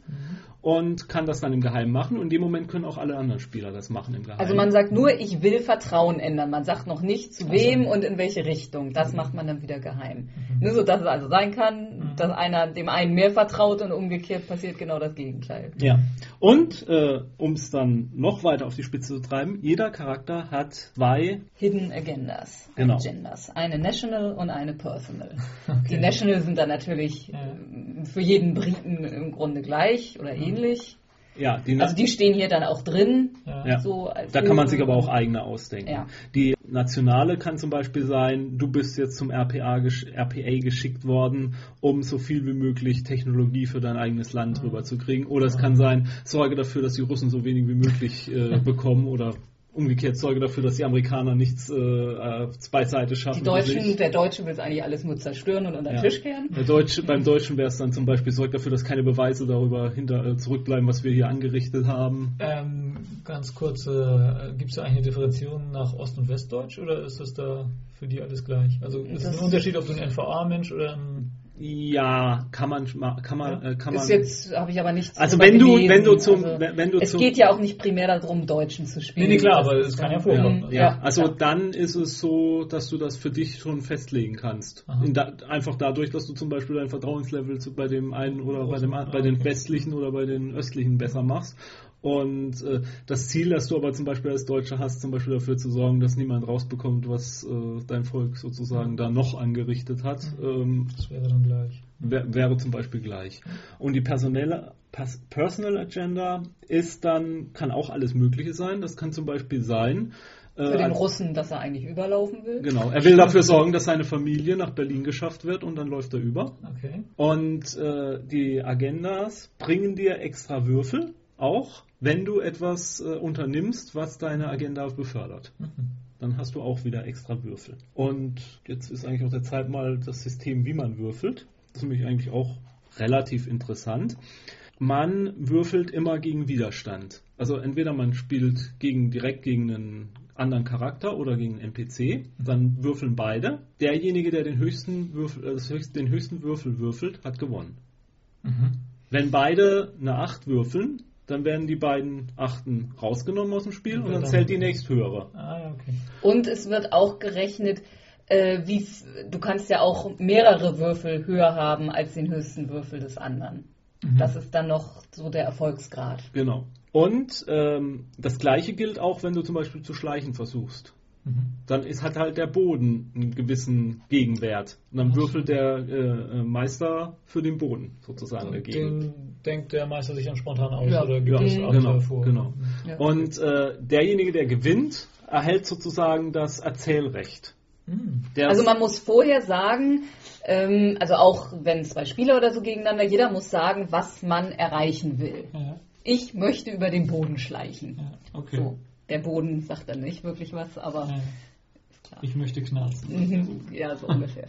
und kann das dann im Geheimen machen. Und in dem Moment können auch alle anderen Spieler das machen im Geheimen. Also man sagt nur, ich will Vertrauen ändern. Man sagt noch nicht, zu wem und in welche Richtung. Das macht man dann wieder geheim. Nur so, dass es also sein kann, dass einer dem einen mehr vertraut und umgekehrt passiert genau das Gegenteil. Ja. Und äh, um es dann noch weiter auf die Spitze zu treiben, jeder Charakter hat zwei Hidden Agendas. Genau. Agendas. Eine National und eine Personal. Okay. Die National sind dann natürlich Ja. äh, für jeden Briten im Grunde gleich oder ähnlich. Ja, die Also die stehen hier dann auch drin. Ja. Ja. So als Da kann man sich Höhe. aber auch eigene ausdenken. Ja. Die nationale kann zum Beispiel sein, du bist jetzt zum R P A, gesch- R P A geschickt worden, um so viel wie möglich Technologie für dein eigenes Land rüberzukriegen. Oder es kann sein, sorge dafür, dass die Russen so wenig wie möglich äh, bekommen oder umgekehrt sorge dafür, dass die Amerikaner nichts äh, äh, beiseite schaffen. Die Deutschen, für sich. der Deutsche will es eigentlich alles nur zerstören und unter den Ja. Tisch kehren. Der Deutsche, beim Deutschen wäre es dann zum Beispiel, sorgt dafür, dass keine Beweise darüber hinter, äh, zurückbleiben, was wir hier angerichtet haben. Ähm, ganz kurz, äh, gibt es da eigentlich eine Differenzierung nach Ost- und Westdeutsch oder ist das da für die alles gleich? Also ist es Das- ein Unterschied, ob du ein N V A-Mensch oder ein... Ja, kann man, kann man, äh, kann man. Ist jetzt, habe ich aber nichts Also drüber wenn du, gelesen. wenn du zum, Also, wenn du es zum, geht ja auch nicht primär darum, Deutschen zu spielen. Nee, nee, klar, aber es kann ja vorkommen. Mhm. ja, Ja, also ja. dann ist es so, dass du das für dich schon festlegen kannst. Aha. In da, einfach dadurch, dass du zum Beispiel dein Vertrauenslevel zu, bei dem einen oder bei dem bei den westlichen oder bei den östlichen besser machst. Und äh, das Ziel, das du aber zum Beispiel als Deutscher hast, zum Beispiel dafür zu sorgen, dass niemand rausbekommt, was äh, dein Volk sozusagen da noch angerichtet hat, ähm, Das wäre dann gleich. wär, wäre zum Beispiel gleich. Und die personelle Pers- Personal Agenda ist dann, kann auch alles Mögliche sein. Das kann zum Beispiel sein, äh, Für den als- Russen, dass er eigentlich überlaufen will. Genau, er will dafür sorgen, dass seine Familie nach Berlin geschafft wird und dann läuft er über. Okay. Und äh, die Agendas bringen dir extra Würfel, auch wenn du etwas äh, unternimmst, was deine Agenda befördert. Mhm. Dann hast du auch wieder extra Würfel. Und jetzt ist eigentlich auch der Zeit mal das System, wie man würfelt. Das ist nämlich eigentlich auch relativ interessant. Man würfelt immer gegen Widerstand. Also entweder man spielt gegen, direkt gegen einen anderen Charakter oder gegen einen N P C, dann würfeln beide. Derjenige, der den höchsten Würfel, äh, das höchst, den höchsten Würfel würfelt, hat gewonnen. Mhm. Wenn beide eine acht würfeln, dann werden die beiden Achten rausgenommen aus dem Spiel und dann zählt die nächsthöhere. Ah, ja, okay. Und es wird auch gerechnet, äh, wie f- du kannst ja auch mehrere Würfel höher haben als den höchsten Würfel des anderen. Mhm. Das ist dann noch so der Erfolgsgrad. Genau. Und ähm, das gleiche gilt auch, wenn du zum Beispiel zu schleichen versuchst. Mhm. Dann ist, hat halt der Boden einen gewissen Gegenwert. Und dann würfelt der äh, äh, Meister für den Boden sozusagen Und dagegen. den denkt der Meister sich dann spontan aus Ja. oder gibt Ja, es Mhm. Abenteuer genau, vor? genau. Ja. Und äh, derjenige, der gewinnt, erhält sozusagen das Erzählrecht. Mhm. Der Also man muss vorher sagen, ähm, also auch wenn zwei Spieler oder so gegeneinander, jeder muss sagen, was man erreichen will. Ja, Ich möchte über den Boden schleichen. ja, okay. So, der Boden sagt dann nicht wirklich was, aber Ja. Ich möchte knarzen. mhm, ja, so ungefähr.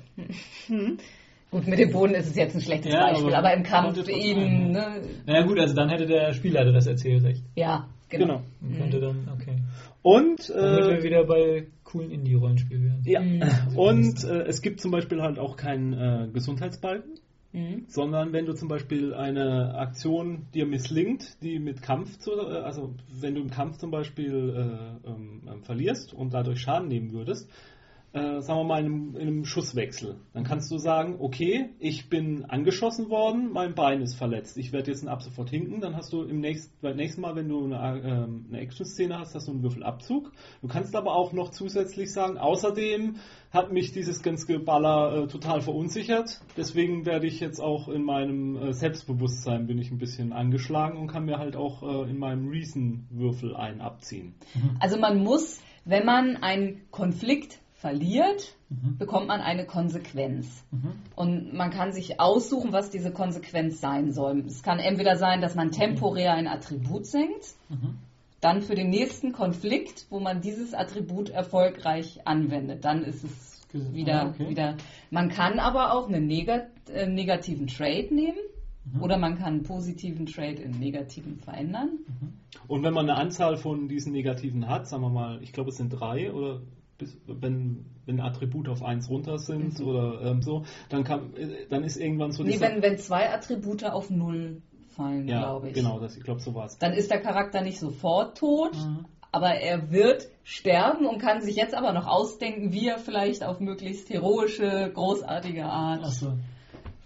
Gut, mit dem Boden ist es jetzt ein schlechtes Ja, Beispiel, aber aber im Kampf könnte trotzdem, eben, ja. ne? Naja gut, also dann hätte der Spielleiter das Erzählrecht. Ja, genau. Genau. Und könnte dann, okay. Und Damit wir äh, wieder bei coolen Indie-Rollenspielen wären. ja. Mhm. Und äh, es gibt zum Beispiel halt auch keinen äh, Gesundheitsbalken. Mhm. Sondern wenn du zum Beispiel eine Aktion dir misslingt, die mit Kampf zu, äh, also wenn du im Kampf zum Beispiel äh, ähm, ähm, verlierst und dadurch Schaden nehmen würdest, äh, sagen wir mal in einem, in einem Schusswechsel, dann kannst du sagen, okay, ich bin angeschossen worden, mein Bein ist verletzt, ich werde jetzt ab sofort hinken, dann hast du im nächsten, beim nächsten Mal, wenn du eine, ähm, eine Action-Szene hast, hast du einen Würfelabzug. Du kannst aber auch noch zusätzlich sagen, außerdem hat mich dieses ganze Geballer äh, total verunsichert. Deswegen werde ich jetzt auch in meinem äh, Selbstbewusstsein bin ich ein bisschen angeschlagen und kann mir halt auch äh, in meinem Reason-Würfel einen abziehen. Also man muss, wenn man einen Konflikt verliert, Mhm. bekommt man eine Konsequenz. Mhm. Und man kann sich aussuchen, was diese Konsequenz sein soll. Es kann entweder sein, dass man temporär ein Attribut senkt, Mhm. dann für den nächsten Konflikt, wo man dieses Attribut erfolgreich anwendet. Dann ist es Ge- wieder, ah, okay. wieder. Man kann aber auch einen negat äh, negativen Trade nehmen Mhm. oder man kann einen positiven Trade in negativen verändern. Und wenn man eine Anzahl von diesen Negativen hat, sagen wir mal, ich glaube es sind drei oder bis, wenn, wenn Attribute auf eins runter sind Mhm. oder ähm, so, dann, kann, äh, dann ist irgendwann so Nee, dieser- wenn, wenn zwei Attribute auf null fallen, ja, glaube ich. genau, das, ich glaube so war es. Dann ist der Charakter nicht sofort tot, Mhm. aber er wird sterben und kann sich jetzt aber noch ausdenken, wie er vielleicht auf möglichst heroische, großartige Art Achso.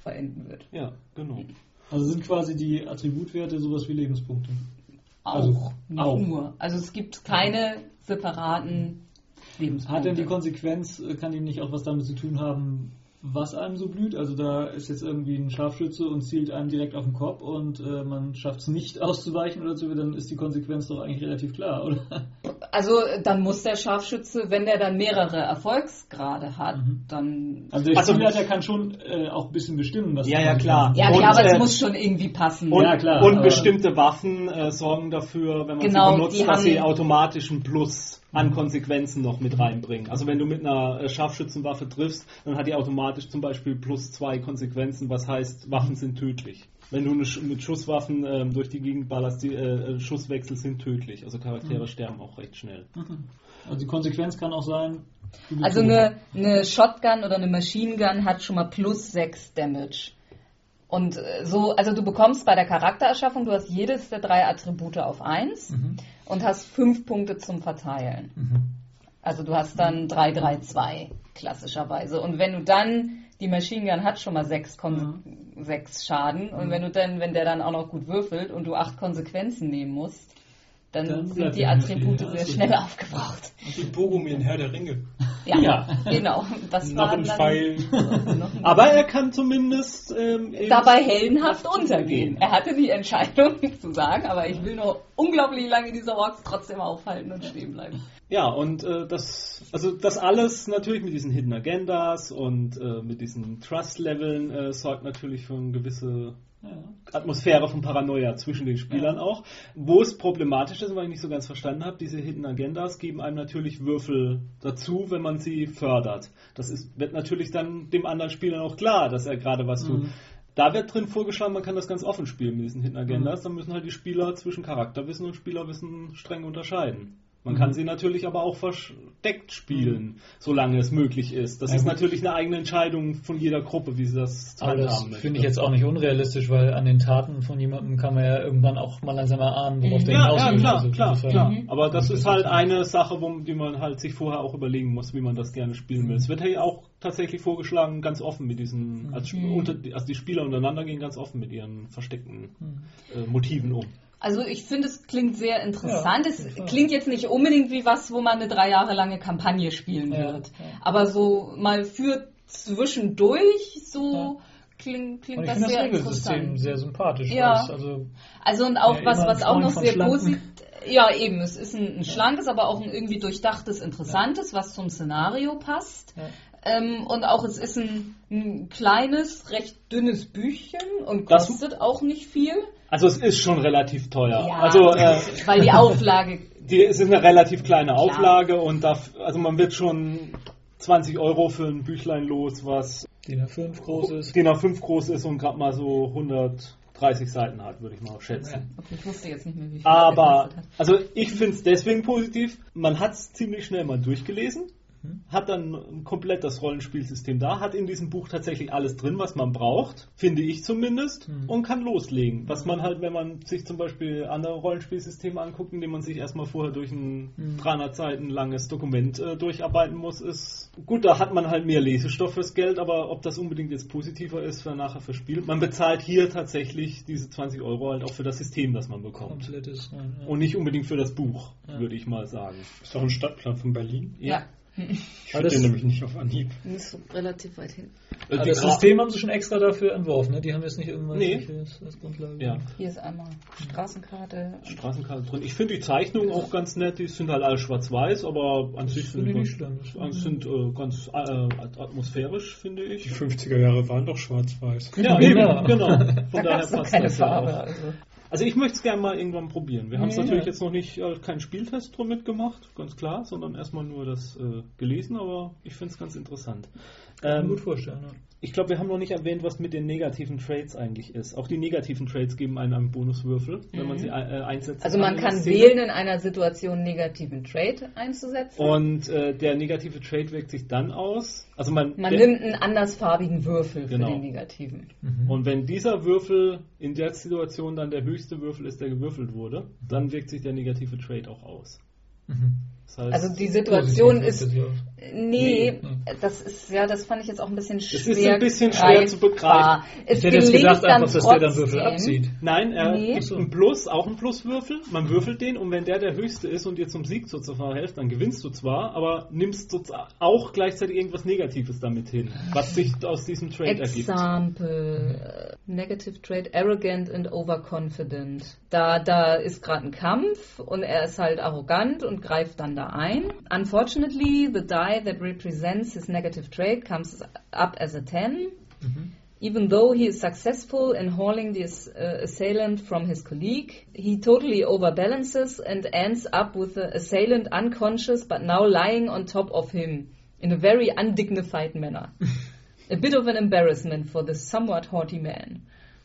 verenden wird. Ja, genau. Also sind quasi die Attributwerte sowas wie Lebenspunkte. Auch, Also, nicht auch. nur. Also es gibt keine separaten Lebenspunkte. Hat denn die Konsequenz, äh, kann die nicht auch was damit zu tun haben, was einem so blüht? Also da ist jetzt irgendwie ein Scharfschütze und zielt einem direkt auf den Kopf und äh, man schafft es nicht auszuweichen oder so, dann ist die Konsequenz doch eigentlich relativ klar, oder? Also dann muss der Scharfschütze, wenn der dann mehrere Erfolgsgrade hat, Mhm. dann... Also der Also- Spielleiter kann schon äh, auch ein bisschen bestimmen, was Ja, die ja, klar. Konsequenzen Ja Und, klar, aber äh, es muss schon irgendwie passen. Und, Ja, klar, und aber- bestimmte Waffen äh, sorgen dafür, wenn man Genau, sie benutzt, die dass haben- sie automatisch einen Plus an Konsequenzen noch mit reinbringen. Also wenn du mit einer äh, Scharfschützenwaffe triffst, dann hat die automatisch zum Beispiel plus zwei Konsequenzen, was heißt, Waffen sind tödlich. Wenn du eine Sch- mit Schusswaffen ähm, durch die Gegend ballerst, die äh, Schusswechsel sind tödlich. Also Charaktere Mhm. sterben auch recht schnell. Also die Konsequenz kann auch sein, du bist Also tot. eine, eine Shotgun oder eine Machine Gun hat schon mal plus sechs Damage. Und äh, so, also du bekommst bei der Charaktererschaffung, du hast jedes der drei Attribute auf eins Mhm. und hast fünf Punkte zum Verteilen. Mhm. Also du hast dann drei drei zwei klassischerweise. Und wenn du dann, die Machine Gun hat schon mal sechs, Kon- sechs Schaden und wenn du dann, wenn der dann auch noch gut würfelt und du acht Konsequenzen nehmen musst, dann, Dann sind bleibt die ja nicht viel, Attribute ja, sehr ist schnell richtig. aufgebraucht. Die Boromir in Herr der Ringe. Ja, Ja. genau. Das Noch war ein dann Pfeil. noch ein Aber er kann zumindest ähm, eben- dabei heldenhaft untergehen. Er hatte die Entscheidung, nichts zu sagen, aber ich will nur unglaublich lange diese Orks trotzdem aufhalten und stehen bleiben. Ja, und äh, das, also das alles natürlich mit diesen Hidden Agendas und äh, mit diesen Trust-Leveln äh, sorgt natürlich für eine gewisse Ja. Atmosphäre von Paranoia zwischen den Spielern auch. Wo es problematisch ist, weil ich nicht so ganz verstanden habe, diese Hidden Agendas geben einem natürlich Würfel dazu, wenn man sie fördert. Das ist, wird natürlich dann dem anderen Spieler auch klar, dass er gerade was tut. Mhm. Da wird drin vorgeschlagen, man kann das ganz offen spielen mit diesen Hidden Agendas. Dann müssen halt die Spieler zwischen Charakterwissen und Spielerwissen streng unterscheiden. Man Mhm. kann sie natürlich aber auch versteckt spielen, solange es möglich ist. Das Ja, ist gut. natürlich eine eigene Entscheidung von jeder Gruppe, wie sie das Aber das handhaben möchte. finde ich jetzt auch nicht unrealistisch, weil an den Taten von jemandem kann man ja irgendwann auch mal langsam erahnen, worauf der Ja, hinaus ja, will. klar, Also klar, insofern- klar. Mhm. Aber das Mhm. ist halt eine Sache, wo, die man halt sich vorher auch überlegen muss, wie man das gerne spielen will. Es wird ja auch tatsächlich vorgeschlagen, ganz offen mit diesen, also, Mhm. unter, also die Spieler untereinander gehen ganz offen mit ihren versteckten Mhm. äh, Motiven um. Also ich finde, es klingt sehr interessant. Ja, es auf jeden Fall. klingt jetzt nicht unbedingt wie was, wo man eine drei Jahre lange Kampagne spielen Ja, wird. ja. Aber so mal für zwischendurch so Ja. klingt, Und klingt ich das finde das sehr Regelsystem interessant. sehr sympathisch. Ja. weil es Also, Also und auch Ja, was, immer was ein auch noch Freund von sehr schlanken. positiv. Ja, eben, es ist ein, ein schlankes, aber auch ein irgendwie durchdachtes, interessantes, was zum Szenario passt. ja. Ähm, und auch es ist ein, ein kleines, recht dünnes Büchchen und Das- kostet auch nicht viel. Also es ist schon relativ teuer. Ja, Also äh, weil die Auflage die es ist eine relativ kleine Klar. Auflage und da, also man wird schon zwanzig Euro für ein Büchlein los, was D I N A fünf groß ist. D I N A fünf groß ist und gerade mal so hundertdreißig Seiten hat, würde ich mal schätzen. Okay, ich wusste jetzt nicht mehr, wie viel Aber, das gekostet hat. also ich finde es deswegen positiv, man hat es ziemlich schnell mal durchgelesen, Mhm. hat dann ein komplett das Rollenspielsystem da, hat in diesem Buch tatsächlich alles drin, was man braucht, finde ich zumindest, Mhm. und kann loslegen. Was man halt, wenn man sich zum Beispiel andere Rollenspielsysteme anguckt, indem man sich erstmal vorher durch ein Mhm. dreihundert Seiten langes Dokument äh, durcharbeiten muss, ist gut, da hat man halt mehr Lesestoff fürs Geld, aber ob das unbedingt jetzt positiver ist für nachher fürs Spiel, man bezahlt hier tatsächlich diese zwanzig Euro halt auch für das System, das man bekommt. Komplettes. Ja, ja. Und nicht unbedingt für das Buch, Ja. würde ich mal sagen. Ist doch ein Stadtplan von Berlin. Ja, Ich Aber finde das- den nämlich nicht auf Anhieb. nicht so relativ weit hin. Aber Die das Gra- System haben sie schon extra dafür entworfen, ne? Die haben jetzt nicht irgendwas Nee. als, als Grundlage. Ja, Hier ist einmal Straßenkarte. Straßenkarte drin. Ich finde die Zeichnungen auch ganz nett. Die sind halt alle schwarz-weiß, aber an sich finde sind, ich die nicht schlimm. ganz, sind äh, ganz äh, atmosphärisch, finde Die ich. fünfziger Jahre waren doch schwarz-weiß. Ja, Genau. eben, genau. Da Von gab daher es noch passt keine das ja Farbe. auch. Also. Also ich möchte es gerne mal irgendwann probieren. Wir haben es Ja. natürlich jetzt noch nicht, äh, keinen Spieltest drum mitgemacht, ganz klar, sondern erstmal nur das äh, gelesen, aber ich finde es ganz interessant. Kann ich mir Ähm, gut vorstellen. Ja. Ich glaube, wir haben noch nicht erwähnt, was mit den negativen Trades eigentlich ist. Auch die negativen Trades geben einem einen Bonuswürfel, wenn man Mhm. sie äh, einsetzt. Also man in kann einer Szene. wählen, in einer Situation negativen Trade einzusetzen. Und äh, der negative Trade wirkt sich dann aus. Also man, Man der, nimmt einen andersfarbigen Würfel Genau. für den negativen. Mhm. Und wenn dieser Würfel in der Situation dann der höchste Würfel ist, der gewürfelt wurde, dann wirkt sich der negative Trade auch aus. Mhm. Das heißt, Also die Situation Positiv ist, wirkt das ja. nee, Nee. das ist, ja, das fand ich jetzt auch ein bisschen schwer. Es ist ein bisschen schwer zu begreifen. Es Ich hätte jetzt gelingt gedacht dann einfach, dass der dann Würfel trotzdem. abzieht. Nein, er Nee. gibt einen Plus, auch einen Pluswürfel. Man würfelt den und wenn der der höchste ist und dir zum Sieg sozusagen hilft, dann gewinnst du zwar, aber nimmst sozusagen auch gleichzeitig irgendwas Negatives damit hin, was sich aus diesem Trade ergibt. Example, uh, negative trait, arrogant and overconfident. Da, da ist gerade ein Kampf und er ist halt arrogant und greift dann da ein. Unfortunately, the die that represents his negative trait comes up as a ten. Mhm. Even though he is successful in hauling the ass- uh, assailant from his colleague, he totally overbalances and ends up with the assailant unconscious but now lying on top of him in a very undignified manner. A bit of an embarrassment for this somewhat haughty man.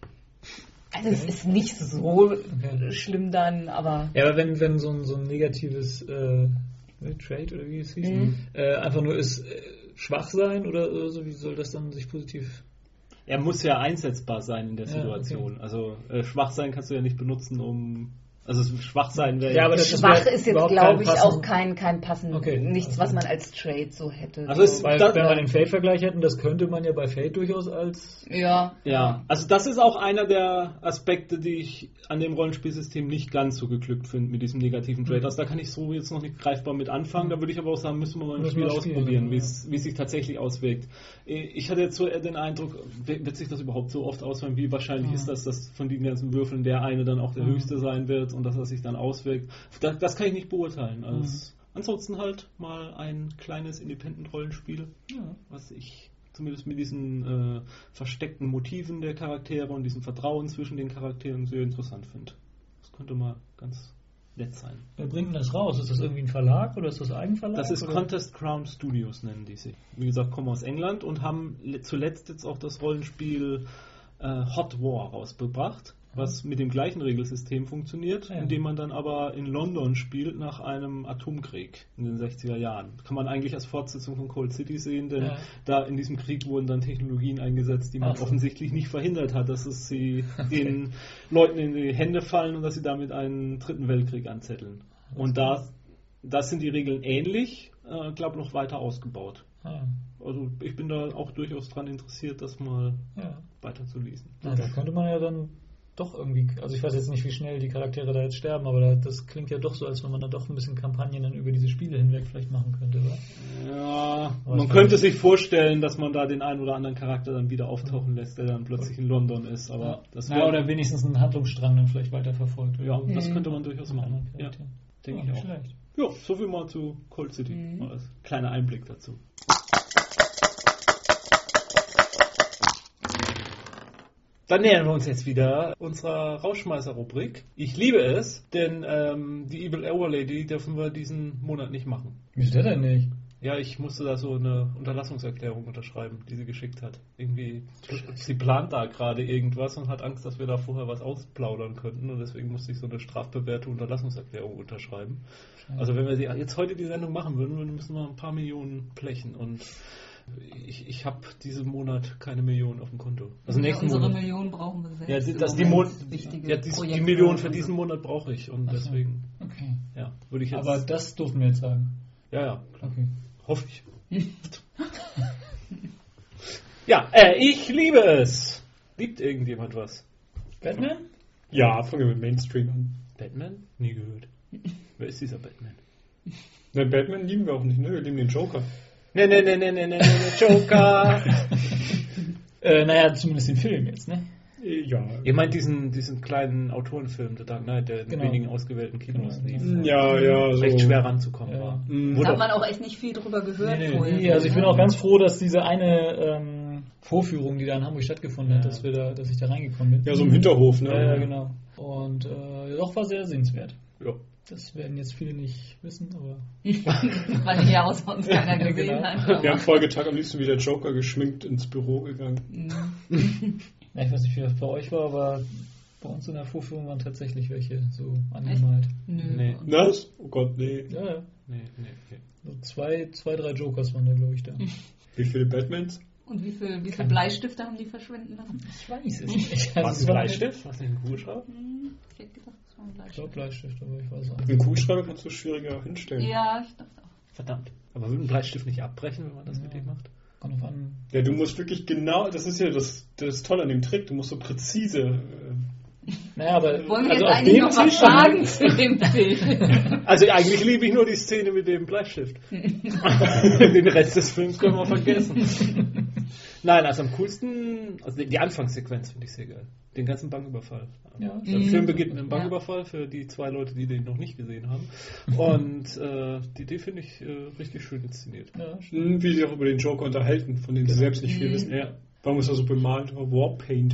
Also es ist nicht so Okay. schlimm dann, aber Ja, aber wenn, wenn so ein, so ein negatives äh, Trade oder wie es hieß, Mhm. äh, einfach nur ist äh, schwach sein oder, oder so, wie soll das dann sich positiv... Er muss ja einsetzbar sein in der Ja, Situation. Also äh, schwach sein kannst du ja nicht benutzen, um... Also schwach sein wäre... Ja, aber das ist schwach wär ist jetzt, überhaupt glaube kein ich, passen- auch kein, kein passend, Okay. nichts, was man als Trade so hätte. Also es- so. Weil, Das- wenn wir den Fate-Vergleich hätten, das könnte man ja bei Fate durchaus als... Ja. Ja, also das ist auch einer der Aspekte, die ich an dem Rollenspielsystem nicht ganz so geglückt finde mit diesem negativen Trade. Also da kann ich so jetzt noch nicht greifbar mit anfangen. Da würde ich aber auch sagen, müssen wir mal im Müssen Spiel wir spielen, ausprobieren, ja. wie es wie es sich tatsächlich auswirkt. Ich hatte jetzt so eher den Eindruck, wird sich das überhaupt so oft auswirken? Wie wahrscheinlich Ja. ist das, dass von den ganzen Würfeln der eine dann auch der Ja. höchste sein wird und dass er sich dann auswirkt? Das, das kann ich nicht beurteilen. Also Ja. es- ansonsten halt mal ein kleines Independent-Rollenspiel, Ja. was ich zumindest mit diesen äh, versteckten Motiven der Charaktere und diesem Vertrauen zwischen den Charakteren sehr interessant finde. Das könnte mal ganz nett sein. Wer bringt denn das raus? Ist das irgendwie ein Verlag oder ist das Eigenverlag? Das ist oder? Contest Crown Studios, nennen die sich. Wie gesagt, kommen aus England und haben le- zuletzt jetzt auch das Rollenspiel äh, Hot War rausgebracht, was mit dem gleichen Regelsystem funktioniert, Ja. indem man dann aber in London spielt nach einem Atomkrieg in den sechziger Jahren. Kann man eigentlich als Fortsetzung von Cold City sehen, denn Ja. da in diesem Krieg wurden dann Technologien eingesetzt, die man Ach so. offensichtlich nicht verhindert hat, dass es sie den Leuten in die Hände fallen und dass sie damit einen dritten Weltkrieg anzetteln. Und da das sind die Regeln ähnlich, äh, glaube noch weiter ausgebaut. Ah, Also ich bin da auch durchaus dran interessiert, das mal ja. weiter zu lesen. Na, da könnte man ja dann doch irgendwie, also ich weiß jetzt nicht, wie schnell die Charaktere da jetzt sterben, aber da, das klingt ja doch so, als wenn man da doch ein bisschen Kampagnen dann über diese Spiele hinweg vielleicht machen könnte, oder? Ja, Aber man ich könnte weiß- sich vorstellen, dass man da den einen oder anderen Charakter dann wieder auftauchen lässt, der dann plötzlich in London ist, aber das ja, wär- oder wenigstens einen Handlungsstrang dann vielleicht weiterverfolgt. oder ja, so. das Mhm. könnte man durchaus Mit machen. anderen Ja, Charakteren. denke Ja, ich nicht auch. schlecht. Ja, so viel mal zu Cold City. Mhm. Mal als kleiner Einblick dazu. Dann nähern wir uns jetzt wieder unserer Rauschmeißer-Rubrik. Ich liebe es, denn ähm, die Evil Hour Lady dürfen wir diesen Monat nicht machen. Wieso der denn nicht? Ja, ich musste da so eine Unterlassungserklärung unterschreiben, die sie geschickt hat. Irgendwie, sie plant da gerade irgendwas und hat Angst, dass wir da vorher was ausplaudern könnten und deswegen musste ich so eine strafbewährte Unterlassungserklärung unterschreiben. Also wenn wir die, jetzt heute die Sendung machen würden, dann müssen wir ein paar Millionen blechen und ich, ich habe diesen Monat keine Millionen auf dem Konto. Also Ja, nächsten unsere Monat. Millionen brauchen wir selbst. Ja, die, im das, die, Moment Mon wichtige ja, die, die Projekte Millionen für und so. diesen Monat brauche ich und Ach so. deswegen, Okay. ja, würde ich jetzt. Aber das durften wir jetzt sagen. ja, ja, klar. Okay. Hoffe ich. Ja, äh, ich liebe es. Liebt irgendjemand was? Batman? Ja, fangen wir mit Mainstream an. Batman? Nie gehört. Wer ist dieser Batman? Na, Batman lieben wir auch nicht, ne? Wir lieben den Joker. Ne, ne, ne, ne, ne, ne, ne, Joker. Äh, naja, zumindest den Film jetzt, ne? Äh, Ja. Ihr meint diesen, diesen kleinen Autorenfilm, The Dark Knight, der in Genau. wenigen ausgewählten Kinos Genau. lief. Ja, ja, so. Recht schwer ranzukommen Ja. war. Mhm. Da Wurde hat auch- man auch echt nicht viel drüber gehört Nee, nee, vorher. nee, also ich bin auch ganz froh, dass diese eine ähm, Vorführung, die da in Hamburg stattgefunden hat, Ja. dass wir da, dass ich da reingekommen bin. Ja, so im Hinterhof, ne? Ja, ja, genau. Und äh, doch war sehr sehenswert. Ja. Das werden jetzt viele nicht wissen, aber Weil hier aus uns keiner gesehen Genau. hat. Wir haben Folgetag am liebsten wie der Joker geschminkt ins Büro gegangen. Mhm. ja, ich weiß nicht, wie das bei euch war, aber bei uns in der Vorführung waren tatsächlich welche so angemalt. Nö. Nee. Was? Oh Gott, nee. Ja, ja. Nee, nee, nee. So zwei, zwei, drei Jokers waren da, glaube ich, da. Wie viele Batmans? Und wie viel, wie viel Bleistifte haben die verschwinden lassen? Ich weiß es nicht. War Also, es es ein war- Bleistift? Was nicht ein Kugelschreiber? Hm, ich hätte gedacht, es Ich glaube Bleistift, aber ich weiß auch Einen nicht. Kugelschreiber kannst du schwieriger hinstellen. Ja, ich dachte auch. Verdammt. Aber würde ein Bleistift nicht abbrechen, wenn man das Ja. mit dem macht? Kommt drauf an. Ja, du musst wirklich genau, das ist ja das, das Tolle an dem Trick, du musst so präzise. Äh, Naja, aber Wollen wir also jetzt auf eigentlich dem noch was Tisch- sagen zu dem Film? Also eigentlich liebe ich nur die Szene mit dem Bleistift. Den Rest des Films können wir vergessen. Nein, also am coolsten, also die, die Anfangssequenz finde ich sehr geil. Den ganzen Banküberfall. Ja. Der Mhm. Film beginnt mit einem Ja. Banküberfall für die zwei Leute, die den noch nicht gesehen haben. Und äh, die Idee finde ich äh, richtig schön inszeniert. Ja, Wie sie auch über den Joker unterhalten, von denen sie selbst nicht viel Mhm. wissen. Ja. Warum ist er so bemalt? Warpaint.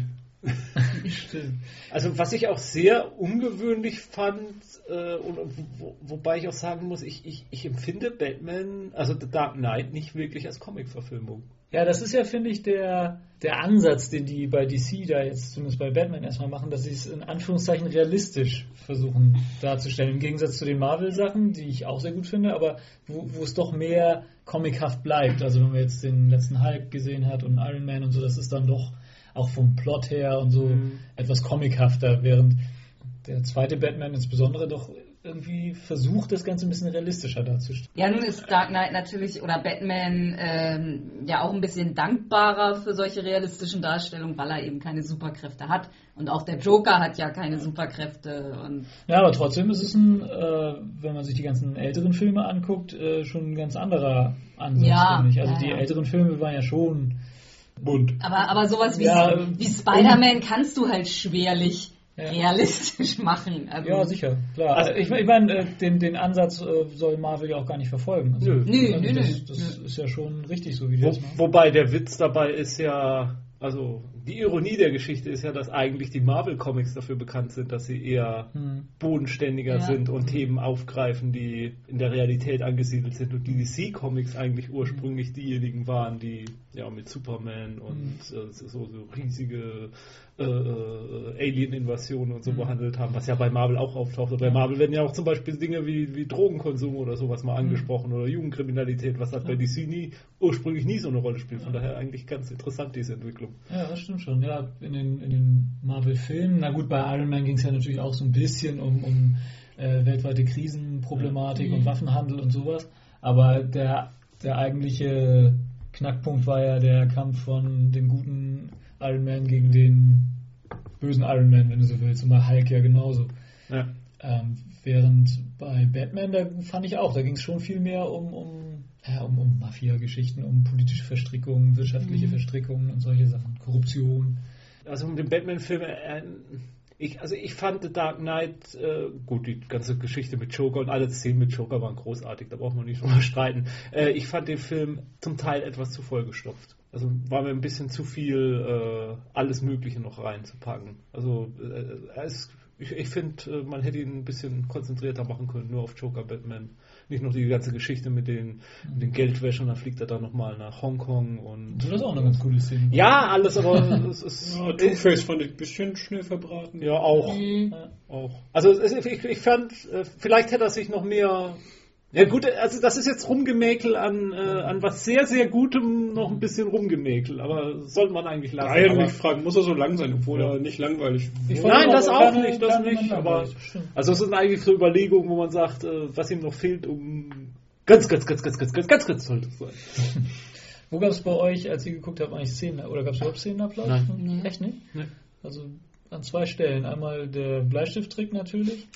stimmt. Also was ich auch sehr ungewöhnlich fand, äh, und, wo, wobei ich auch sagen muss, ich, ich, ich empfinde Batman, also The Dark Knight, nicht wirklich als Comic-Verfilmung. Ja, das ist ja, finde ich, der, der Ansatz, den die bei D C da jetzt, zumindest bei Batman erstmal machen, dass sie es in Anführungszeichen realistisch versuchen darzustellen. Im Gegensatz zu den Marvel-Sachen, die ich auch sehr gut finde, aber wo, wo es doch mehr comichaft bleibt. Also wenn man jetzt den letzten Hulk gesehen hat und Iron Man und so, das ist dann doch auch vom Plot her und so Mhm. etwas comichafter, während der zweite Batman insbesondere doch irgendwie versucht, das Ganze ein bisschen realistischer darzustellen. Ja, nun ist Dark Knight natürlich oder Batman ähm, ja auch ein bisschen dankbarer für solche realistischen Darstellungen, weil er eben keine Superkräfte hat. Und auch der Joker hat ja keine Superkräfte. Und Ja, aber trotzdem ist es ein, äh, wenn man sich die ganzen älteren Filme anguckt, äh, schon ein ganz anderer Ansatz, Ja, finde ich. Also ja, die ja. älteren Filme waren ja schon Bunt. aber, aber sowas wie, Ja, wie Spider-Man kannst du halt schwerlich Ja. realistisch machen. Also, Ja, sicher, klar. Also ich, ich meine, äh, den, den Ansatz äh, soll Marvel ja auch gar nicht verfolgen. Also, Nö. Nö, also nö, das, nö. das ist ja schon richtig so, wie die Wo, das machen. wobei der Witz dabei ist ja, also die Ironie der Geschichte ist ja, dass eigentlich die Marvel-Comics dafür bekannt sind, dass sie eher Hm. bodenständiger Ja. sind und Themen aufgreifen, die in der Realität angesiedelt sind und die D C-Comics eigentlich ursprünglich diejenigen waren, die ja mit Superman und äh, so, so riesige äh, äh, Alien-Invasionen und so Mhm. behandelt haben, was ja bei Marvel auch auftaucht. Und bei Marvel werden ja auch zum Beispiel Dinge wie, wie Drogenkonsum oder sowas mal angesprochen oder Jugendkriminalität, was halt bei D C nie, ursprünglich nie so eine Rolle spielt. Von daher eigentlich ganz interessant, diese Entwicklung. Ja, das stimmt schon. Ja, in den, in den Marvel-Filmen, na gut, bei Iron Man ging es ja natürlich auch so ein bisschen um, um äh, weltweite Krisenproblematik und Waffenhandel und sowas. Aber der, der eigentliche Knackpunkt war ja der Kampf von dem guten Iron Man gegen den bösen Iron Man, wenn du so willst. Und bei Hulk ja genauso. Ja. Ähm, während bei Batman, da fand ich auch, da ging es schon viel mehr um, um, ja, um, um Mafia-Geschichten, um politische Verstrickungen, wirtschaftliche Verstrickungen und solche Sachen, Korruption. Also um den Batman-Film, äh, ich, also ich fand The Dark Knight, äh, gut, die ganze Geschichte mit Joker und alle Szenen mit Joker waren großartig, da braucht man nicht drüber streiten. Äh, ich fand den Film zum Teil etwas zu vollgestopft. Also war mir ein bisschen zu viel äh, alles Mögliche noch reinzupacken. Also äh, es, ich, ich finde, man hätte ihn ein bisschen konzentrierter machen können, nur auf Joker, Batman. Nicht noch die ganze Geschichte mit den, mit den Geldwäschern, dann fliegt er da nochmal nach Hongkong und... Das ist auch eine ganz coole Szene. Ja, alles, aber es ist... Ja, Two-Face fand ich ein bisschen schnell verbraten. Ja, auch. Mhm. auch. Also es, ich, ich fand, äh, vielleicht hätte er sich noch mehr... Ja gut, also das ist jetzt Rumgemäkel an, äh, an was sehr, sehr Gutem noch ein bisschen Rumgemäkel, aber sollte man eigentlich lassen. Daher aber, mich fragen, muss er so lang sein, obwohl Ja. er nicht langweilig Ich war. fand Nein, ihn das aber auch gerne- nicht, das gerne nicht, aber langweilig, stimmt. also es sind eigentlich so Überlegungen, wo man sagt, äh, was ihm noch fehlt, um ganz, ganz, ganz, ganz, ganz, ganz, ganz, ganz toll zu sein. Wo gab es bei euch, als ihr geguckt habt, eigentlich Szenen, oder gab es überhaupt Szenenapplaus? Nein. Nee. Echt nicht? Nee. Also an zwei Stellen. Einmal der Bleistifttrick natürlich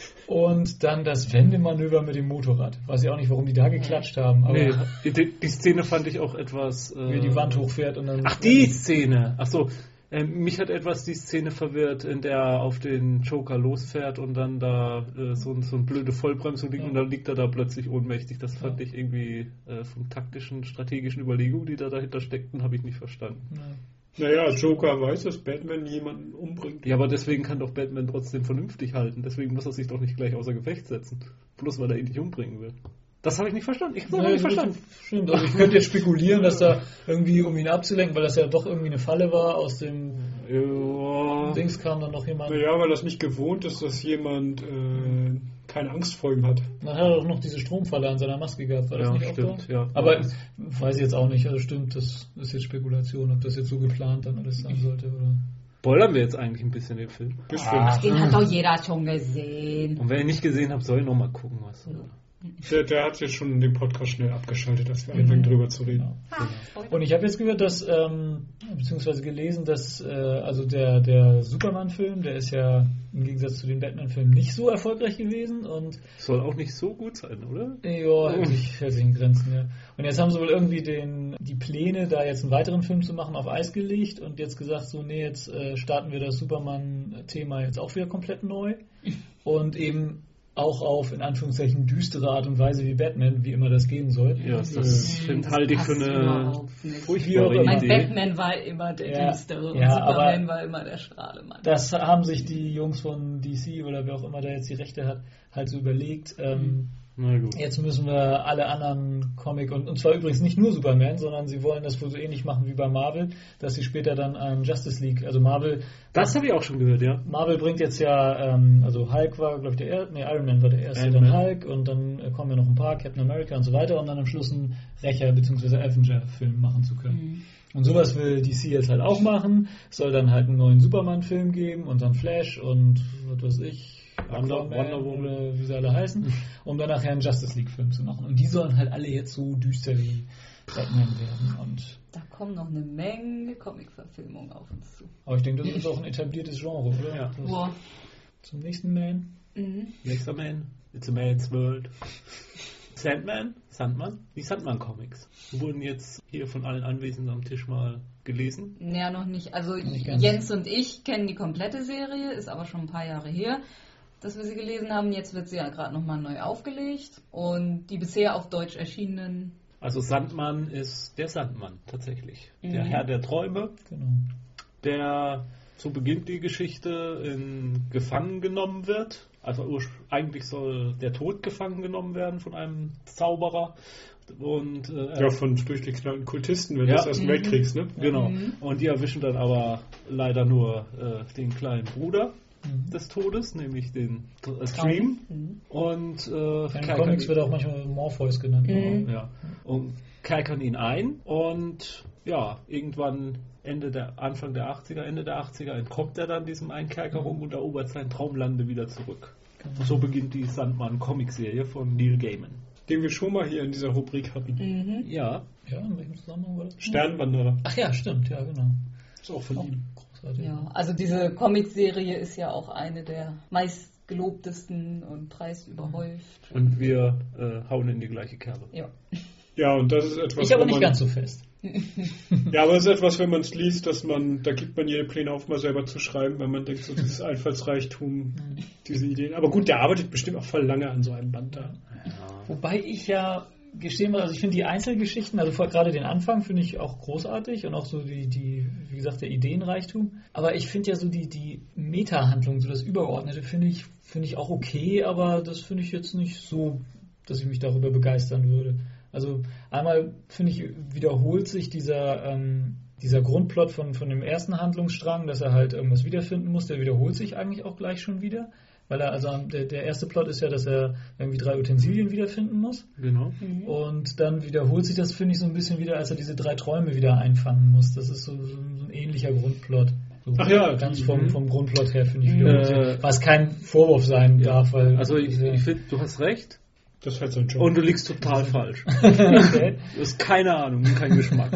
und dann das Wendemanöver mit dem Motorrad. Weiß ich auch nicht, warum die da geklatscht haben, aber Nee, die, die Szene fand ich auch etwas... Äh, wie er die Wand hochfährt und dann... Ach, die Szene. Ach so. Äh, mich hat etwas die Szene verwirrt, in der er auf den Joker losfährt und dann da äh, so, so eine blöde Vollbremsung liegt Ja. und dann liegt er da plötzlich ohnmächtig. Das fand Ja. ich irgendwie äh, von taktischen, strategischen Überlegungen, die da dahinter steckten, habe ich nicht verstanden. Ja. Naja, Joker weiß, dass Batman jemanden umbringt. Ja, aber deswegen kann doch Batman trotzdem vernünftig halten. Deswegen muss er sich doch nicht gleich außer Gefecht setzen. Bloß weil er ihn nicht umbringen will. Das habe ich nicht verstanden. Ich habe es Nee, nicht das verstanden. Stimmt, also ich könnte jetzt spekulieren, dass da irgendwie, um ihn abzulenken, weil das ja doch irgendwie eine Falle war, aus dem Ja. Dings kam dann noch jemand. Naja, weil das nicht gewohnt ist, dass jemand äh, keine Angst vor ihm hat. Dann hat er doch noch diese Stromfalle an seiner Maske gehabt, war das Ja, nicht stimmt, auch da? ja. Aber weiß ich jetzt auch nicht, also stimmt, das ist jetzt Spekulation, ob das jetzt so geplant dann alles sein sollte, oder? Spoilern wir jetzt eigentlich ein bisschen den Film? Bestimmt. Den hat doch jeder schon gesehen. Und wer ihn nicht gesehen hat, soll nochmal gucken, was so. Der, der hat jetzt schon den Podcast schnell abgeschaltet, dass wir anfangen drüber zu reden. Genau. Und ich habe jetzt gehört, dass, ähm, beziehungsweise gelesen, dass äh, also der, der Superman-Film, der ist ja im Gegensatz zu den Batman-Filmen nicht so erfolgreich gewesen und Soll auch nicht so gut sein, oder? ja, hält sich, hält sich in Grenzen, ja. Und jetzt haben sie wohl irgendwie den, die Pläne, da jetzt einen weiteren Film zu machen, auf Eis gelegt und jetzt gesagt, so, nee, jetzt äh, starten wir das Superman-Thema jetzt auch wieder komplett neu und eben auch auf, in Anführungszeichen, düstere Art und Weise wie Batman, wie immer das gehen soll. Ja, das, das finde halte ich für eine furchtbare Mein Idee. Batman war immer der Ja, Düstere und ja, Superman aber war immer der Strahlemann. Das haben sich die Jungs von D C oder wer auch immer da jetzt die Rechte hat, halt so überlegt. Ähm, Na gut. jetzt müssen wir alle anderen Comic, und, und zwar übrigens nicht nur Superman, sondern sie wollen das wohl so ähnlich machen wie bei Marvel, dass sie später dann an Justice League, also Marvel... Das habe ich auch schon gehört, ja. Marvel bringt jetzt ja, ähm, also Hulk war, glaube ich, der erste, nee, Iron Man war der erste, Iron dann Man. Hulk und dann äh, kommen ja noch ein paar, Captain America und so weiter und dann am Schluss einen Rächer- bzw. Avenger-Film machen zu können. Mhm. Und sowas will D C jetzt halt auch machen. Es soll dann halt einen neuen Superman-Film geben und dann Flash und was weiß ich, Wonder- Aquaman Wonder Woman. oder wie sie alle heißen, um dann nachher einen Justice League-Film zu machen. Und die sollen halt alle jetzt so düster wie Batman werden. Und Da kommen noch eine Menge Comic-Verfilmungen auf uns zu. aber ich denke, das ist auch ein etabliertes Genre, oder? Ja. Das Boah. Zum nächsten Man. Mhm. Nächster Man, It's a Man's World. Sandman? Sandman? Die Sandman-Comics wurden jetzt hier von allen Anwesenden am Tisch mal gelesen. Ja, noch nicht. Also Nicht ganz. Jens und ich kennen die komplette Serie, ist aber schon ein paar Jahre her, dass wir sie gelesen haben. Jetzt wird sie ja gerade nochmal neu aufgelegt. Und die bisher auf Deutsch erschienenen... Also Sandman ist der Sandmann tatsächlich. Der Mhm. Herr der Träume, Genau. der, so beginnt die Geschichte, in gefangen genommen wird. Also urs- eigentlich soll der Tod gefangen genommen werden von einem Zauberer. Und äh, Ja, von durchgeknallten Kultisten, wenn Ja. des Ersten Mhm. Weltkriegs, ne? genau. Mhm. Und die erwischen dann aber leider nur äh, den kleinen Bruder Mhm. des Todes, nämlich den äh, Dream. Mhm. Und äh, In den kerkern Comics ihn- wird auch manchmal Morpheus genannt. Mhm. ja, und kerkern ihn ein und ja, irgendwann Ende der, Anfang der achtziger, Ende der achtziger entkommt er dann diesem Einkerkerung und erobert sein Traumlande wieder zurück. Genau. So beginnt die Sandman-Comic-Serie von Neil Gaiman. Den wir schon mal hier in dieser Rubrik hatten. Mhm. Ja, Ja, in welchem Zusammenhang war das? Sternwanderer. Ach ja, stimmt, ja, genau. Ist auch von Auch ihm. großartig. Ja, also diese Comic-Serie ist ja auch eine der meistgelobtesten und preisüberhäuft. und wir äh, hauen in die gleiche Kerbe. Ja. Ja, und das ist etwas, Ich aber wo nicht man, ganz so fest. Ja, aber es ist etwas, wenn man es liest, dass man, da gibt man jede Pläne auf, mal selber zu schreiben, weil man denkt, so dieses Einfallsreichtum, diese Ideen. Aber gut, der arbeitet bestimmt auch voll lange an so einem Band da. Wobei ich ja gestehen muss, also ich finde die Einzelgeschichten, also vor- gerade den Anfang finde ich auch großartig und auch so die, die wie gesagt, der Ideenreichtum. Aber ich finde ja so die, die Meta-Handlung, so das Übergeordnete, finde ich, finde ich auch okay, aber das finde ich jetzt nicht so, dass ich mich darüber begeistern würde. Also einmal, finde ich, wiederholt sich dieser, ähm, dieser Grundplot von, von dem ersten Handlungsstrang, dass er halt irgendwas wiederfinden muss, der wiederholt sich eigentlich auch gleich schon wieder. Weil er, also der, der erste Plot ist ja, dass er irgendwie drei Utensilien wiederfinden muss. Genau. Und dann wiederholt sich das, finde ich, so ein bisschen wieder, als er diese drei Träume wieder einfangen muss. Das ist so, so ein ähnlicher Grundplot. So Ach ja, ganz die- vom, vom Grundplot her, finde ich. Mhm. wiederholt sich. Äh, Was kein Vorwurf sein Ja. darf, weil. Also ich, ich finde, du hast recht Das ist halt sein Job. und du liegst total falsch. okay. Du hast keine Ahnung, kein Geschmack.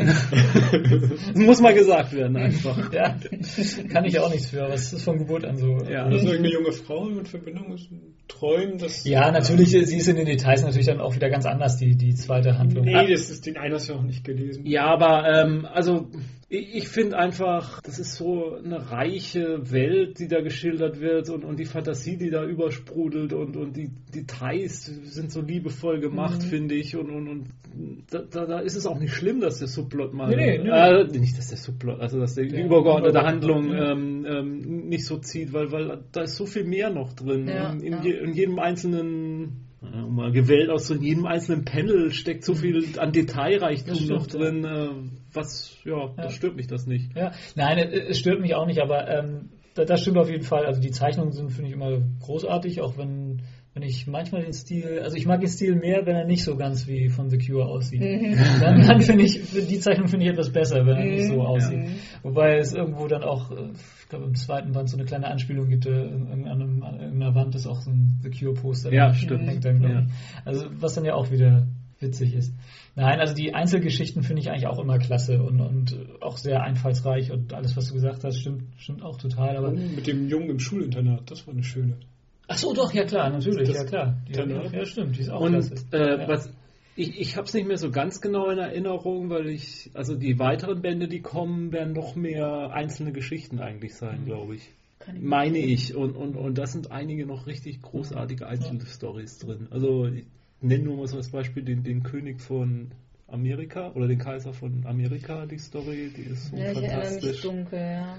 Das muss mal gesagt werden einfach. Ja, kann ich auch nichts für, aber es ist von Geburt an so. Ja. Also irgendeine junge Frau in Verbindung mit Träumen, das... Ja, natürlich, sie ist in den Details natürlich dann auch wieder ganz anders, die, die zweite Handlung. Nee, das ist, den einen hast du auch nicht gelesen. Ja, aber ähm, also ich, ich finde einfach, das ist so eine reiche Welt, die da geschildert wird und, und die Fantasie, die da übersprudelt und, und die Details sind so liebevoll gemacht, Mhm. finde ich. Und, und, und da, da, da ist es auch nicht schlimm, dass der Subplot mal... Nee, nee, nee. Äh, nicht, dass der Subplot, also dass der, die Der übergeordnete übergeordnete, Handlung ja. ähm, ähm, nicht so zieht, weil, weil da ist so viel mehr noch drin. Ja, in, in, ja. je, in jedem einzelnen... äh, Mal gewählt aus so in jedem einzelnen Panel steckt so viel an Detailreichtum Das noch stimmt, drin, äh, was, ja, das Ja. stört mich das nicht. Ja, nein, äh, es stört mich auch nicht, aber ähm, das, das stimmt auf jeden Fall. Also die Zeichnungen sind, finde ich, immer großartig, auch wenn wenn ich manchmal den Stil, also ich mag den Stil mehr, wenn er nicht so ganz wie von The Cure aussieht. Mhm. Dann, dann finde ich, die Zeichnung finde ich etwas besser, wenn er nicht so aussieht. Ja. Wobei es irgendwo dann auch, ich glaube im zweiten Band so eine kleine Anspielung gibt, an, einem, an irgendeiner Wand ist auch so ein The Cure Poster. Ja, stimmt. Hängt dann, ja. Also was dann ja auch wieder witzig ist. Nein, also die Einzelgeschichten finde ich eigentlich auch immer klasse und, und auch sehr einfallsreich und alles, was du gesagt hast, stimmt, stimmt auch total. Aber und mit dem Jungen im Schulinternat, das war eine schöne. Ach so, doch, ja klar, natürlich, das ja klar. Die, ja, stimmt, die ist auch und, klasse. Äh, ja. was, ich ich habe es nicht mehr so ganz genau in Erinnerung, weil ich, also die weiteren Bände, die kommen, werden noch mehr einzelne Geschichten eigentlich sein, mhm. glaube ich. Meine ich. Und, und, und da sind einige noch richtig großartige Einzelstories ja. drin. Also ich nenne nur mal so als Beispiel den, den König von Amerika oder den Kaiser von Amerika, die Story, die ist so ja, ich fantastisch. erinnere mich dunkel, ja.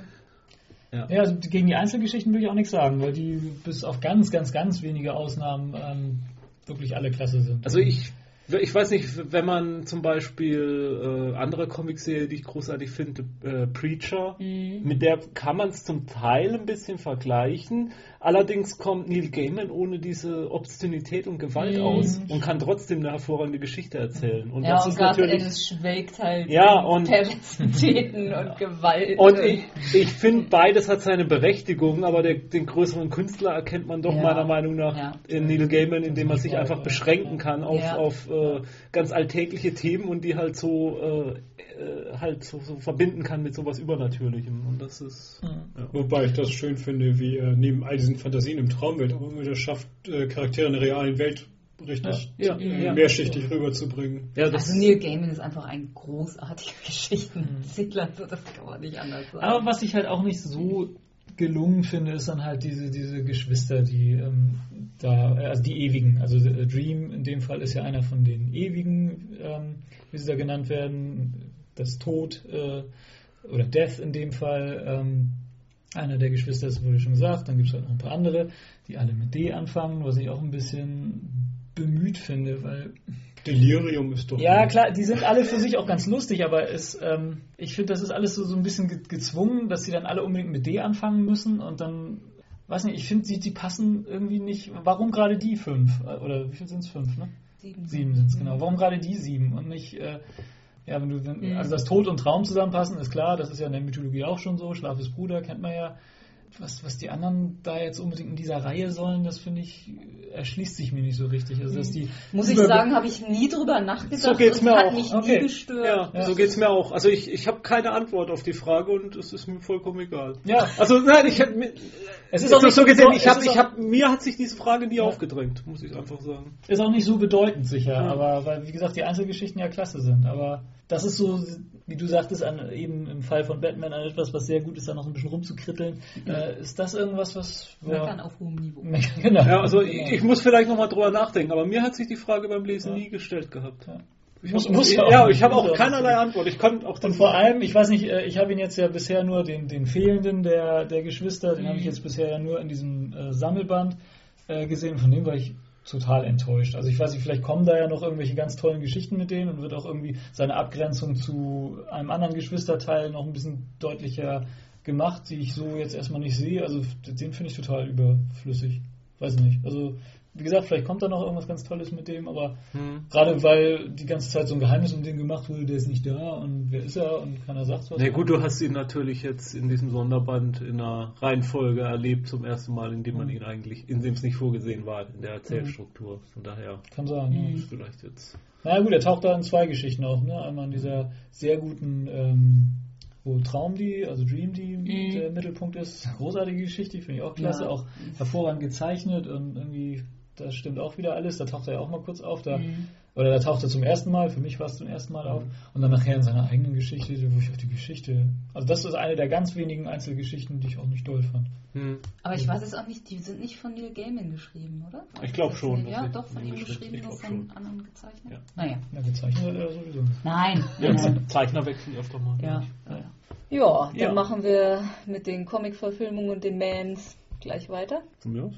Ja. ja, also gegen die Einzelgeschichten will ich auch nichts sagen, weil die bis auf ganz, ganz, ganz wenige Ausnahmen ähm, wirklich alle klasse sind. Also ich Ich weiß nicht, wenn man zum Beispiel äh, andere Comicserie, die ich großartig finde, äh, Preacher, mhm. mit der kann man es zum Teil ein bisschen vergleichen. Allerdings kommt Neil Gaiman ohne diese Obszönität und Gewalt mhm. aus und kann trotzdem eine hervorragende Geschichte erzählen. Und ja, das und ist Garth natürlich Ennis schwelgt halt ja, in und Perversitäten und Gewalt. Und ich, ich finde, beides hat seine Berechtigung, aber der, den größeren Künstler erkennt man doch ja. meiner Meinung nach ja. in Neil Gaiman, indem man sich einfach beschränken kann auf, ja. auf äh, ganz alltägliche Themen und die halt so äh, halt so, so verbinden kann mit sowas Übernatürlichem. Und das ist mhm. ja. Wobei ich das schön finde, wie er neben all diesen Fantasien im Traumwelt auch immer wieder schafft, äh, Charaktere in der realen Welt richtig ja. äh, Ja. mehrschichtig ja. rüberzubringen. Ja, das also Neil Gaiman ist einfach ein großartiger Geschichtenerzähler, so das kann man nicht anders sagen. Aber was ich halt auch nicht so gelungen finde, ist dann halt diese, diese Geschwister, die ähm, da, also die Ewigen. Also äh, Dream in dem Fall ist ja einer von den Ewigen, ähm, wie sie da genannt werden. Das Tod äh, oder Death in dem Fall. Ähm, einer der Geschwister, das wurde schon gesagt. Dann gibt es halt noch ein paar andere, die alle mit D anfangen, was ich auch ein bisschen bemüht finde, weil Delirium ist doch... Ja, klar, die sind alle für sich auch ganz lustig, aber es, ähm, ich finde, das ist alles so, so ein bisschen ge- gezwungen, dass sie dann alle unbedingt mit D anfangen müssen und dann, weiß nicht, ich finde, die, die passen irgendwie nicht. Warum gerade die fünf? Oder wie viel sind es? Fünf, ne? Sieben. Sieben sind es, genau. Warum gerade die sieben und nicht... Äh, ja, wenn du, wenn, also das Tod und Traum zusammenpassen, ist klar, das ist ja in der Mythologie auch schon so, Schlaf ist Bruder, kennt man ja. Was, was die anderen da jetzt unbedingt in dieser Reihe sollen, das finde ich, erschließt sich mir nicht so richtig. Also, dass die Muss ich sagen, habe ich nie drüber nachgedacht. So geht's mir hat auch. mich okay. nie gestört. Ja, ja. So geht's mir auch. Also ich, ich habe keine Antwort auf die Frage und es ist mir vollkommen egal. Ja. Also nein, ich hätte es ist auch nicht so gesehen, ich habe ich habe mir hat sich diese Frage nie ja. aufgedrängt, muss ich einfach sagen. Ist auch nicht so bedeutend sicher, ja. aber weil wie gesagt, die Einzelgeschichten ja klasse sind, aber das ist so, wie du sagtest, an, eben im Fall von Batman an etwas, was sehr gut ist, da noch ein bisschen rumzukritteln. Mhm. Äh, ist das irgendwas, was... Meckern ja, auf hohem Niveau. Genau. Ja, also ich, ich muss vielleicht nochmal drüber nachdenken, aber mir hat sich die Frage beim Lesen ja. nie gestellt gehabt. Ja. Ich muss, muss ja, ja, ich habe auch keinerlei Antwort. Ich kann auch und vor allem, ich weiß nicht, ich habe ihn jetzt ja bisher nur den, den fehlenden der, der Geschwister, den mhm. habe ich jetzt bisher ja nur in diesem äh, Sammelband äh, gesehen. Von dem war ich total enttäuscht. Also ich weiß nicht, vielleicht kommen da ja noch irgendwelche ganz tollen Geschichten mit denen und wird auch irgendwie seine Abgrenzung zu einem anderen Geschwisterteil noch ein bisschen deutlicher gemacht, die ich so jetzt erstmal nicht sehe. Also den finde ich total überflüssig. Weiß nicht. Also wie gesagt, vielleicht kommt da noch irgendwas ganz Tolles mit dem, aber hm. gerade weil die ganze Zeit so ein Geheimnis um den gemacht wurde, der ist nicht da und wer ist er und keiner sagt was. Na gut, du hast ihn natürlich jetzt in diesem Sonderband in einer Reihenfolge erlebt zum ersten Mal, in dem man ihn eigentlich, in dem es nicht vorgesehen war, in der Erzählstruktur. Von daher kann sein, ja. Ist vielleicht jetzt. Naja gut, er taucht da in zwei Geschichten auf, ne? Einmal in dieser sehr guten ähm, wo Traum die, also Dream die mhm. der Mittelpunkt ist. Großartige Geschichte, finde ich auch klasse, ja. auch hervorragend gezeichnet und irgendwie das stimmt auch wieder alles. Da taucht er ja auch mal kurz auf. Da, mhm. Oder da taucht er zum ersten Mal, für mich war es zum ersten Mal auf. Und dann nachher in seiner eigenen Geschichte, wo ich auch die Geschichte... Also das ist eine der ganz wenigen Einzelgeschichten, die ich auch nicht doll fand. Mhm. Aber ich weiß es auch nicht, die sind nicht von Neil Gaiman geschrieben, oder? Ich glaube schon. Ja, doch, von ihm geschrieben, nur von schon. anderen gezeichnet. Ja. Naja. Ja, gezeichnet hat er sowieso. Nein. Ja, nein. Zeichner wechseln öfter mal. Ja. Ja. Ja, dann ja. machen wir mit den Comic-Verfilmungen und den Mans gleich weiter. Von mir aus?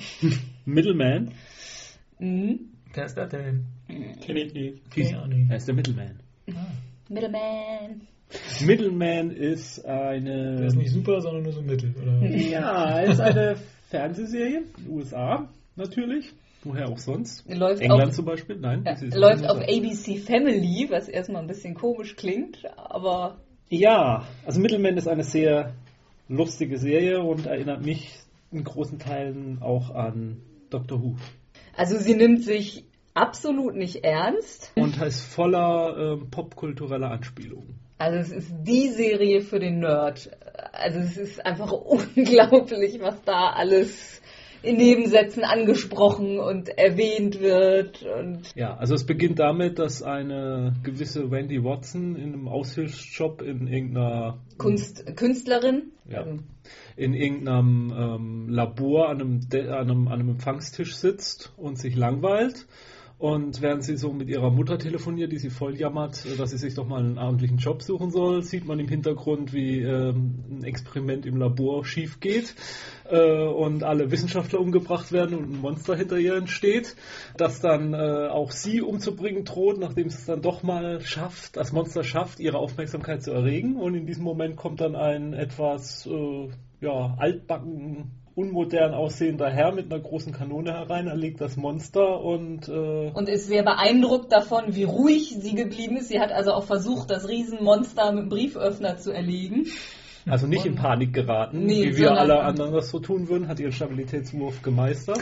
Middleman? Mhm. Wer ist das denn? Kenn ich nicht. Er ist der Middleman. Ah. Middleman. Middleman ist eine... Der ist nicht super, sondern nur so mittel, oder? Ja, ist eine Fernsehserie in den U S A, natürlich. woher auch sonst. Läuft England auf, zum Beispiel? Nein. ja, das ist läuft auch auf A B C Family, was erstmal ein bisschen komisch klingt, aber... Ja, also Middleman ist eine sehr lustige Serie und erinnert mich in großen Teilen auch an Doctor Who. Also sie nimmt sich absolut nicht ernst. Und ist voller ähm, popkultureller Anspielungen. Also es ist die Serie für den Nerd. Also es ist einfach unglaublich, was da alles in Nebensätzen angesprochen und erwähnt wird. Und ja, also es beginnt damit, dass eine gewisse Wendy Watson in einem Aushilfsjob in irgendeiner Kunst, Künstlerin. Ja, Also, in irgendeinem ähm, Labor an einem, De- an, einem, an einem Empfangstisch sitzt und sich langweilt. Und während sie so mit ihrer Mutter telefoniert, die sie voll jammert, dass sie sich doch mal einen ordentlichen Job suchen soll, sieht man im Hintergrund, wie ähm, ein Experiment im Labor schief geht äh, und alle Wissenschaftler umgebracht werden und ein Monster hinter ihr entsteht, das dann äh, auch sie umzubringen droht, nachdem es dann doch mal schafft, das Monster schafft, ihre Aufmerksamkeit zu erregen. Und in diesem Moment kommt dann ein etwas äh, ja, altbacken, unmodern aussehender Herr mit einer großen Kanone herein, erlegt das Monster und... Äh und ist sehr beeindruckt davon, wie ruhig sie geblieben ist. Sie hat also auch versucht, das Riesenmonster mit dem Brieföffner zu erlegen. Also nicht und in Panik geraten, nee, wie wir alle anderen das so tun würden, hat ihren Stabilitätswurf gemeistert.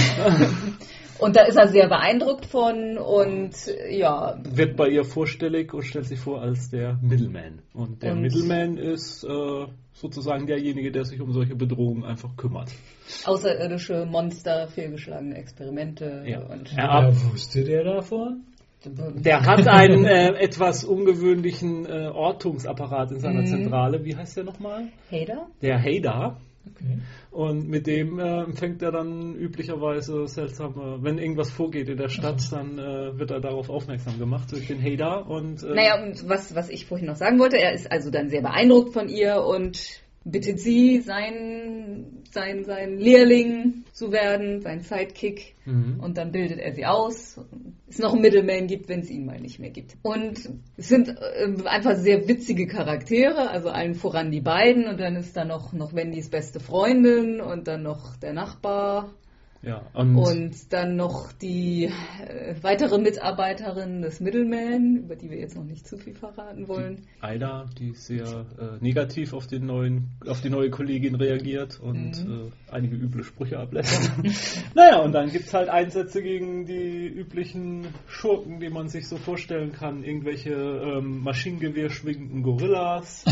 Und da ist er sehr beeindruckt von und ja... Wird bei ihr vorstellig und stellt sich vor als der Middleman. Und der und Middleman ist äh, sozusagen derjenige, der sich um solche Bedrohungen einfach kümmert. Außerirdische Monster, fehlgeschlagene Experimente. Ja. Und Er ab- Ja, wusste der davon? Der hat einen äh, etwas ungewöhnlichen äh, Ortungsapparat in seiner Mhm. Zentrale. Wie heißt der nochmal? Hader? Der Hader. Okay. Und mit dem äh, empfängt er dann üblicherweise seltsame, wenn irgendwas vorgeht in der Stadt, dann äh, wird er darauf aufmerksam gemacht durch den Hader. Und, äh, Naja, und was, was ich vorhin noch sagen wollte, er ist also dann sehr beeindruckt von ihr und bittet sie, sein, sein, sein Lehrling zu werden, sein Sidekick. Mhm. Und dann bildet er sie aus. Es noch einen Middleman gibt, wenn es ihn mal nicht mehr gibt. Und es sind äh, einfach sehr witzige Charaktere, also allen voran die beiden. Und dann ist da noch, noch Wendys beste Freundin und dann noch der Nachbar. Ja, und, Und dann noch die äh, weitere Mitarbeiterin des Middleman, über die wir jetzt noch nicht zu viel verraten wollen. Aida, die sehr äh, negativ auf, den neuen, auf die neue Kollegin reagiert und Mhm. äh, einige üble Sprüche ablässt. Naja, und dann gibt es halt Einsätze gegen die üblichen Schurken, die man sich so vorstellen kann. Irgendwelche ähm, Maschinengewehr schwingenden Gorillas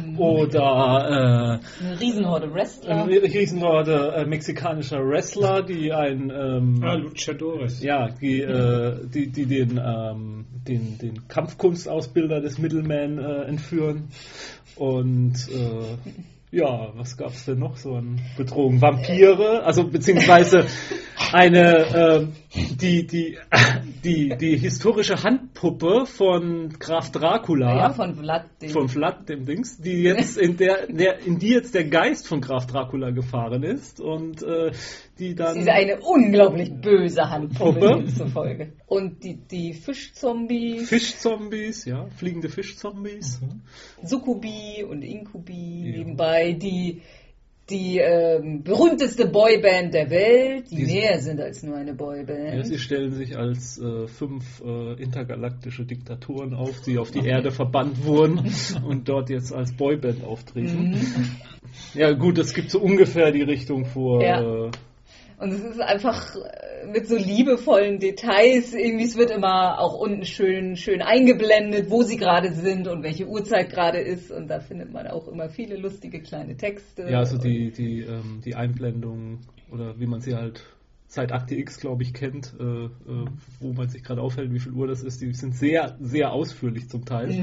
oder äh, Eine Riesenhorde Wrestler. eine Riesenhorde äh, mexikanischer Wrestler, die ein ähm, Ah, Luchadores. ja, die, äh, die, die den, ähm, den, den Kampfkunstausbilder des Middleman äh, entführen. Und äh, ja, was gab es denn noch so an Bedrohungen? Vampire, also beziehungsweise eine, äh, die, die, die, die historische Handpuppe von Graf Dracula. Ja, von Vlad. Den Von Vlad, dem Dings, die jetzt in der, der in die jetzt der Geist von Graf Dracula gefahren ist und äh, die dann Sie ist eine unglaublich böse Handpuppe Puppe. zufolge. Und die, die Fischzombies, Fischzombies, ja, fliegende Fischzombies. Succubi und Incubi Ja. nebenbei, die die ähm, berühmteste Boyband der Welt, die, Die- mehr sind als nur eine Ja, Boyband. sie stellen sich als äh, fünf äh, intergalaktische Diktaturen auf, die auf die Erde verbannt wurden und dort jetzt als Boyband auftreten. Mhm. Ja gut, es gibt so ungefähr die Richtung vor. Ja. Äh, Und es ist einfach äh, mit so liebevollen Details, irgendwie es wird immer auch unten schön, schön eingeblendet, wo sie gerade sind und welche Uhrzeit gerade ist. Und da findet man auch immer viele lustige kleine Texte. ja, also die, die, ähm, die Einblendung oder wie man sie halt seit Akte X, glaube ich, kennt, äh, äh, wo man sich gerade aufhält, wie viel Uhr das ist, die sind sehr, sehr ausführlich zum Teil.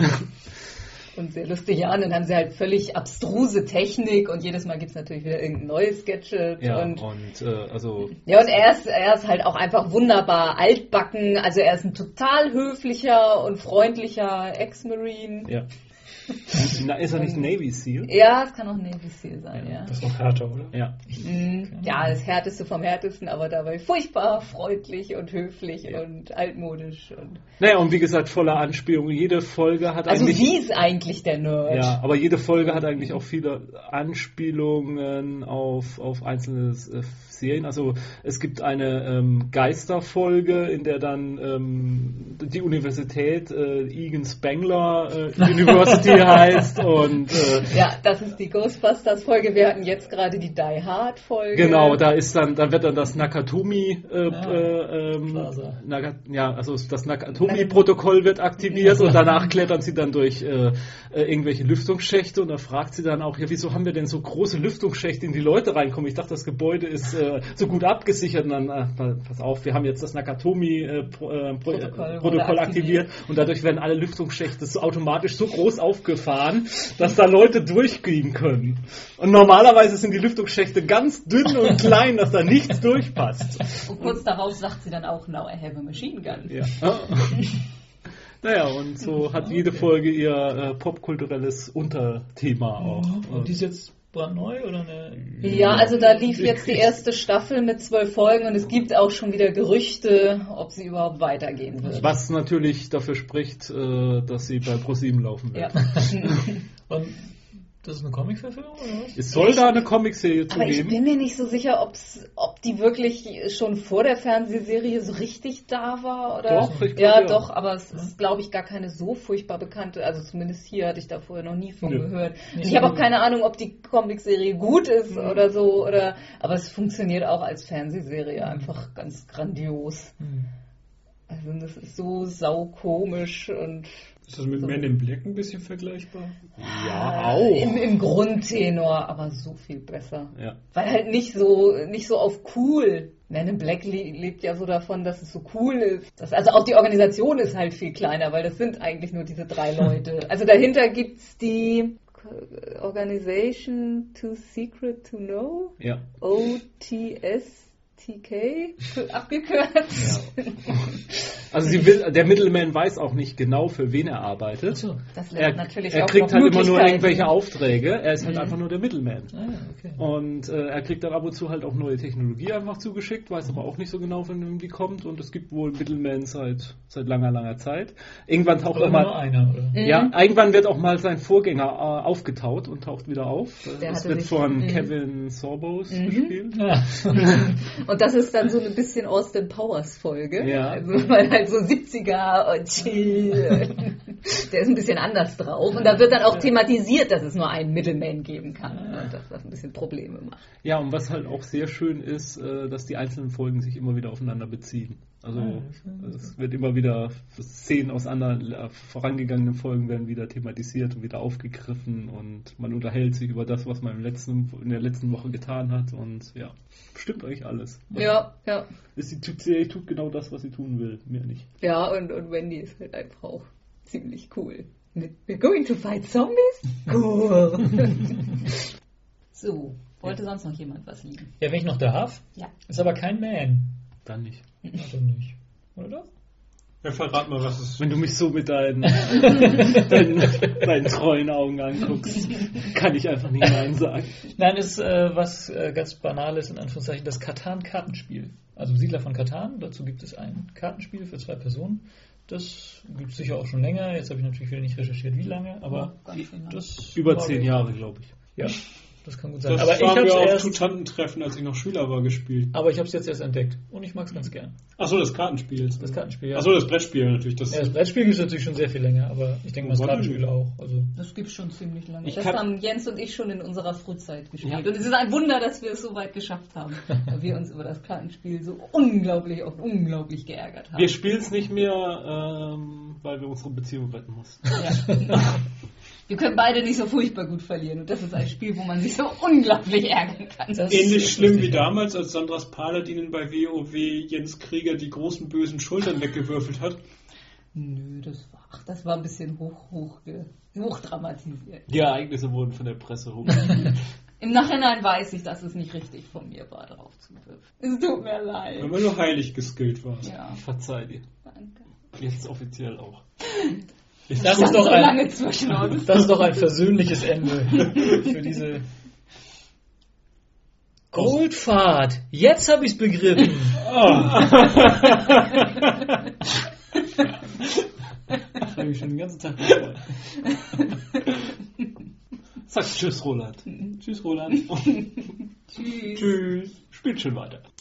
Und sehr lustig, ja. Und dann haben sie halt völlig abstruse Technik und jedes Mal gibt es natürlich wieder irgendein neues Gadget. Ja, und, und äh, also ja, und er ist, er ist halt auch einfach wunderbar altbacken. Also er ist ein total höflicher und freundlicher Ex-Marine. ja. Na, ist er nicht Navy Seal? Ja, es kann auch Navy Seal sein, ja. Das ist noch härter, oder? Ja. Mhm. Ja, das Härteste vom Härtesten, aber dabei furchtbar freundlich und höflich Ja. und altmodisch. Und Naja, und wie gesagt, voller Anspielungen. Jede Folge hat also eigentlich... sie ist eigentlich der Nerd. Ja, aber jede Folge hat eigentlich auch viele Anspielungen auf, auf einzelne äh, Serien. Also es gibt eine ähm, Geisterfolge, in der dann ähm, die Universität äh, Egan Spengler äh, University heißt und äh, Ja, das ist die Ghostbusters-Folge. Wir hatten jetzt gerade die Die Hard-Folge. genau, da ist dann, da wird dann das Nakatomi äh, Ah, äh, ähm, Plaza. Naga, ja, also das Nakatomi-Protokoll wird aktiviert und danach klettern sie dann durch äh, äh, irgendwelche Lüftungsschächte und da fragt sie dann auch, ja, wieso haben wir denn so große Lüftungsschächte, in die Leute reinkommen? Ich dachte, das Gebäude ist äh, so gut abgesichert und dann, äh, pass auf, wir haben jetzt das Nakatomi äh, Pro, äh, Pro, Protokoll äh, Protokoll wurde aktiviert und dadurch werden alle Lüftungsschächte so automatisch so groß aufgefahren, dass da Leute durchgehen können. Und normalerweise sind die Lüftungsschächte ganz dünn und klein, dass da nichts durchpasst. Und kurz darauf sagt sie dann auch, now I have a machine gun. Ja. Naja, und so hat jede Folge ihr äh, popkulturelles Unterthema auch. Und die ist jetzt brandneu oder eine? Ja, also da lief jetzt die erste Staffel mit zwölf Folgen und es gibt auch schon wieder Gerüchte, ob sie überhaupt weitergehen wird. Was natürlich dafür spricht, äh, dass sie bei ProSieben laufen wird. Ja. Und das ist eine Comic-Verfilmung oder was? Es soll da eine Comicserie zu Aber ich geben. bin mir nicht so sicher, ob's, ob die wirklich schon vor der Fernsehserie so richtig da war. Oder? Doch, ich glaub, ja, ja. doch, aber es ist, glaube ich, gar keine so furchtbar bekannte. Also zumindest hier hatte ich da vorher noch nie von Nö. gehört. Nee. Ich habe auch keine Ahnung, ob die Comicserie gut ist Mhm. oder so. Oder, aber es funktioniert auch als Fernsehserie einfach ganz grandios. Hm. Also das ist so saukomisch und Ist das mit So. Men in Black ein bisschen vergleichbar? Ja, Im, auch. im Grundtenor, aber so viel besser. Ja. Weil halt nicht so, nicht so auf cool. Men in Black le- lebt ja so davon, dass es so cool ist. Das, also auch die Organisation ist halt viel kleiner, weil das sind eigentlich nur diese drei Leute. Also dahinter gibt's die Organization Too Secret to Know, Ja. O T S T K, abgekürzt. Also sie will, der Middleman weiß auch nicht genau, für wen er arbeitet. Achso. Das Er, lässt natürlich er auch kriegt noch halt immer nur Möglichkeiten. irgendwelche Aufträge. Er ist halt Mhm. einfach nur der Middleman. Ah, okay. Und äh, er kriegt dann ab und zu halt auch neue Technologie einfach zugeschickt, weiß aber auch nicht so genau, von wem die kommt. Und es gibt wohl Middleman seit, seit langer, langer Zeit. Irgendwann taucht Aber auch immer nur mal... einer, oder? Mhm. Ja, irgendwann wird auch mal sein Vorgänger äh, aufgetaut und taucht wieder auf. Der Das hatte wird sich- von mhm. Kevin Sorbos Mhm. gespielt. Ja. Und das ist dann so ein bisschen Austin Powers Folge. Ja. Also weil halt so siebziger und chill. Der ist ein bisschen anders drauf. Und da wird dann auch thematisiert, dass es nur einen Middleman geben kann. Und dass das ein bisschen Probleme macht. Ja, und was halt auch sehr schön ist, äh, dass die einzelnen Folgen sich immer wieder aufeinander beziehen. Also Ah, das ist- es wird immer wieder Szenen aus anderen äh, vorangegangenen Folgen werden wieder thematisiert und wieder aufgegriffen und man unterhält sich über das, was man im letzten, in der letzten Woche getan hat und ja, stimmt eigentlich alles. Ja, ja. Ist die Typ Serie tut genau das, was sie tun will, mehr nicht. Ja, und, und Wendy ist halt einfach auch ziemlich cool. Mit We're going to fight zombies? Cool. So, wollte sonst noch jemand was lieben? Ja, wenn ich noch darf. Ja. Ist aber kein Man. Dann nicht. Ja, dann nicht. Oder doch? Ja, verrat mal, was es Wenn du mich so mit deinen, deinen, deinen treuen Augen anguckst, kann ich einfach nicht Nein sagen. Nein, ist äh, was äh, ganz Banales, in Anführungszeichen, das Katan-Kartenspiel. Also Siedler von Katan, dazu gibt es ein Kartenspiel für zwei Personen. Das gibt es sicher auch schon länger. Jetzt habe ich natürlich wieder nicht recherchiert, wie lange, aber Ja, ganz schön lang. das Über mag zehn ich. Jahre, glaube ich. Ja, das kann gut sein. Das aber ich haben habe wir auf erst, Tutantentreffen, als ich noch Schüler war, gespielt. aber ich habe es jetzt erst entdeckt und ich mag es ganz gern. Achso, das Kartenspiel. jetzt. Das Kartenspiel, ja. Achso, das Brettspiel natürlich. Das Ja, das Brettspiel gibt es natürlich schon sehr viel länger, aber ich denke mal das Warte. Kartenspiel auch. Also Das gibt's schon ziemlich lange. Ich das kann- haben Jens und ich schon in unserer Frühzeit gespielt. Ja. Und es ist ein Wunder, dass wir es so weit geschafft haben, weil wir uns über das Kartenspiel so unglaublich oft unglaublich geärgert haben. Wir spielen es nicht mehr, ähm, weil wir unsere Beziehung retten mussten. Ja. Wir können beide nicht so furchtbar gut verlieren und das ist ein Spiel, wo man sich so unglaublich ärgern kann. das ähnlich ist schlimm lustig, wie ja. damals, als Sandras Paladinen bei WoW Jens Krieger die großen bösen Schultern weggewürfelt hat. Nö, das war, ach, das war ein bisschen hoch, hoch, ge- hoch dramatisiert. Die Ereignisse wurden von der Presse hoch. Im Nachhinein weiß ich, dass es nicht richtig von mir war, darauf zu wirfen. Es tut mir leid. Wenn man nur heilig geskillt war. Ja, Verzeih dir. danke. Jetzt offiziell auch. Das ist, doch so ein, lange zwischen uns. das ist doch ein versöhnliches Ende für diese Goldfahrt. Jetzt habe ich es begriffen. Das habe ich schon den ganzen Tag gefreut. Sag tschüss, Roland. Tschüss, Roland. Tschüss. Tschüss. Spielt schön weiter.